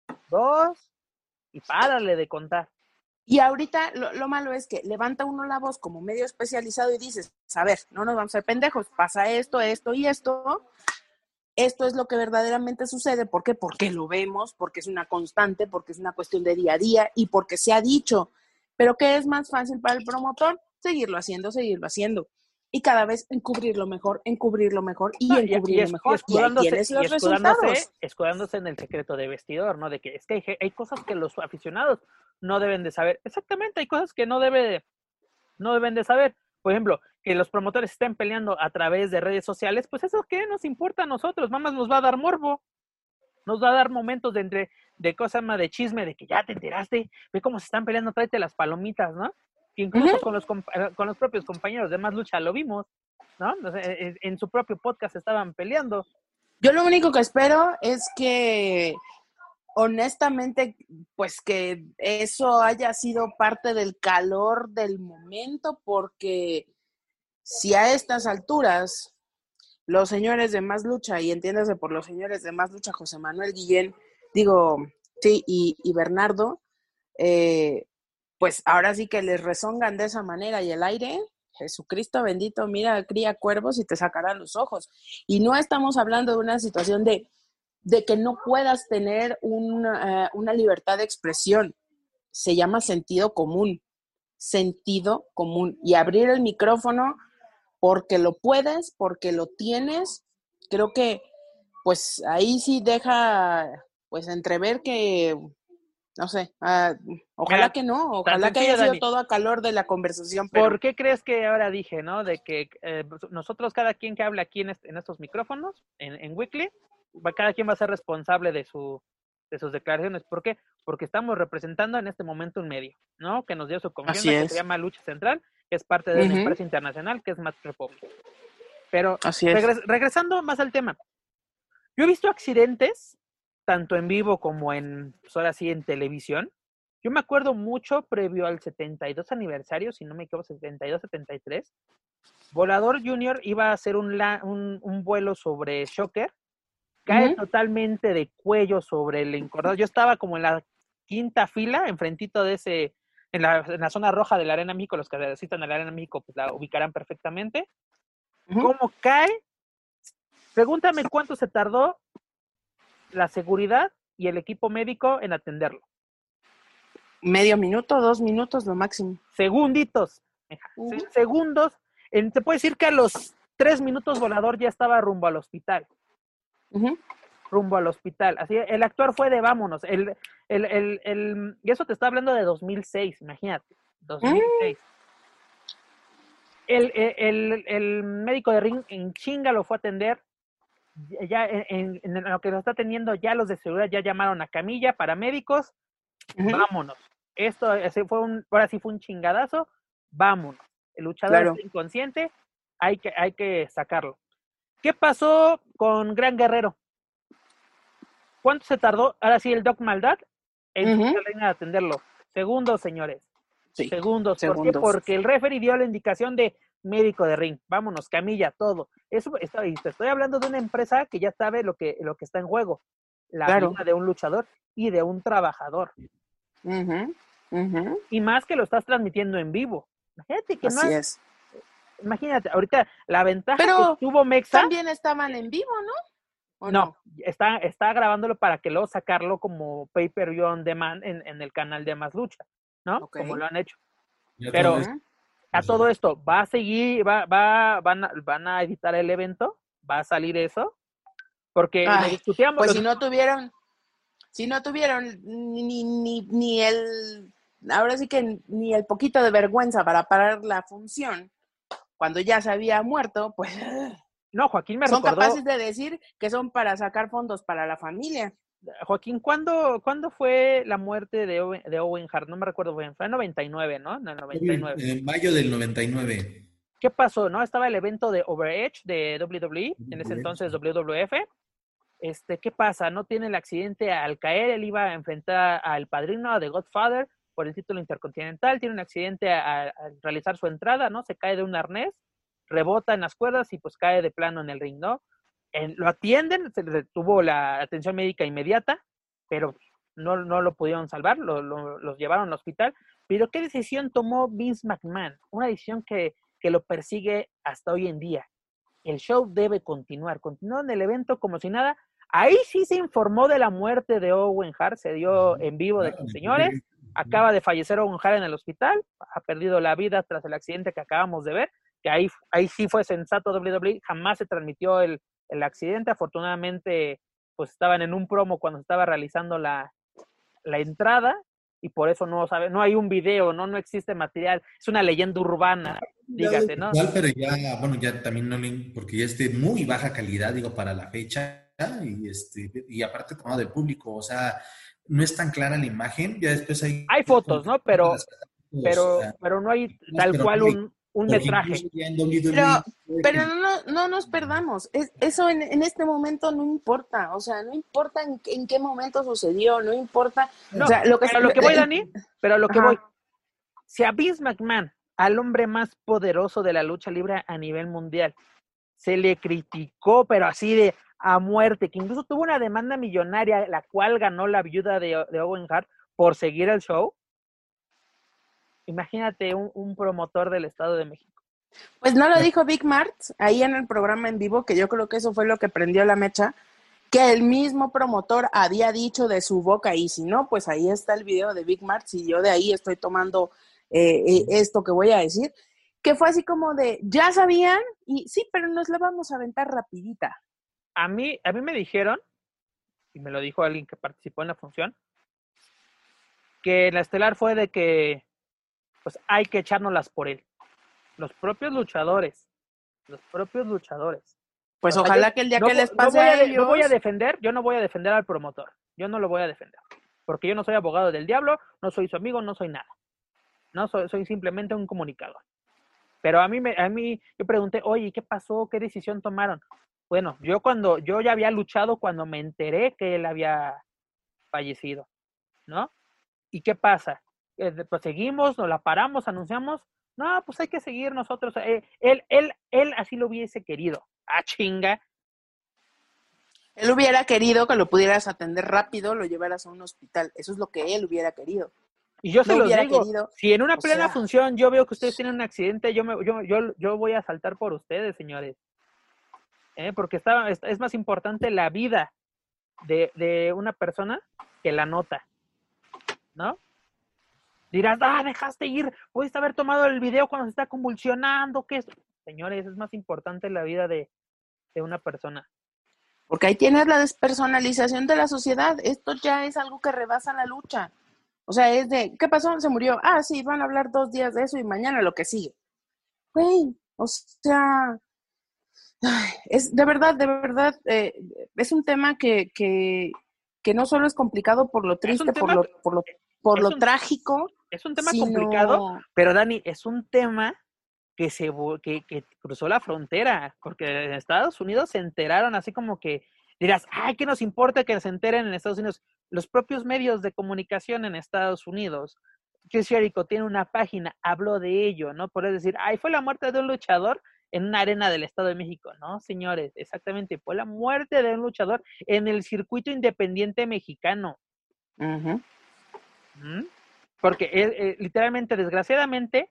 Speaker 3: dos y párale de contar.
Speaker 4: Y ahorita lo, lo malo es que levanta uno la voz como medio especializado y dices, a ver, no nos vamos a ser pendejos, pasa esto, esto y esto. Esto es lo que verdaderamente sucede. ¿Por qué? Porque lo vemos, porque es una constante, porque es una cuestión de día a día y porque se ha dicho. Pero ¿qué es más fácil para el promotor? Seguirlo haciendo, seguirlo haciendo. Y cada vez encubrirlo mejor, encubrirlo mejor y no, encubrirlo y, y, mejor. Y, y ahí tienes los resultados.
Speaker 3: Escudándose en el secreto de vestidor, ¿no? De que es que hay, hay cosas que los aficionados no deben de saber. Exactamente, hay cosas que no, debe, no deben de saber. Por ejemplo, que los promotores estén peleando a través de redes sociales, pues eso ¿qué nos importa a nosotros? Mamás nos va a dar morbo. Nos va a dar momentos de, entre, de cosas más de chisme, de que ya te enteraste, ve cómo se están peleando, tráete las palomitas, ¿no? Que incluso uh-huh. con, los, con los propios compañeros de Más Lucha lo vimos, ¿no? O sea, en, en su propio podcast estaban peleando.
Speaker 4: Yo lo único que espero es que, honestamente, pues que eso haya sido parte del calor del momento, porque si a estas alturas los señores de Más Lucha, y entiéndase por los señores de Más Lucha, José Manuel Guillén, digo, sí, y, y Bernardo, eh, pues ahora sí que les rezongan de esa manera y el aire, Jesucristo bendito, mira, cría cuervos y te sacará los ojos. Y no estamos hablando de una situación de, de que no puedas tener una, uh, una libertad de expresión. Se llama sentido común, sentido común. Y abrir el micrófono porque lo puedes, porque lo tienes. Creo que pues ahí sí deja pues entrever que, no sé, uh, ojalá
Speaker 3: Mira,
Speaker 4: que no,
Speaker 3: tan
Speaker 4: ojalá que
Speaker 3: sencillo,
Speaker 4: haya sido
Speaker 3: Dani.
Speaker 4: todo a calor de la conversación. Pero...
Speaker 3: ¿Por qué crees que ahora dije, no? De que eh, nosotros, cada quien que habla aquí en, este, en estos micrófonos, en, en Weekly, va, cada quien va a ser responsable de su de sus declaraciones. ¿Por qué? Porque estamos representando en este momento un medio, ¿no? Que nos dio su confianza, que se llama Lucha Central, que es parte de una uh-huh. empresa internacional, que es Match Republic. Pero regres, regresando más al tema, yo he visto accidentes, tanto en vivo como en, pues ahora sí, en televisión. Yo me acuerdo mucho previo al setenta y dos aniversario, si no me equivoco, setenta y dos, setenta y tres, Volador Junior iba a hacer un, la, un, un vuelo sobre Shocker, cae uh-huh. totalmente de cuello sobre el encordado. Yo estaba como en la quinta fila, enfrentito de ese, en la, en la zona roja de la Arena México. Los que asistan a la Arena México pues la ubicarán perfectamente. Uh-huh. ¿Cómo cae? Pregúntame cuánto se tardó la seguridad y el equipo médico en atenderlo.
Speaker 4: Medio minuto, dos minutos lo máximo.
Speaker 3: Segunditos. Uh-huh. Segundos. En, te puedo decir que a los tres minutos Volador ya estaba rumbo al hospital. Uh-huh. Rumbo al hospital. Así, el actuar fue de vámonos. El, el, el, el, y eso te está hablando de dos mil seis, imagínate. dos mil seis. Uh-huh. El, el, el, el médico de ring en chinga lo fue a atender. Ya en, en, en lo que lo está teniendo, ya los de seguridad ya llamaron a camilla, paramédicos. Uh-huh. Vámonos. Esto ese fue un, ahora sí fue un chingadazo. Vámonos. El luchador claro. está inconsciente. Hay que, hay que sacarlo. ¿Qué pasó con Gran Guerrero? ¿Cuánto se tardó? Ahora sí, el Doc Maldad en uh-huh. atenderlo. Segundos, señores.
Speaker 4: Sí,
Speaker 3: segundos.
Speaker 4: segundos.
Speaker 3: ¿Por qué? Porque el referee dio la indicación de médico de ring. Vámonos, camilla, todo. Eso está, y te estoy hablando de una empresa que ya sabe lo que, lo que está en juego. La claro. vida de un luchador y de un trabajador.
Speaker 4: Uh-huh. Uh-huh.
Speaker 3: Y más que lo estás transmitiendo en vivo. Imagínate que
Speaker 4: Así
Speaker 3: no has,
Speaker 4: es.
Speaker 3: Imagínate, ahorita la ventaja
Speaker 4: Pero
Speaker 3: que tuvo Mexa.
Speaker 4: También estaban en vivo, ¿no?
Speaker 3: No, no, está, está grabándolo para que luego sacarlo como pay-per-view on demand en, en el canal de Más Lucha, ¿no? Okay. Como lo han hecho. Pero todo a todo esto, ¿va a seguir, va, va, van, a, van a editar el evento? ¿Va a salir eso? Porque
Speaker 4: Ay,
Speaker 3: lo discutíamos.
Speaker 4: Pues
Speaker 3: lo...
Speaker 4: si no tuvieron, si no tuvieron ni, ni, ni el, ahora sí que ni el poquito de vergüenza para parar la función, cuando ya se había muerto, pues...
Speaker 3: No, Joaquín me
Speaker 4: son
Speaker 3: recordó...
Speaker 4: capaces de decir que son para sacar fondos para la familia.
Speaker 3: Joaquín, ¿cuándo, ¿cuándo fue la muerte de Owen, de Owen Hart? No me recuerdo bien, fue en noventa y nueve, ¿no? En el noventa y nueve.
Speaker 5: En mayo del noventa y nueve.
Speaker 3: ¿Qué pasó, no? Estaba el evento de Overedge de W W E, en ese entonces W W F. Este, ¿qué pasa? No tiene el accidente al caer, él iba a enfrentar al padrino de Godfather por el título intercontinental, tiene un accidente al realizar su entrada, ¿no? Se cae de un arnés, rebota en las cuerdas y pues cae de plano en el ring, ¿no? En, lo atienden, se le tuvo la atención médica inmediata, pero no, no lo pudieron salvar, lo, lo, los llevaron al hospital. Pero ¿qué decisión tomó Vince McMahon? Una decisión que, que lo persigue hasta hoy en día. El show debe continuar, continuó en el evento como si nada. Ahí sí se informó de la muerte de Owen Hart, se dio en vivo de que, señores, acaba de fallecer Owen Hart en el hospital, ha perdido la vida tras el accidente que acabamos de ver, que ahí, ahí sí fue sensato W W E, jamás se transmitió el, el accidente, afortunadamente pues estaban en un promo cuando estaba realizando la, la entrada, y por eso no sabe, no hay un video, no, no existe material, es una leyenda urbana, dígase, ¿no?
Speaker 5: Igual, pero ya, bueno, ya también no le, porque ya es de muy baja calidad, digo, para la fecha, y este, y aparte tomado del público, o sea, no es tan clara la imagen, ya después hay...
Speaker 3: Hay fotos, ¿no? Pero, pero, o sea, pero no hay tal pero cual no hay, un, un metraje.
Speaker 4: Pero, pero no, no nos perdamos, es, eso en, en este momento no importa, o sea, no importa en, en qué momento sucedió, no importa...
Speaker 3: No,
Speaker 4: o sea, lo que,
Speaker 3: pero lo que voy, Dani, pero lo que
Speaker 4: Ajá.
Speaker 3: voy, si a Vince McMahon, al hombre más poderoso de la lucha libre a nivel mundial, se le criticó, pero así de a muerte, que incluso tuvo una demanda millonaria, la cual ganó la viuda de, de Owen Hart por seguir el show. Imagínate un, un promotor del Estado de México.
Speaker 4: Pues no lo dijo Big Mart ahí en el programa en vivo, que yo creo que eso fue lo que prendió la mecha, que el mismo promotor había dicho de su boca, y si no, pues ahí está el video de Big Mart, si yo de ahí estoy tomando eh, eh, esto que voy a decir, que fue así como de, ya sabían, y sí, pero nos la vamos a aventar rapidita.
Speaker 3: A mí, a mí me dijeron, y me lo dijo alguien que participó en la función, que la estelar fue de que pues hay que echárnoslas por él. Los propios luchadores, los propios luchadores.
Speaker 4: Pues
Speaker 3: O sea,
Speaker 4: ojalá
Speaker 3: yo
Speaker 4: que el día
Speaker 3: no,
Speaker 4: que les
Speaker 3: no
Speaker 4: pase
Speaker 3: voy a,
Speaker 4: a
Speaker 3: de-
Speaker 4: ellos...
Speaker 3: no voy a defender, yo no voy a defender al promotor. Yo no lo voy a defender. Porque yo no soy abogado del diablo, no soy su amigo, no soy nada. No soy, soy simplemente un comunicador. Pero a mí, me, a mí, yo pregunté, oye, ¿qué pasó? ¿Qué decisión tomaron? Bueno, yo cuando, yo ya había luchado cuando me enteré que él había fallecido, ¿no? ¿Y qué pasa? Eh, Pues seguimos, nos la paramos, anunciamos. No, pues hay que seguir nosotros. Eh, él, él, él así lo hubiese querido. Ah, chinga.
Speaker 4: Él hubiera querido que lo pudieras atender rápido, lo llevaras a un hospital. Eso es lo que él hubiera querido.
Speaker 3: Y yo se
Speaker 4: No
Speaker 3: los
Speaker 4: hubiera
Speaker 3: digo,
Speaker 4: querido,
Speaker 3: si en una
Speaker 4: o
Speaker 3: plena
Speaker 4: sea-
Speaker 3: función yo veo que ustedes tienen un accidente, yo, me, yo, yo, yo voy a saltar por ustedes, señores. ¿Eh? Porque está, es, es más importante la vida de, de una persona que la nota, ¿no? Dirás, ah, dejaste ir, pudiste haber tomado el video cuando se está convulsionando, ¿qué es? Señores, es más importante la vida de, de una persona.
Speaker 4: Porque ahí tienes la despersonalización de la sociedad. Esto ya es algo que rebasa la lucha. O sea, es de, ¿qué pasó? Se murió. Ah, sí, van a hablar dos días de eso y mañana lo que sigue. Güey, o sea, ay, es de verdad, de verdad, eh, es un tema que, que, que no solo es complicado por lo triste,
Speaker 3: tema-
Speaker 4: por lo, por lo, por
Speaker 3: es
Speaker 4: lo
Speaker 3: un-
Speaker 4: trágico,
Speaker 3: Es un tema
Speaker 4: sino-
Speaker 3: complicado, pero Dani, es un tema que se vo- que, que cruzó la frontera, porque en Estados Unidos se enteraron así como que dirás, ay, ¿qué nos importa que se enteren en Estados Unidos? Los propios medios de comunicación en Estados Unidos. Chris Jericho tiene una página, habló de ello, ¿no? Por decir, ay, fue la muerte de un luchador en una arena del Estado de México. No, señores, exactamente, fue la muerte de un luchador en el circuito independiente mexicano.
Speaker 4: Ujú.
Speaker 3: ¿Mm? Porque eh, eh, literalmente, desgraciadamente,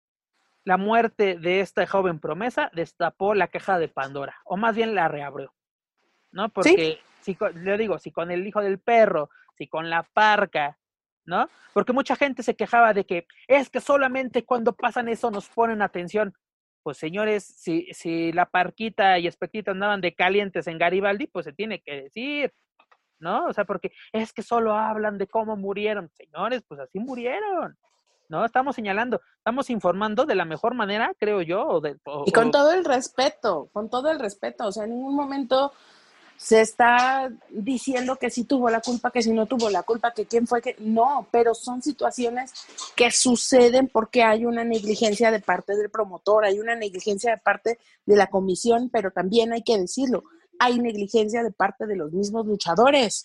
Speaker 3: la muerte de esta joven promesa destapó la caja de Pandora, o más bien la reabrió, ¿no? Porque, si con- le digo, si con el hijo del perro, si con la parca, ¿no? Porque mucha gente se quejaba de que es que solamente cuando pasan eso nos ponen atención. Pues señores, si, si la parquita y Espectita andaban de calientes en Garibaldi, pues se tiene que decir, ¿no? O sea, porque es que solo hablan de cómo murieron. Señores, pues así murieron, ¿no? Estamos señalando, estamos informando de la mejor manera, creo yo. O de, o,
Speaker 4: Y con
Speaker 3: o,
Speaker 4: todo el respeto, con todo el respeto, o sea, en ningún momento se está diciendo que sí tuvo la culpa, que sí no tuvo la culpa, que quién fue, que no, pero son situaciones que suceden porque hay una negligencia de parte del promotor, hay una negligencia de parte de la comisión, pero también hay que decirlo, hay negligencia de parte de los mismos luchadores.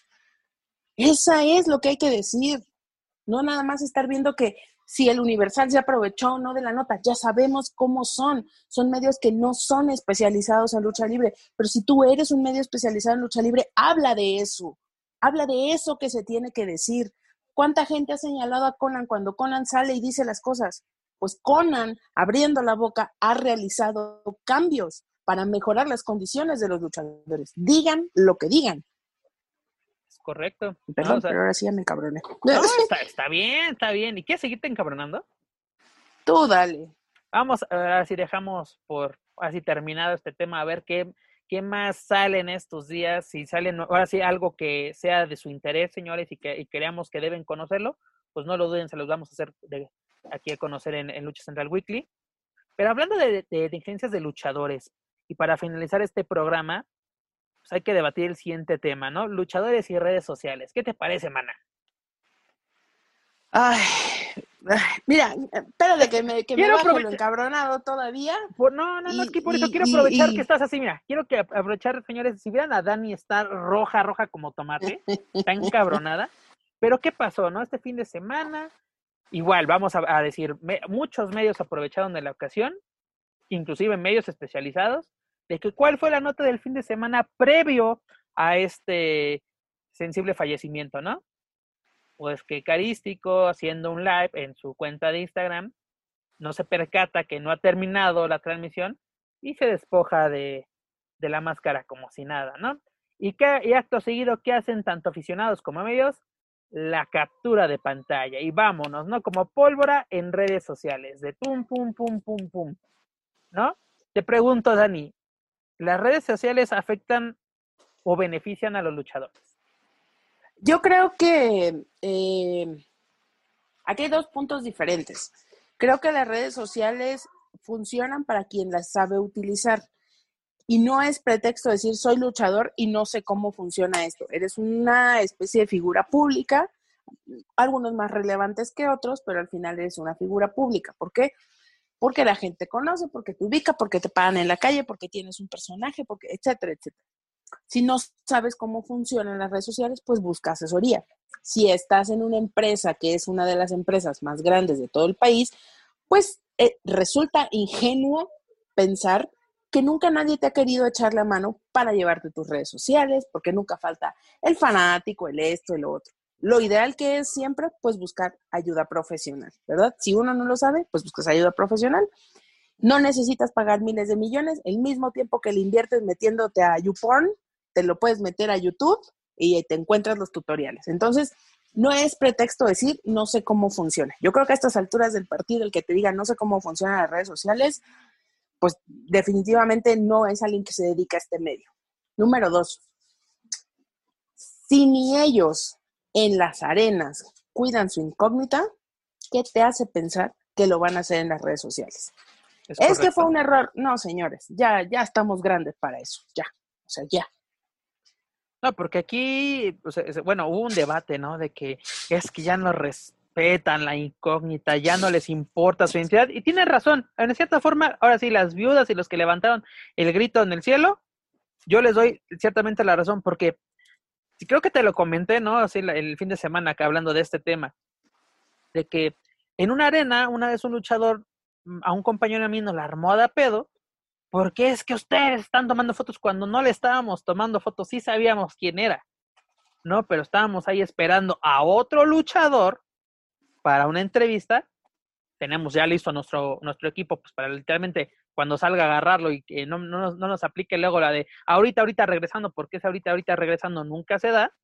Speaker 4: Esa es lo que hay que decir, no nada más estar viendo que si el Universal se aprovechó o no de la nota, ya sabemos cómo son, son medios que no son especializados en lucha libre, pero si tú eres un medio especializado en lucha libre, habla de eso, habla de eso que se tiene que decir. ¿Cuánta gente ha señalado a Conan cuando Conan sale y dice las cosas? Pues Conan, abriendo la boca, ha realizado cambios para mejorar las condiciones de los luchadores, digan lo que digan.
Speaker 3: correcto.
Speaker 4: Perdón,
Speaker 3: ¿no? O sea,
Speaker 4: pero ahora sí ya me cabroné.
Speaker 3: no, está, está bien, está bien. ¿Y quieres seguirte encabronando?
Speaker 4: Tú dale.
Speaker 3: Vamos a ver si dejamos por así terminado este tema, a ver qué, qué más sale en estos días, si salen ahora sí algo que sea de su interés, señores, y que y creamos que deben conocerlo, pues no lo duden, se los vamos a hacer de, aquí a conocer en, en Lucha Central Weekly. Pero hablando de, de, de diferencias de luchadores, y para finalizar este programa, pues hay que debatir el siguiente tema, ¿no? Luchadores y redes sociales. ¿Qué te parece, mana?
Speaker 4: Ay, ay, mira, espérate que me, que me
Speaker 3: Quiero
Speaker 4: baje lo
Speaker 3: aprovechar-
Speaker 4: encabronado todavía.
Speaker 3: Por, no, no, no, es
Speaker 4: Y-
Speaker 3: que por eso
Speaker 4: y-
Speaker 3: quiero
Speaker 4: y-
Speaker 3: aprovechar
Speaker 4: y-
Speaker 3: que estás así, mira, quiero que aprovechar, señores, si vieran a Dani estar roja, roja como tomate, está encabronada, pero ¿qué pasó, no? Este fin de semana, igual, vamos a, a decir, me- muchos medios aprovecharon de la ocasión, inclusive medios especializados, de que cuál fue la nota del fin de semana previo a este sensible fallecimiento, ¿no? Pues que Carístico, haciendo un live en su cuenta de Instagram, no se percata que no ha terminado la transmisión y se despoja de, de la máscara como si nada, ¿no? Y, que, y acto seguido, ¿qué hacen tanto aficionados como medios? la captura de pantalla y vámonos, ¿no? Como pólvora en redes sociales, de pum, pum, pum, pum, pum, ¿no? Te pregunto, Dani, ¿las redes sociales afectan o benefician a los luchadores?
Speaker 4: Yo creo que eh, aquí hay dos puntos diferentes. Creo que las redes sociales funcionan para quien las sabe utilizar. Y no es pretexto decir soy luchador y no sé cómo funciona esto. Eres una especie de figura pública, algunos más relevantes que otros, pero al final eres una figura pública. ¿Por qué? Porque la gente conoce, porque te ubica, porque te pagan en la calle, porque tienes un personaje, porque etcétera, etcétera. Si no sabes cómo funcionan las redes sociales, pues busca asesoría. Si estás en una empresa que es una de las empresas más grandes de todo el país, pues eh, resulta ingenuo pensar que nunca nadie te ha querido echar la mano para llevarte tus redes sociales, porque nunca falta el fanático, el esto, el otro. Lo ideal que es siempre, pues buscar ayuda profesional, ¿verdad? Si uno no lo sabe, pues buscas ayuda profesional. No necesitas pagar miles de millones, el mismo tiempo que le inviertes metiéndote a YouPorn, te lo puedes meter a YouTube y te encuentras los tutoriales. Entonces, no es pretexto decir no sé cómo funciona. Yo creo que a estas alturas del partido, el que te diga no sé cómo funcionan las redes sociales, pues definitivamente no es alguien que se dedica a este medio. Número dos, si ni ellos en las arenas cuidan su incógnita, ¿qué te hace pensar que lo van a hacer en las redes sociales? Es, es que fue un error. No, señores, ya, ya estamos grandes para eso, ya, o sea, ya.
Speaker 3: No, porque aquí, o sea, bueno, hubo un debate, ¿no? De que es que ya no respetan la incógnita, ya no les importa su identidad, y tienen razón, en cierta forma, ahora sí, las viudas y los que levantaron el grito en el cielo, yo les doy ciertamente la razón, porque creo que te lo comenté, ¿no? Así el fin de semana acá hablando de este tema, de que en una arena, una vez un luchador a un compañero mío nos la armó a pedo, porque es que ustedes están tomando fotos cuando no le estábamos tomando fotos, sí sabíamos quién era, ¿no? Pero estábamos ahí esperando a otro luchador para una entrevista, tenemos ya listo nuestro, nuestro equipo, pues para literalmente cuando salga a agarrarlo y que no, no, nos, no nos aplique luego la de ahorita, ahorita regresando, porque ese ahorita, ahorita regresando nunca se da.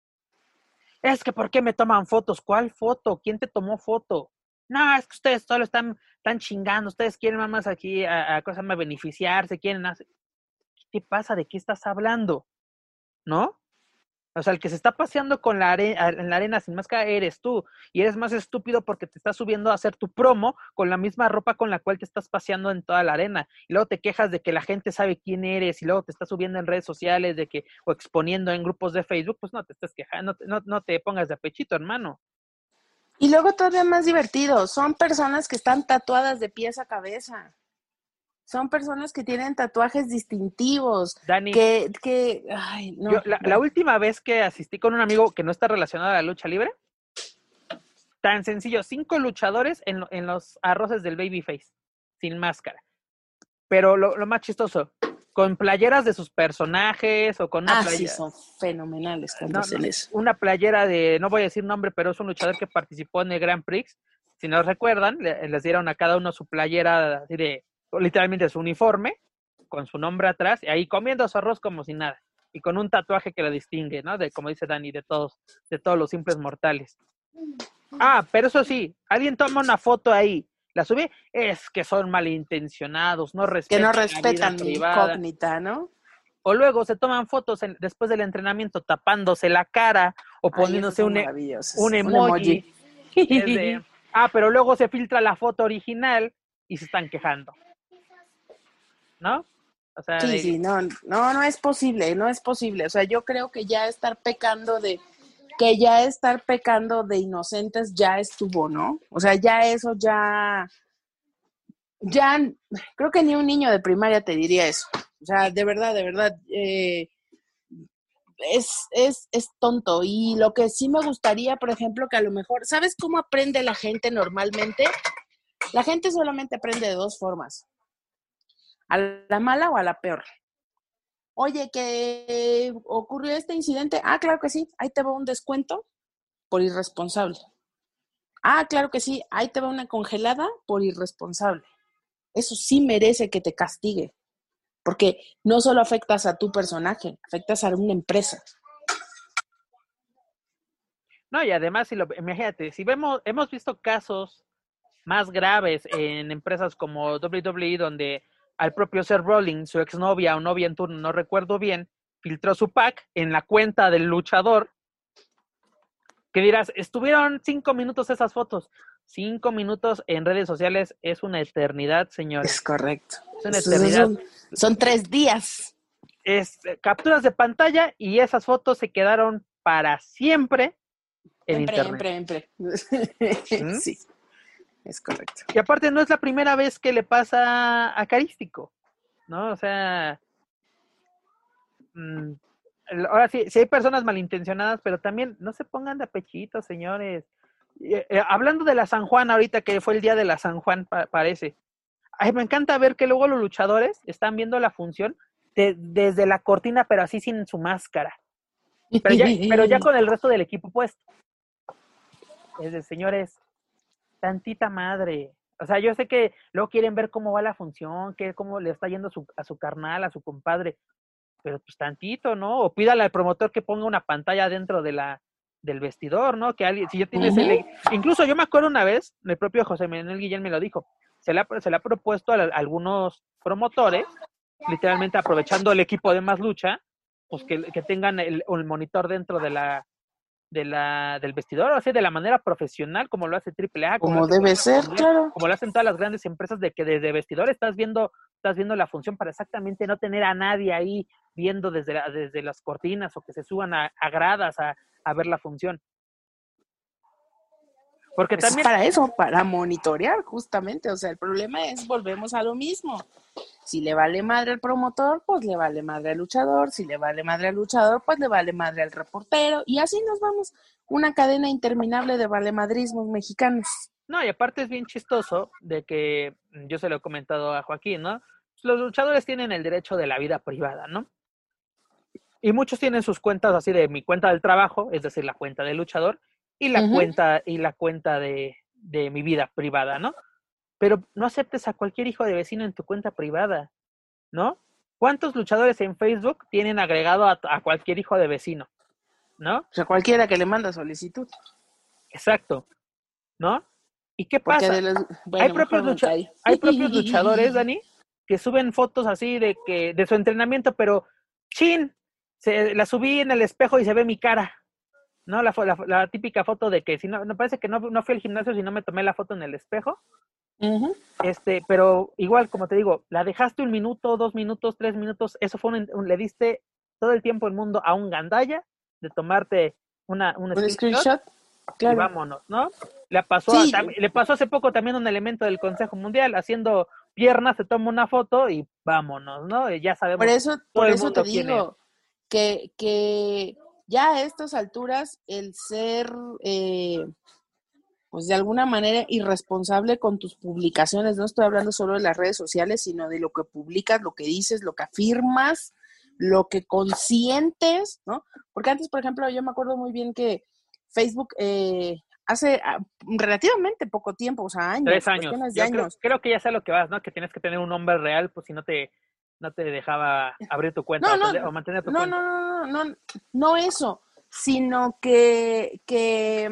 Speaker 3: Es que ¿por qué me toman fotos? ¿Cuál foto? ¿Quién te tomó foto? No, es que ustedes solo están, están chingando, ustedes quieren nada más aquí a, a cosas más beneficiarse, quieren hacer... ¿Qué te pasa? ¿De qué estás hablando? ¿No? O sea, el que se está paseando con la arena, en la arena sin máscara eres tú, y eres más estúpido porque te estás subiendo a hacer tu promo con la misma ropa con la cual te estás paseando en toda la arena, y luego te quejas de que la gente sabe quién eres, y luego te estás subiendo en redes sociales de que, o exponiendo en grupos de Facebook, pues no te estás quejando, no, no te pongas de apechito, hermano.
Speaker 4: Y luego todavía más divertido, son personas que están tatuadas de pies a cabeza. Son personas que tienen tatuajes distintivos.
Speaker 3: Dani,
Speaker 4: que, que ay, no.
Speaker 3: Yo, la, la última vez que asistí con un amigo que no está relacionado a la lucha libre, tan sencillo, cinco luchadores en, en los arroces del Babyface, sin máscara. Pero lo, lo más chistoso, con playeras de sus personajes o con una
Speaker 4: ah,
Speaker 3: playera.
Speaker 4: Sí, son fenomenales cuando
Speaker 3: no,
Speaker 4: hacen
Speaker 3: no,
Speaker 4: eso.
Speaker 3: Una playera de, no voy a decir nombre, pero es un luchador que participó en el Grand Prix. Si no recuerdan, les dieron a cada uno su playera así de, literalmente su uniforme, con su nombre atrás, y ahí comiendo su arroz como si nada, y con un tatuaje que lo distingue, ¿no? De, como dice Dani, de todos, de todos los simples mortales. Ah, pero eso sí, alguien toma una foto ahí, la sube, es que son malintencionados, no respetan,
Speaker 4: que no respetan
Speaker 3: la
Speaker 4: mi
Speaker 3: privada.
Speaker 4: incógnita, ¿no?
Speaker 3: O luego se toman fotos en, después del entrenamiento tapándose la cara o poniéndose
Speaker 4: Ay,
Speaker 3: un, un emoji.
Speaker 4: Un emoji.
Speaker 3: Es de, ah, pero luego se filtra la foto original y se están quejando, ¿no? O sea,
Speaker 4: sí,
Speaker 3: de...
Speaker 4: sí, no, no, no es posible, no es posible. O sea, yo creo que ya estar pecando de, que ya estar pecando de inocentes ya estuvo, ¿no? O sea, ya eso ya, ya, creo que ni un niño de primaria te diría eso. O sea, de verdad, de verdad, eh, es, es, es tonto. Y lo que sí me gustaría, por ejemplo, que a lo mejor, ¿sabes cómo aprende la gente normalmente? La gente solamente aprende de dos formas. A la mala o a la peor. Oye, que ocurrió este incidente. Ah, claro que sí, ahí te va un descuento por irresponsable. Ah, claro que sí, ahí te va una congelada por irresponsable. Eso sí merece que te castigue, porque no solo afectas a tu personaje, afectas a una empresa.
Speaker 3: No, y además, si lo, imagínate, si vemos, hemos visto casos más graves en empresas como doble u doble u E, donde al propio Seth Rollins, su exnovia o novia en turno, no recuerdo bien, filtró su pack en la cuenta del luchador, que dirás, estuvieron cinco minutos esas fotos. Cinco minutos en redes sociales es una eternidad, señores.
Speaker 4: Es correcto.
Speaker 3: Es una
Speaker 4: Eso,
Speaker 3: eternidad.
Speaker 4: Son, son tres días.
Speaker 3: Es eh, capturas de pantalla y esas fotos se quedaron para siempre en
Speaker 4: Siempre,
Speaker 3: internet.
Speaker 4: siempre, siempre.
Speaker 3: ¿Mm?
Speaker 4: Sí, es correcto.
Speaker 3: Y aparte no es la primera vez que le pasa a Carístico, ¿no? O sea, mmm, ahora sí, sí hay personas malintencionadas, pero también no se pongan de apechito, señores. Eh, eh, hablando de la San Juan ahorita, que fue el día de la San Juan, pa- parece. Ay, me encanta ver que luego los luchadores están viendo la función de, desde la cortina, pero así sin su máscara. Pero ya, pero ya con el resto del equipo puesto. Es de, señores, tantita madre. O sea, yo sé que luego quieren ver cómo va la función, que cómo le está yendo a su, a su carnal, a su compadre, pero pues tantito, ¿no? O pídale al promotor que ponga una pantalla dentro de la del vestidor, ¿no? Que alguien, si ya tienes uh-huh. el... Incluso yo me acuerdo una vez, el propio José Manuel Guillén me lo dijo, se le ha, se le ha propuesto a, la, a algunos promotores, literalmente aprovechando el equipo de Más Lucha, pues que, que tengan el, el monitor dentro de la de la del vestidor, o sea, de la manera profesional, como lo hace Triple A,
Speaker 4: como, como debe ser,
Speaker 3: mundial,
Speaker 4: claro,
Speaker 3: como lo hacen todas las grandes empresas, de que desde vestidor estás viendo estás viendo la función para exactamente no tener a nadie ahí viendo desde, la, desde las cortinas o que se suban a, a gradas a, a ver la función. Porque
Speaker 4: pues
Speaker 3: también...
Speaker 4: para eso, para monitorear justamente, o sea, el problema es, volvemos a lo mismo. Si le vale madre al promotor, pues le vale madre al luchador. Si le vale madre al luchador, pues le vale madre al reportero. Y así nos vamos. Una cadena interminable de valemadrismos mexicanos.
Speaker 3: No, y aparte es bien chistoso de que, yo se lo he comentado a Joaquín, ¿no? Los luchadores tienen el derecho de la vida privada, ¿no? Y muchos tienen sus cuentas así de mi cuenta del trabajo, es decir, la cuenta del luchador, y la uh-huh. cuenta, y la cuenta de, de mi vida privada, ¿no? Pero no aceptes a cualquier hijo de vecino en tu cuenta privada, ¿no? ¿Cuántos luchadores en Facebook tienen agregado a, a cualquier hijo de vecino? ¿No?
Speaker 4: O sea, cualquiera que le manda solicitud.
Speaker 3: Exacto, ¿no? ¿Y qué
Speaker 4: Porque
Speaker 3: pasa?
Speaker 4: Los, bueno,
Speaker 3: hay, propios lucha, hay propios luchadores, Dani, que suben fotos así de que de su entrenamiento, pero chin, se, la subí en el espejo y se ve mi cara, ¿no? La, la, la típica foto de que si no, me parece que no, no fui al gimnasio si no me tomé la foto en el espejo. Uh-huh. Este, pero igual, como te digo, la dejaste un minuto, dos minutos, tres minutos, eso fue un, un le diste todo el tiempo del mundo a un gandalla de tomarte una, un
Speaker 4: ¿Un screenshot, screenshot?
Speaker 3: Claro. Y vámonos, ¿no? Le pasó, sí. a, le pasó hace poco también un elemento del Consejo Mundial, haciendo piernas, se toma una foto y vámonos, ¿no? Y ya sabemos.
Speaker 4: Por eso, por eso te digo que, que ya a estas alturas el ser... Eh, pues de alguna manera irresponsable con tus publicaciones, no estoy hablando solo de las redes sociales, sino de lo que publicas, lo que dices, lo que afirmas, lo que consientes, ¿no? Porque antes, por ejemplo, yo me acuerdo muy bien que Facebook eh, hace relativamente poco tiempo, o sea, años.
Speaker 3: Tres años.
Speaker 4: De
Speaker 3: yo
Speaker 4: años.
Speaker 3: Creo, creo que ya sé lo que vas, ¿no? Que tienes que tener un nombre real, pues si no te, no te dejaba abrir tu cuenta
Speaker 4: no,
Speaker 3: o,
Speaker 4: no,
Speaker 3: o mantener tu
Speaker 4: no,
Speaker 3: cuenta.
Speaker 4: No, no, no, no, no eso, sino que... que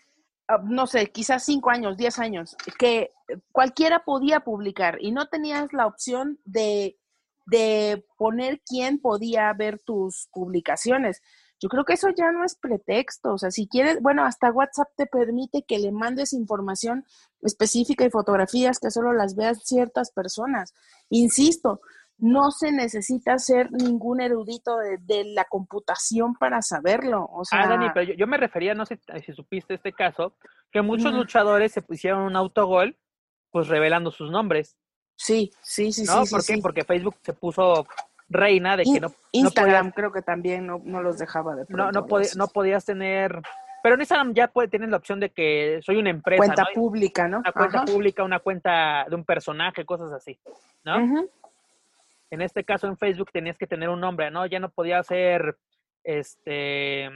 Speaker 4: no sé, quizás cinco años, diez años, que cualquiera podía publicar y no tenías la opción de, de poner quién podía ver tus publicaciones. Yo creo que eso ya no es pretexto, o sea, si quieres, bueno, hasta WhatsApp te permite que le mandes información específica y fotografías que solo las veas ciertas personas. Insisto, no se necesita ser ningún erudito de, de la computación para saberlo. O sea,
Speaker 3: ah, Dani, pero yo, yo me refería, no sé si supiste este caso, que muchos uh-huh. luchadores se pusieron un autogol, pues revelando sus nombres.
Speaker 4: Sí, sí, sí,
Speaker 3: ¿no?
Speaker 4: sí.
Speaker 3: ¿Por
Speaker 4: sí,
Speaker 3: qué?
Speaker 4: sí.
Speaker 3: Porque Facebook se puso reina de que
Speaker 4: In,
Speaker 3: no...
Speaker 4: Instagram
Speaker 3: no podías,
Speaker 4: creo que también no, no los dejaba de pronto.
Speaker 3: No, no, podía, no podías tener... Pero en Instagram ya puede tener la opción de que soy una empresa,
Speaker 4: cuenta
Speaker 3: ¿no?
Speaker 4: pública, ¿no?
Speaker 3: Una cuenta
Speaker 4: Ajá.
Speaker 3: pública, una cuenta de un personaje, cosas así, ¿no?
Speaker 4: Uh-huh.
Speaker 3: En este caso en Facebook tenías que tener un nombre, ¿no? Ya no podía ser este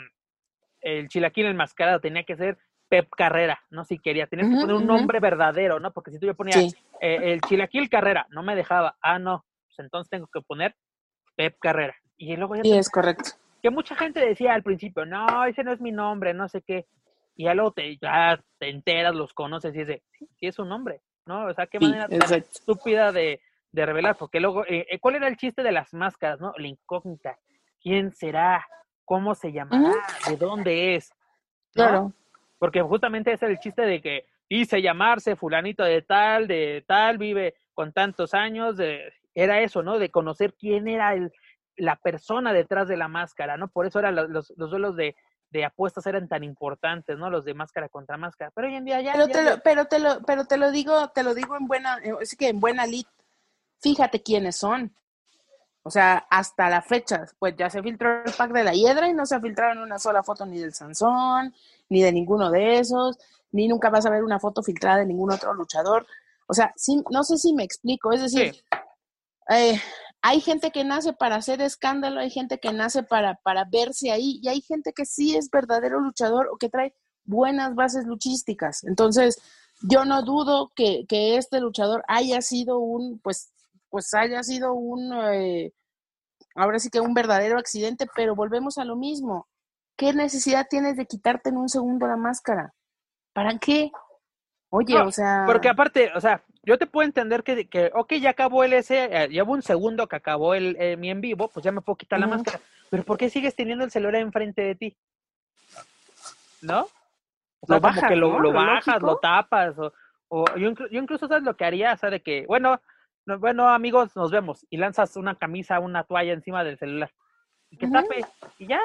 Speaker 3: el Chilaquil enmascarado, tenía que ser Pep Carrera, ¿no? Si quería, tenías uh-huh, que poner un uh-huh. nombre verdadero, ¿no? Porque si tú yo ponía sí. eh, el Chilaquil Carrera, no me dejaba, ah, no, pues entonces tengo que poner Pep Carrera. Y luego ya
Speaker 4: sí, es correcto.
Speaker 3: Que mucha gente decía al principio, no, ese no es mi nombre, no sé qué. y ya luego te, ya te enteras, los conoces y es de, sí, sí es un hombre, ¿no? O sea, qué
Speaker 4: Sí,
Speaker 3: manera tan
Speaker 4: exacto.
Speaker 3: estúpida de, de revelar, porque luego, eh, ¿cuál era el chiste de las máscaras, no? La incógnita, ¿quién será? ¿Cómo se llamará?
Speaker 4: Ujú,
Speaker 3: ¿De dónde es? ¿No?
Speaker 4: claro.
Speaker 3: Porque justamente ese es el chiste de que dice llamarse fulanito de tal, de tal, vive con tantos años, de, era eso, ¿no? De conocer quién era el, la persona detrás de la máscara, ¿no? Por eso eran los, los, los duelos de, de apuestas eran tan importantes, ¿no? Los de máscara contra máscara. Pero hoy en día ya,
Speaker 4: Pero
Speaker 3: ya
Speaker 4: te
Speaker 3: lo...
Speaker 4: lo, pero te lo, pero te lo digo, te lo digo en buena, es que en buena lid, fíjate quiénes son. O sea, hasta la fecha, pues ya se filtró el pack de la Hiedra y no se ha filtrado en una sola foto ni del Sansón, ni de ninguno de esos, ni nunca vas a ver una foto filtrada de ningún otro luchador. O sea, sí, no sé si me explico, es decir,
Speaker 3: Sí.
Speaker 4: eh, hay gente que nace para hacer escándalo, hay gente que nace para, para verse ahí, y hay gente que sí es verdadero luchador o que trae buenas bases luchísticas. Entonces, yo no dudo que, que este luchador haya sido un, pues, pues haya sido un, eh, ahora sí que un verdadero accidente, pero volvemos a lo mismo. ¿Qué necesidad tienes de quitarte en un segundo la máscara? ¿Para qué? Oye,
Speaker 3: No,
Speaker 4: o sea...
Speaker 3: porque aparte, o sea, yo te puedo entender que, que ok, ya acabó el ese, eh, llevo un segundo que acabó el eh, mi en vivo, pues ya me puedo quitar la
Speaker 4: uh-huh.
Speaker 3: máscara. Pero ¿por qué sigues teniendo el celular enfrente de ti? ¿No? O sea,
Speaker 4: Lo
Speaker 3: como que
Speaker 4: bajas,
Speaker 3: lo,
Speaker 4: ¿no?
Speaker 3: lo
Speaker 4: Lo
Speaker 3: bajas, lo
Speaker 4: lógico.
Speaker 3: tapas, o, o yo, inclu- yo incluso sabes lo que haría, o sea, de que, bueno, no, bueno, amigos, nos vemos, y lanzas una camisa, una toalla encima del celular, y que
Speaker 4: Uh-huh.
Speaker 3: tape, y ya.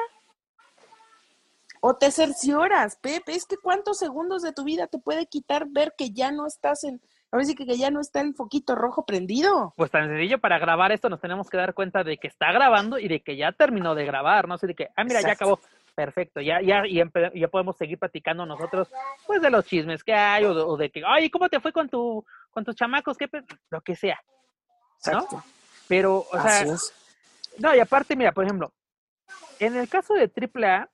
Speaker 4: O te cercioras, Pepe, es que cuántos segundos de tu vida te puede quitar ver que ya no estás en, ahora sí que, que ya no está el foquito rojo prendido.
Speaker 3: Pues tan sencillo, para grabar esto nos tenemos que dar cuenta de que está grabando y de que ya terminó de grabar, no sé, de que, ah, mira, ya
Speaker 4: Exacto.
Speaker 3: acabó, perfecto, ya, ya, y empe- ya podemos seguir platicando nosotros, pues, de los chismes que hay, o de, o de que, ay, ¿cómo te fue con tu, con tus chamacos? ¿Qué pe-? Lo que sea, ¿no?
Speaker 4: Exacto.
Speaker 3: Pero, o
Speaker 4: Así
Speaker 3: sea,
Speaker 4: es.
Speaker 3: no, y aparte, mira, por ejemplo, en el caso de Triple A,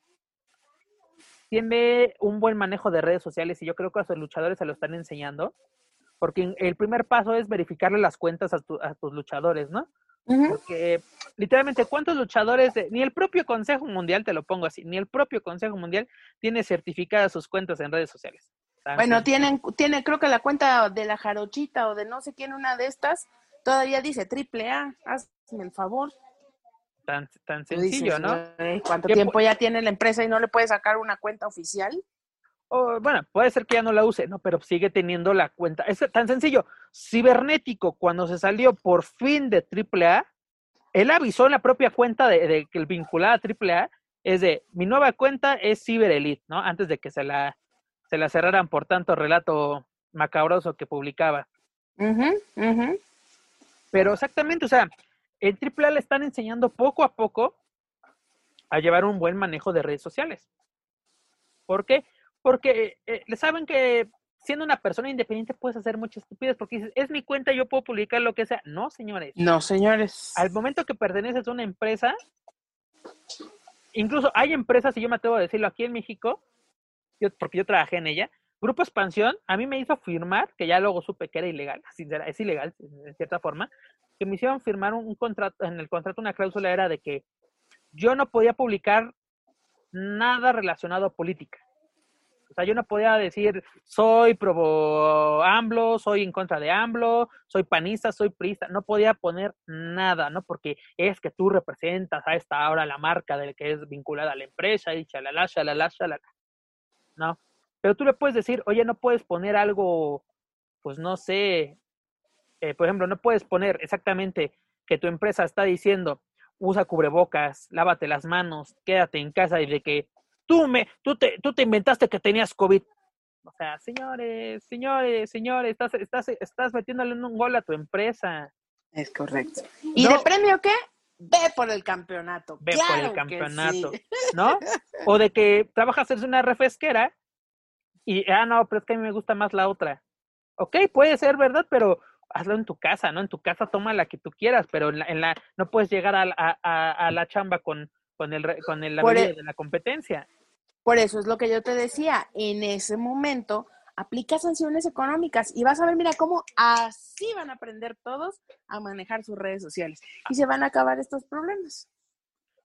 Speaker 3: tiene un buen manejo de redes sociales y yo creo que a sus luchadores se lo están enseñando, porque el primer paso es verificarle las cuentas a, tu, a tus luchadores, ¿no?
Speaker 4: Uh-huh.
Speaker 3: Porque literalmente, ¿cuántos luchadores, de, ni el propio Consejo Mundial, te lo pongo así, ni el propio Consejo Mundial tiene certificadas sus cuentas en redes sociales? Tan
Speaker 4: Bueno,
Speaker 3: sencillo.
Speaker 4: tienen, tiene, creo que la cuenta de la Jarochita o de no sé quién, una de estas, todavía dice triple A, hazme el favor.
Speaker 3: Tan, tan
Speaker 4: Tú
Speaker 3: sencillo,
Speaker 4: dices,
Speaker 3: ¿no?
Speaker 4: güey, ¿cuánto
Speaker 3: Que,
Speaker 4: tiempo ya tiene la empresa y no le puede sacar una cuenta oficial?
Speaker 3: oh, bueno, puede ser que ya no la use, ¿no? Pero sigue teniendo la cuenta. Es tan sencillo. Cibernético, cuando se salió por fin de Triple A, él avisó en la propia cuenta de, de que el vinculada a Triple A es de, mi nueva cuenta es Cyber Elite, ¿no? Antes de que se la, se la cerraran por tanto relato macabroso que publicaba.
Speaker 4: Uh-huh, uh-huh.
Speaker 3: Pero exactamente, o sea, en Triple A le están enseñando poco a poco a llevar un buen manejo de redes sociales. ¿Por qué? Porque eh, le saben que siendo una persona independiente puedes hacer muchas estupidez, porque dices, es mi cuenta, yo puedo publicar lo que sea. No, señores.
Speaker 4: No, señores.
Speaker 3: Al momento que perteneces a una empresa, incluso hay empresas, y yo me atrevo a decirlo aquí en México, yo, porque yo trabajé en ella, Grupo Expansión a mí me hizo firmar, que ya luego supe que era ilegal, es ilegal en cierta forma, que me hicieron firmar un, un contrato, en el contrato una cláusula era de que yo no podía publicar nada relacionado a política. O sea, yo no podía decir, soy pro AMLO, soy en contra de AMLO, soy panista, soy priista. No podía poner nada, ¿no? Porque es que tú representas a esta hora la marca del que es vinculada a la empresa y chalala, chalala, chalala. ¿No? Pero tú le puedes decir, oye, no puedes poner algo, pues no sé, eh, por ejemplo, no puedes poner exactamente que tu empresa está diciendo, usa cubrebocas, lávate las manos, quédate en casa y de que tú me, tú te, tú te inventaste que tenías COVID. O sea, señores, señores, señores, estás, estás, estás metiéndole un gol a tu empresa.
Speaker 4: Es correcto. ¿Y
Speaker 3: no,
Speaker 4: de premio qué? Ve por el campeonato.
Speaker 3: Ve
Speaker 4: claro
Speaker 3: por el campeonato,
Speaker 4: que sí.
Speaker 3: ¿no? O de que trabajas en una refresquera y, ah, no, pero es que a mí me gusta más la otra. Ok, puede ser, ¿verdad? Pero hazlo en tu casa, ¿no? En tu casa toma la que tú quieras, pero en la, en la no puedes llegar a, a, a, a la chamba con, con el, con el, la
Speaker 4: Por,
Speaker 3: bebida
Speaker 4: e-
Speaker 3: de la competencia.
Speaker 4: por eso es lo que yo te decía. En ese momento aplica sanciones económicas y vas a ver, mira, cómo así van a aprender todos a manejar sus redes sociales y se van a acabar estos problemas.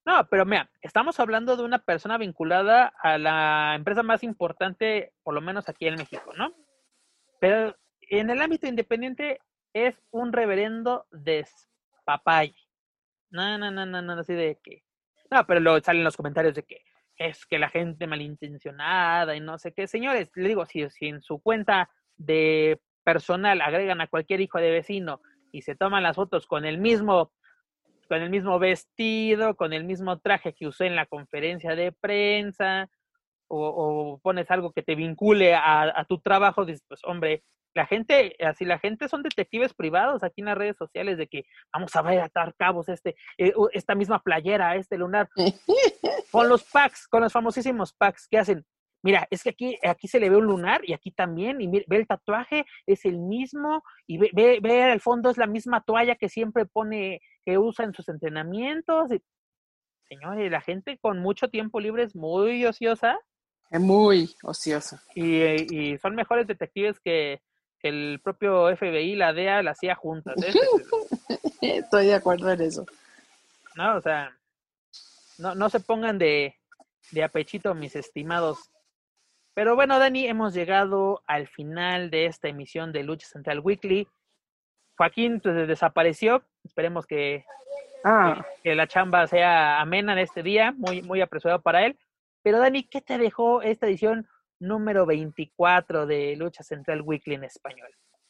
Speaker 3: No, pero mira, estamos hablando de una persona vinculada a la empresa más importante, por lo menos aquí en México, ¿no? Pero en el ámbito independiente es un reverendo despapalle. No, no, no, no, no, así de que... No, pero luego salen los comentarios de que es que la gente malintencionada y no sé qué. Señores, le digo, si, si en su cuenta de personal agregan a cualquier hijo de vecino y se toman las fotos con el mismo, con el mismo vestido, con el mismo traje que usé en la conferencia de prensa, o, o pones algo que te vincule a, a tu trabajo, dices, pues hombre, la gente, así la gente son detectives privados aquí en las redes sociales de que vamos a ver atar cabos este, eh, esta misma playera, este lunar, con los packs, con los famosísimos packs que hacen. Mira, es que aquí, aquí se le ve un lunar y aquí también, y ve el tatuaje, es el mismo, y ve, ve, ve al fondo es la misma toalla que siempre pone, que usa en sus entrenamientos. Y, señores, la gente con mucho tiempo libre es muy ociosa.
Speaker 4: Es muy ociosa.
Speaker 3: Y, y son mejores detectives que, que el propio F B I, la D E A, la C I A juntas. ¿eh?
Speaker 4: Estoy de acuerdo en eso.
Speaker 3: No, o sea, no, no se pongan de, de apechito, mis estimados. Pero bueno, Dani, hemos llegado al final de esta emisión de Lucha Central Weekly. Joaquín pues, desapareció. Esperemos que,
Speaker 4: ah.
Speaker 3: que, que la chamba sea amena de este día, muy, muy apresurado para él. Pero Dani, ¿qué te dejó esta edición número veinticuatro de Lucha Central Weekly en español?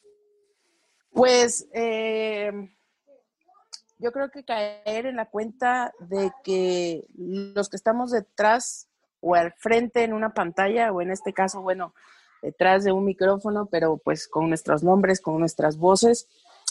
Speaker 4: Pues eh, yo creo que caer en la cuenta de que los que estamos detrás o al frente en una pantalla, o en este caso, bueno, detrás de un micrófono, pero pues con nuestros nombres, con nuestras voces,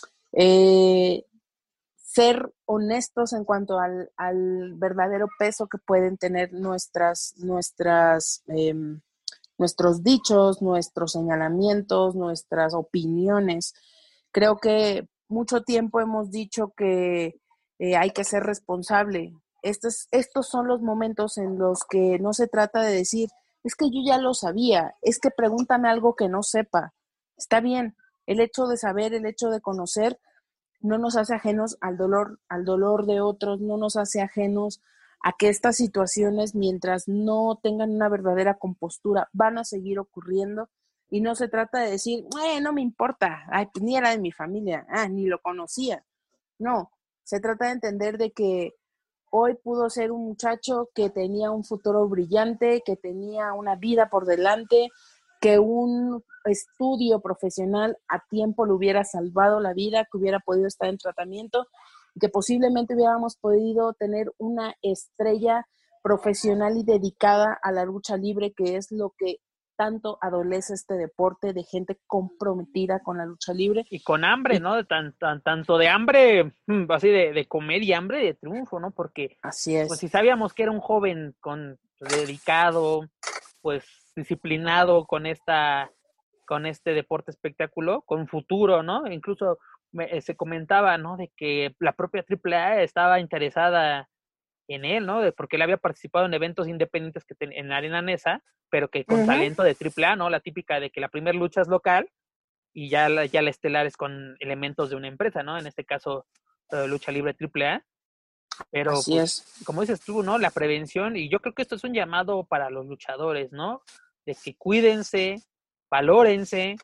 Speaker 4: eh, ser honestos en cuanto al, al verdadero peso que pueden tener nuestras, nuestras, eh, nuestros dichos, nuestros señalamientos, nuestras opiniones. Creo que mucho tiempo hemos dicho que eh, hay que ser responsable. Estos, estos son los momentos en los que no se trata de decir, es que yo ya lo sabía, es que pregúntame algo que no sepa. Está bien, el hecho de saber, el hecho de conocer, no nos hace ajenos al dolor, al dolor de otros, no nos hace ajenos a que estas situaciones, mientras no tengan una verdadera compostura, van a seguir ocurriendo. Y no se trata de decir, eh, no me importa, ay, pues ni era de mi familia, ah, ni lo conocía. No, se trata de entender de que hoy pudo ser un muchacho que tenía un futuro brillante, que tenía una vida por delante, que un estudio profesional a tiempo le hubiera salvado la vida, que hubiera podido estar en tratamiento, que posiblemente hubiéramos podido tener una estrella profesional y dedicada a la lucha libre, que es lo que tanto adolece este deporte, de gente comprometida con la lucha libre.
Speaker 3: Y con hambre, y, ¿no? De tan, tan, tanto de hambre, así de, de comer y hambre de triunfo, ¿no? Porque
Speaker 4: así es.
Speaker 3: Pues si sabíamos que era un joven con pues, dedicado, pues disciplinado con esta con este deporte espectáculo, con futuro, ¿no? Incluso me, se comentaba, ¿no? De que la propia triple A estaba interesada en él, ¿no? De, porque él había participado en eventos independientes que ten, en la Arena Nesa, pero que con uh-huh. talento de triple A, ¿no? La típica de que la primera lucha es local y ya la, ya la estelar es con elementos de una empresa, ¿no? En este caso, uh, lucha libre triple A. Pero,
Speaker 4: así
Speaker 3: pues,
Speaker 4: es.
Speaker 3: como dices tú, ¿no? La prevención, y yo creo que esto es un llamado para los luchadores, ¿no? De que cuídense, valórense,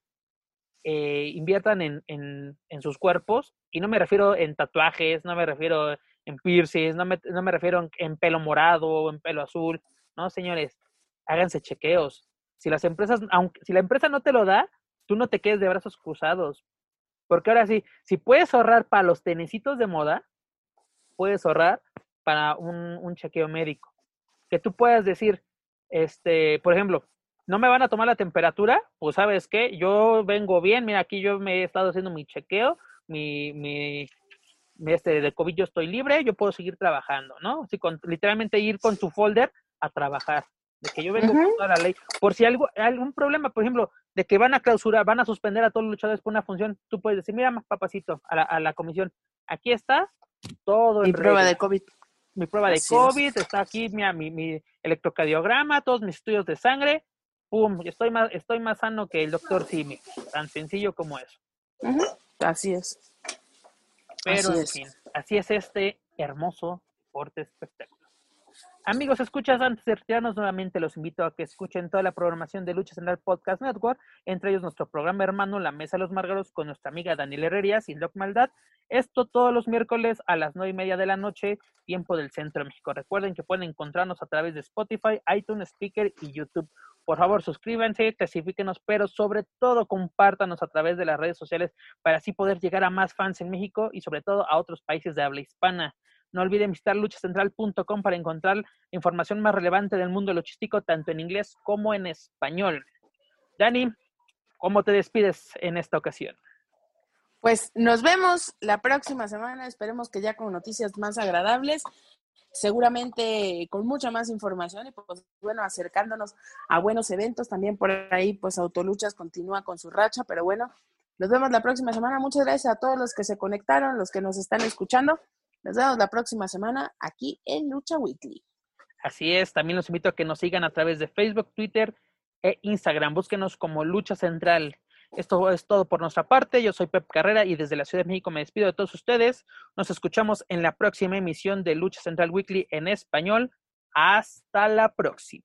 Speaker 3: eh, inviertan en, en, en sus cuerpos, y no me refiero en tatuajes, no me refiero en piercings, no me, no me refiero en, en pelo morado o en pelo azul, no, señores, háganse chequeos. Si las empresas, aunque si la empresa no te lo da, tú no te quedes de brazos cruzados, porque ahora sí, si puedes ahorrar para los tenecitos de moda, puedes ahorrar para un, un chequeo médico, que tú puedas decir, este, por ejemplo, no me van a tomar la temperatura, pues sabes qué, yo vengo bien, mira, aquí yo me he estado haciendo mi chequeo, mi, mi, este, de COVID yo estoy libre, yo puedo seguir trabajando, ¿no? Así con, literalmente ir con tu folder a trabajar, de que yo vengo uh-huh. con toda la ley, por si algo, algún problema, por ejemplo, de que van a clausurar, van a suspender a todos los luchadores por una función, tú puedes decir, mira, papacito, a la, a la comisión, aquí está todo
Speaker 4: mi
Speaker 3: en
Speaker 4: prueba
Speaker 3: regla.
Speaker 4: de COVID.
Speaker 3: Mi prueba de
Speaker 4: Así
Speaker 3: COVID,
Speaker 4: es.
Speaker 3: Está aquí mira, mi, mi electrocardiograma, todos mis estudios de sangre, pum, estoy más, estoy más sano que el doctor Simi, tan sencillo como eso.
Speaker 4: Uh-huh. Así es.
Speaker 3: Pero,
Speaker 4: así
Speaker 3: en
Speaker 4: es.
Speaker 3: fin, así es este hermoso deporte espectáculo. Amigos, escuchas, antes de retirarnos nuevamente, los invito a que escuchen toda la programación de Lucha Central Podcast Network, entre ellos nuestro programa hermano La Mesa de los Márgaros con nuestra amiga Daniela Herrería, Sin Doc Maldad. Esto todos los miércoles a las nueve y media de la noche, tiempo del Centro de México. Recuerden que pueden encontrarnos a través de Spotify, iTunes, Speaker y YouTube. Por favor, suscríbanse, clasifíquenos, pero sobre todo compártanos a través de las redes sociales para así poder llegar a más fans en México y sobre todo a otros países de habla hispana. No olviden visitar lucha central punto com para encontrar la información más relevante del mundo luchístico, tanto en inglés como en español. Dani, ¿cómo te despides en esta ocasión?
Speaker 4: Pues nos vemos la próxima semana, esperemos que ya con noticias más agradables, seguramente con mucha más información y pues bueno, acercándonos a buenos eventos. También por ahí pues Autoluchas continúa con su racha, pero bueno, nos vemos la próxima semana. Muchas gracias a todos los que se conectaron, los que nos están escuchando. Nos vemos la próxima semana aquí en Lucha Weekly.
Speaker 3: Así es, también los invito a que nos sigan a través de Facebook, Twitter e Instagram. Búsquenos como Lucha Central. Esto es todo por nuestra parte. Yo soy Pep Carrera y desde la Ciudad de México me despido de todos ustedes. Nos escuchamos en la próxima emisión de Lucha Central Weekly en español. Hasta la próxima.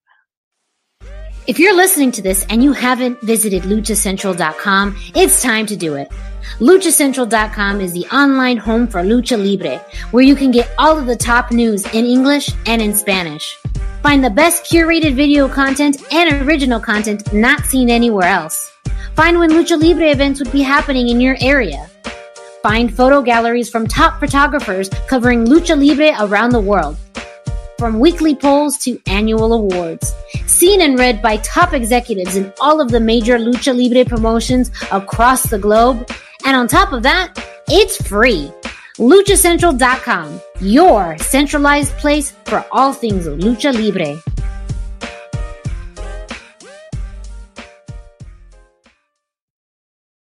Speaker 6: If you're listening to this and you haven't visited lucha central dot com, it's time to do it. lucha central dot com is the online home for Lucha Libre, where you can get all of the top news in English and in Spanish. Find the best curated video content and original content not seen anywhere else. Find when Lucha Libre events would be happening in your area. Find photo galleries from top photographers covering Lucha Libre around the world. From weekly polls to annual awards. Seen and read by top executives in all of the major Lucha Libre promotions across the globe. And on top of that, it's free. lucha central dot com, your centralized place for all things Lucha Libre.